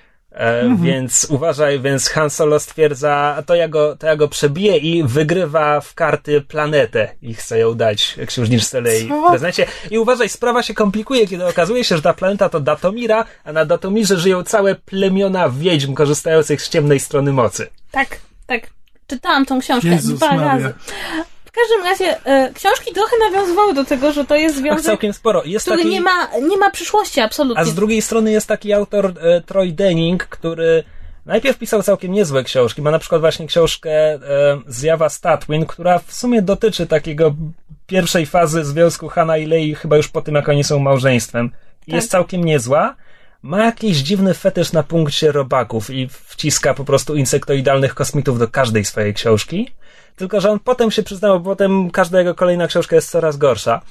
E, mhm. Więc uważaj, więc Han Solo stwierdza, to ja, go, to ja go przebiję i wygrywa w karty planetę i chce ją dać księżniczce Lei w prezencie. I uważaj, sprawa się komplikuje, kiedy okazuje się, że ta planeta to Datomira, a na Datomirze żyją całe plemiona wiedźm korzystających z ciemnej strony mocy. Tak, tak. Czytałam tą książkę Jezus dwa Maria. razy. W każdym razie e, książki trochę nawiązywały do tego, że to jest związek, Ach, całkiem sporo. Jest który taki... nie ma, nie ma przyszłości absolutnie. A z drugiej strony jest taki autor e, Troy Denning, który najpierw pisał całkiem niezłe książki. Ma na przykład właśnie książkę e, Zjawa Statwin, która w sumie dotyczy takiego pierwszej fazy związku Hana i Lei, chyba już po tym, jak oni są małżeństwem. Tak. Jest całkiem niezła. Ma jakiś dziwny fetysz na punkcie robaków i wciska po prostu insektoidalnych kosmitów do każdej swojej książki. Tylko że on potem się przyznał, bo potem każda jego kolejna książka jest coraz gorsza.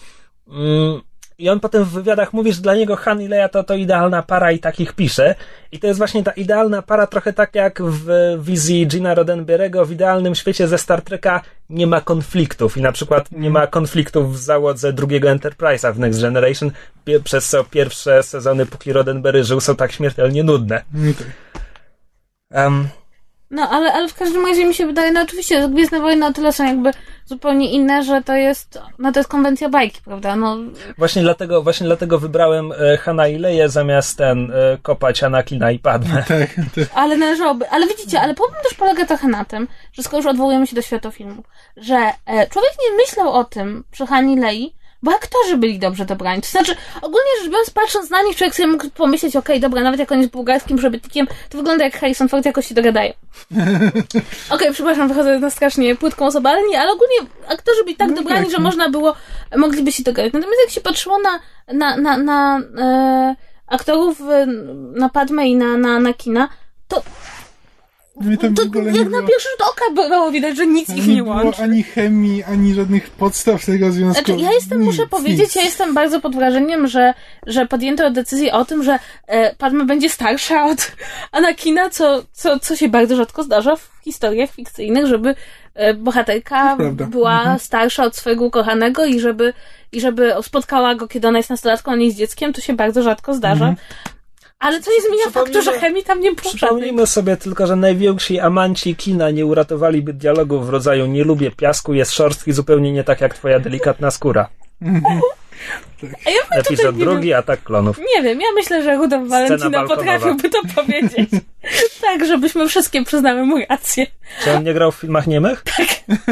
Mm, I on potem w wywiadach mówi, że dla niego Han i Leia to, to idealna para i takich pisze. I to jest właśnie ta idealna para, trochę tak jak w wizji Gina Roddenberry'ego w idealnym świecie ze Star Treka nie ma konfliktów. I na przykład nie ma konfliktów w załodze drugiego Enterprise'a w Next Generation, przez co pierwsze sezony, póki Roddenberry żył, są tak śmiertelnie nudne. Um, No, ale, ale w każdym razie mi się wydaje, no oczywiście Gwiezdne Wojny o tyle są jakby zupełnie inne, że to jest, no to jest konwencja bajki, prawda? No. Właśnie dlatego, właśnie dlatego wybrałem e, Hana i Leję zamiast ten e, kopać Anakina i Padmę. Tak, tak. Ale należałoby. Ale widzicie, ale problem też polega trochę na tym, że skoro już odwołujemy się do światofilmu, że e, człowiek nie myślał o tym przy Han i Lei, bo aktorzy byli dobrze dobrani. To znaczy, ogólnie rzecz biorąc, patrząc na nich, człowiek sobie mógł pomyśleć, okej, okay, dobra, nawet jak on jest bułgarskim przebytnikiem, to wygląda jak Harrison Ford, jakoś się dogadają. Okej, okay, przepraszam, wychodzę na strasznie płytką osobę, ale nie, ale ogólnie aktorzy byli tak no dobrani, tak, że można było, mogliby się dogadać. Natomiast jak się patrzyło na, na, na, na e, aktorów, na Padmę i na, na, na Kina, to Tam to jak na było, pierwszy rzut oka było widać, że nic ich nie, nie łączy. Nie było ani chemii, ani żadnych podstaw tego związku. Znaczy, ja jestem, nic, muszę powiedzieć, nic. ja jestem bardzo pod wrażeniem, że, że podjęto decyzję o tym, że e, Padma będzie starsza od Anakina, co, co, co się bardzo rzadko zdarza w historiach fikcyjnych, żeby e, bohaterka była mhm. starsza od swojego ukochanego i żeby, i żeby spotkała go, kiedy ona jest nastolatką, a nie z dzieckiem, to się bardzo rzadko zdarza. Mhm. Ale to nie zmienia faktu, że chemii tam nie było. Przypomnijmy sobie tylko, że najwięksi amanci kina nie uratowaliby dialogów w rodzaju nie lubię piasku, jest szorstki, zupełnie nie tak jak twoja delikatna skóra. A ja Epizod drugi, wiem. Atak klonów. Nie wiem, ja myślę, że Rudolf Valentino potrafiłby to powiedzieć. Tak, żebyśmy wszystkie przyznały mu rację. Czy on nie grał w filmach niemych? Tak.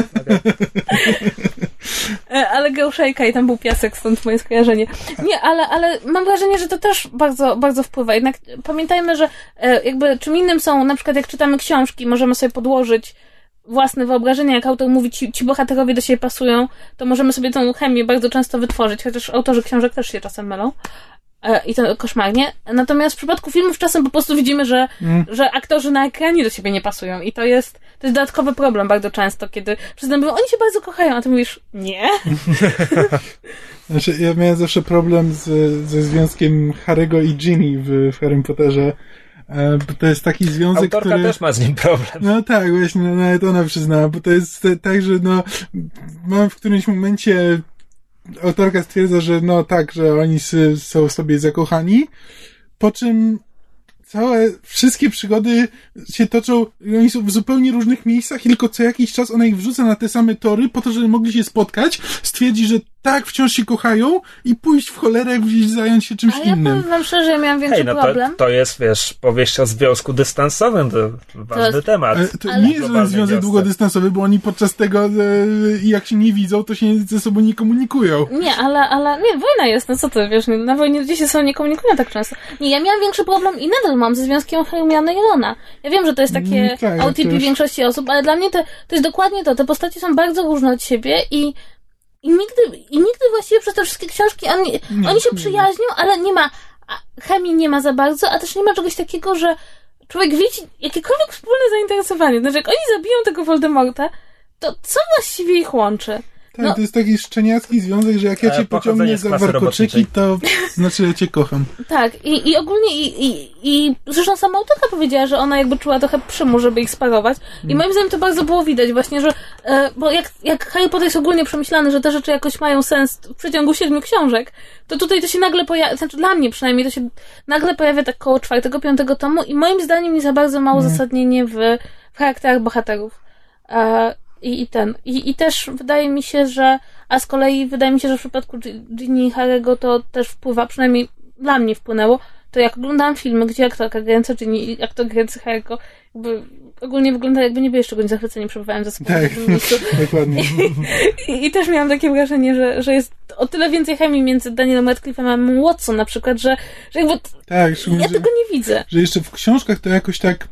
Okay. Ale grał Szejka i tam był piasek, stąd moje skojarzenie. Nie, ale, ale mam wrażenie, że to też bardzo, bardzo wpływa. Jednak pamiętajmy, że jakby czym innym są, na przykład jak czytamy książki, możemy sobie podłożyć własne wyobrażenia, jak autor mówi, ci, ci bohaterowie do siebie pasują, to możemy sobie tą chemię bardzo często wytworzyć, chociaż autorzy książek też się czasem mylą. E, I to koszmarnie. Natomiast w przypadku filmów czasem po prostu widzimy, że, mm. że aktorzy na ekranie do siebie nie pasują. I to jest, to jest dodatkowy problem bardzo często, kiedy wszyscy mówią, oni się bardzo kochają, a ty mówisz, nie. Znaczy, ja miałem zawsze problem z, ze związkiem Harry'ego i Ginny w, w Harrym Potterze. Bo to jest taki związek, Autorka który... też ma z nim problem. No tak, właśnie, no, nawet ona przyznała, bo to jest tak, że no, mam w którymś momencie autorka stwierdza, że no tak, że oni są sobie zakochani, po czym całe, wszystkie przygody się toczą, oni są w zupełnie różnych miejscach i tylko co jakiś czas ona ich wrzuca na te same tory po to, żeby mogli się spotkać, stwierdzi, że tak, wciąż się kochają i pójść w cholerę, gdzieś zająć się czymś A ja innym. powiem wam szczerze, ja miałam większy Hej, no problem. To, to jest, wiesz, powieść o związku dystansowym, to ważny to jest, temat. To ale... nie jest żaden związek długodystansowy, bo oni podczas tego, e, jak się nie widzą, to się ze sobą nie komunikują. Nie, ale, ale, nie, wojna jest, no co ty, wiesz, na wojnie ludzie się sobą nie komunikują tak często. Nie, ja miałam większy problem i nadal mam ze związkiem Hermiony i Rona. Ja wiem, że to jest takie mm, tak, O T P też... większości osób, ale dla mnie to, to jest dokładnie to, te postacie są bardzo różne od siebie i I nigdy, i nigdy właściwie przez te wszystkie książki oni, nie, oni się nie. przyjaźnią, ale nie ma, chemii nie ma za bardzo, a też nie ma czegoś takiego, że człowiek widzi jakiekolwiek wspólne zainteresowanie. Znaczy, jak oni zabiją tego Voldemorta, to co właściwie ich łączy? Tak, no. to jest taki szczeniacki związek, że jak ja cię pociągnę za warkoczyki, to znaczy ja cię kocham. Tak, i, i ogólnie i, i, i zresztą sama autorka powiedziała, że ona jakby czuła trochę przymus, żeby ich sparować. I moim zdaniem to bardzo było widać właśnie, że e, bo jak, jak Harry Potter jest ogólnie przemyślany, że te rzeczy jakoś mają sens w przeciągu siedmiu książek, to tutaj to się nagle pojawia, znaczy dla mnie przynajmniej to się nagle pojawia tak koło czwartego, piątego tomu i moim zdaniem nie za bardzo mało hmm. zasadnienie w, w charakterach bohaterów. E, I, i ten. I, I też wydaje mi się, że a z kolei wydaje mi się, że w przypadku Ginny i Harry'ego to też wpływa, przynajmniej dla mnie wpłynęło, to jak oglądałam filmy, gdzie aktorka grająca Ginny i aktor grający Harry'ego jakby ogólnie wygląda jakby nie byli szczególnie zachwyceni, przebywając za sobą. Tak, dokładnie. I, I też miałam takie wrażenie, że, że jest o tyle więcej chemii między Danielem Radcliffe'em a Emma Watson na przykład, że, że jakby tak, ja że, tego nie widzę. Że jeszcze w książkach to jakoś tak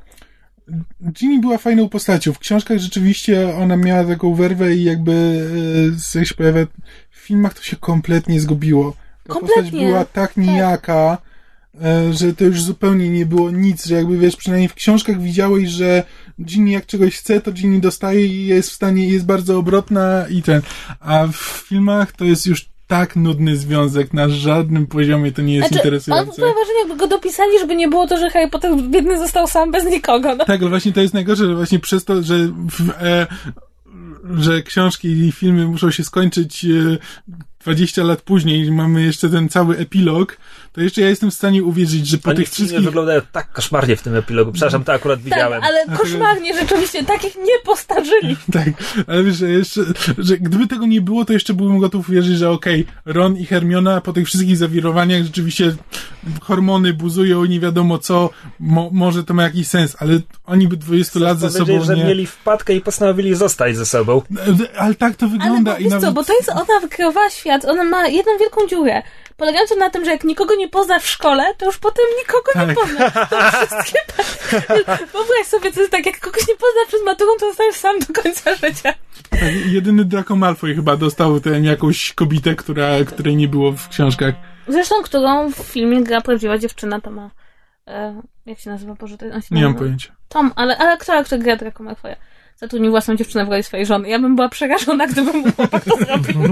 Ginny była fajną postacią. W książkach rzeczywiście ona miała taką werwę i jakby e, się pojawia w filmach to się kompletnie zgubiło. Ta kompletnie. postać była tak nijaka, tak. E, że to już zupełnie nie było nic, że jakby wiesz, przynajmniej w książkach widziałeś, że Ginny jak czegoś chce, to Ginny dostaje i jest w stanie, jest bardzo obrotna i ten. A w filmach to jest już tak nudny związek, na żadnym poziomie to nie jest znaczy, interesujące. Mam wrażenie, jakby go dopisali, żeby nie było to, że Harry Potter biedny został sam bez nikogo. No. Tak, ale właśnie to jest najgorsze, że właśnie przez to, że w, e, że książki i filmy muszą się skończyć e, dwadzieścia lat później, mamy jeszcze ten cały epilog, to jeszcze ja jestem w stanie uwierzyć, że po Oni tych wszystkich... wyglądają tak koszmarnie w tym epilogu. Przepraszam, to akurat widziałem. Tak, ale koszmarnie rzeczywiście, takich nie postarzyli. Tak, ale wiesz, że jeszcze, że gdyby tego nie było, to jeszcze byłbym gotów uwierzyć, że okej, okay, Ron i Hermiona po tych wszystkich zawirowaniach rzeczywiście hormony buzują, nie wiadomo co, mo, może to ma jakiś sens, ale oni by dwadzieścia lat ze sobą że nie... mieli wpadkę i postanowili zostać ze sobą. Ale tak to wygląda. Ale i wiesz nawet... co, bo to jest, ona wykreowała świat, ona ma jedną wielką dziurę, polegającą na tym, że jak nikogo nie pozna w szkole, to już potem nikogo tak. nie pozna. To wszystkie... Wyobraź sobie, to jest tak, jak kogoś nie pozna przed maturą, to zostajesz sam do końca życia. Tak, jedyny Draco Malfoy chyba dostał tę jakąś kobietę, która, której nie było w książkach. Zresztą, którą w filmie gra prawdziwa dziewczyna, to ma... E, jak się nazywa? Boże, to on się nie nazywa? mam pojęcia. Tom, ale, ale aktora, który gra Draco Malfoya. Zatrudnił własną dziewczynę w roli swojej żony. Ja bym była przerażona, gdybym mu chłopak to zrobił.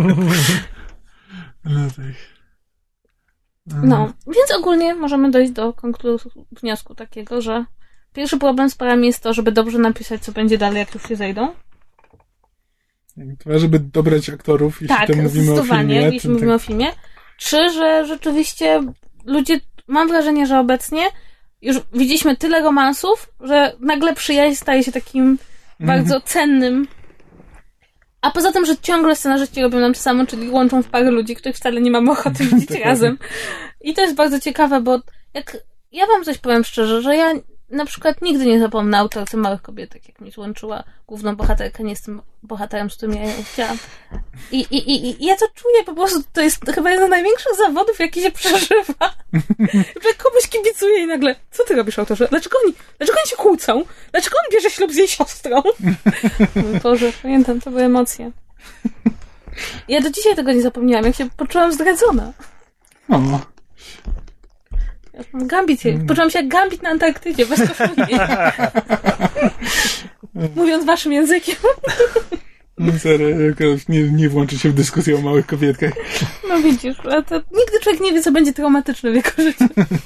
No tak. No, więc ogólnie możemy dojść do konkluzji, wniosku takiego, że pierwszy problem z parami jest to, żeby dobrze napisać, co będzie dalej, jak już się zejdą. Dwa, żeby dobrać aktorów, jeśli tak, to mówimy o filmie. jeśli to mówimy tak. o filmie. Trzy, że rzeczywiście ludzie, mam wrażenie, że obecnie już widzieliśmy tyle romansów, że nagle przyjaźń staje się takim mm. bardzo cennym. A poza tym, że ciągle scenarzyści robią nam to samo, czyli łączą w parę ludzi, których wcale nie mamy ochoty widzieć razem. I to jest bardzo ciekawe, bo jak ja wam coś powiem szczerze, że ja na przykład nigdy nie zapomnę autorce Małych Kobietek, jak mi złączyła główną bohaterkę nie z tym bohaterem, z którym ja ją chciałam. I, i, i, i ja to czuję po prostu, to jest chyba jeden z największych zawodów, jaki się przeżywa. Że komuś kibicuje i nagle, co ty robisz, autorze? Dlaczego oni, dlaczego oni się kłócą? Dlaczego on bierze ślub z jej siostrą? Mój Boże, pamiętam, to były emocje. Ja do dzisiaj tego nie zapomniałam, jak się poczułam zdradzona. O. Gambit, poczułam się jak Gambit na Antarktydzie, bez koszuli. Mówiąc waszym językiem. No serio, nie, nie włączy się w dyskusję o małych kobietkach. No widzisz, ale to nigdy człowiek nie wie, co będzie traumatyczne w jego życiu.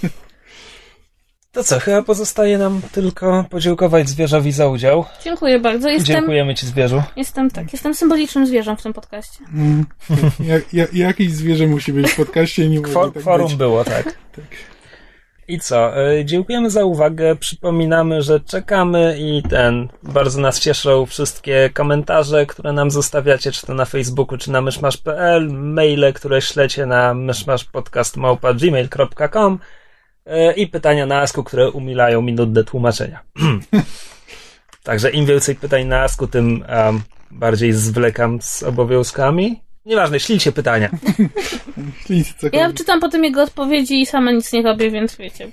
To co, chyba pozostaje nam tylko podziękować zwierzowi za udział. Dziękuję bardzo. Jestem, Dziękujemy ci, zwierzu. Jestem, tak, jestem symbolicznym zwierzą w tym podcaście. Mm, jak, jak, jakieś zwierzę musi być w podcaście. Nie Kwor, może tak Kworum być. było, tak. tak. I co? Dziękujemy za uwagę. Przypominamy, że czekamy i ten, bardzo nas cieszą wszystkie komentarze, które nam zostawiacie, czy to na Facebooku, czy na myszmasz kropka pe el, maile, które ślecie na myszmaszpodcast małpa gmail kropka com i pytania na Asku, które umilają mi nudne tłumaczenia. Także im więcej pytań na Asku, tym um, bardziej zwlekam z obowiązkami. Nieważne, ślijcie pytania. Ja czytam potem jego odpowiedzi i sama nic nie robię, więc wiecie.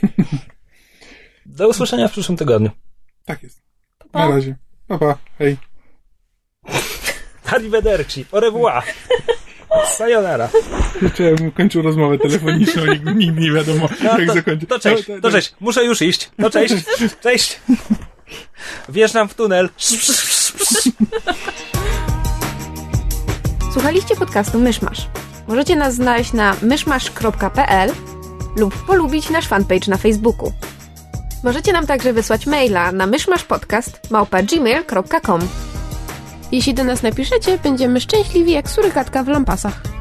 Do usłyszenia w przyszłym tygodniu. Tak jest. Pa. Na razie. Pa, pa. Hej. Arrivederci. Au revoir. Sayonara. Jeszcze ja bym kończył rozmowę telefoniczną, nikt, nikt nie wiadomo, no, jak to, zakończyć. To cześć, to cześć. Muszę już iść. No cześć. Cześć. Wjeżdżam w tunel. Słuchaliście podcastu Myszmasz. Możecie nas znaleźć na myszmasz kropka pe el lub polubić nasz fanpage na Facebooku. Możecie nam także wysłać maila na myszmaszpodcast małpa gmail kropka com. Jeśli do nas napiszecie, będziemy szczęśliwi jak surykatka w lampasach.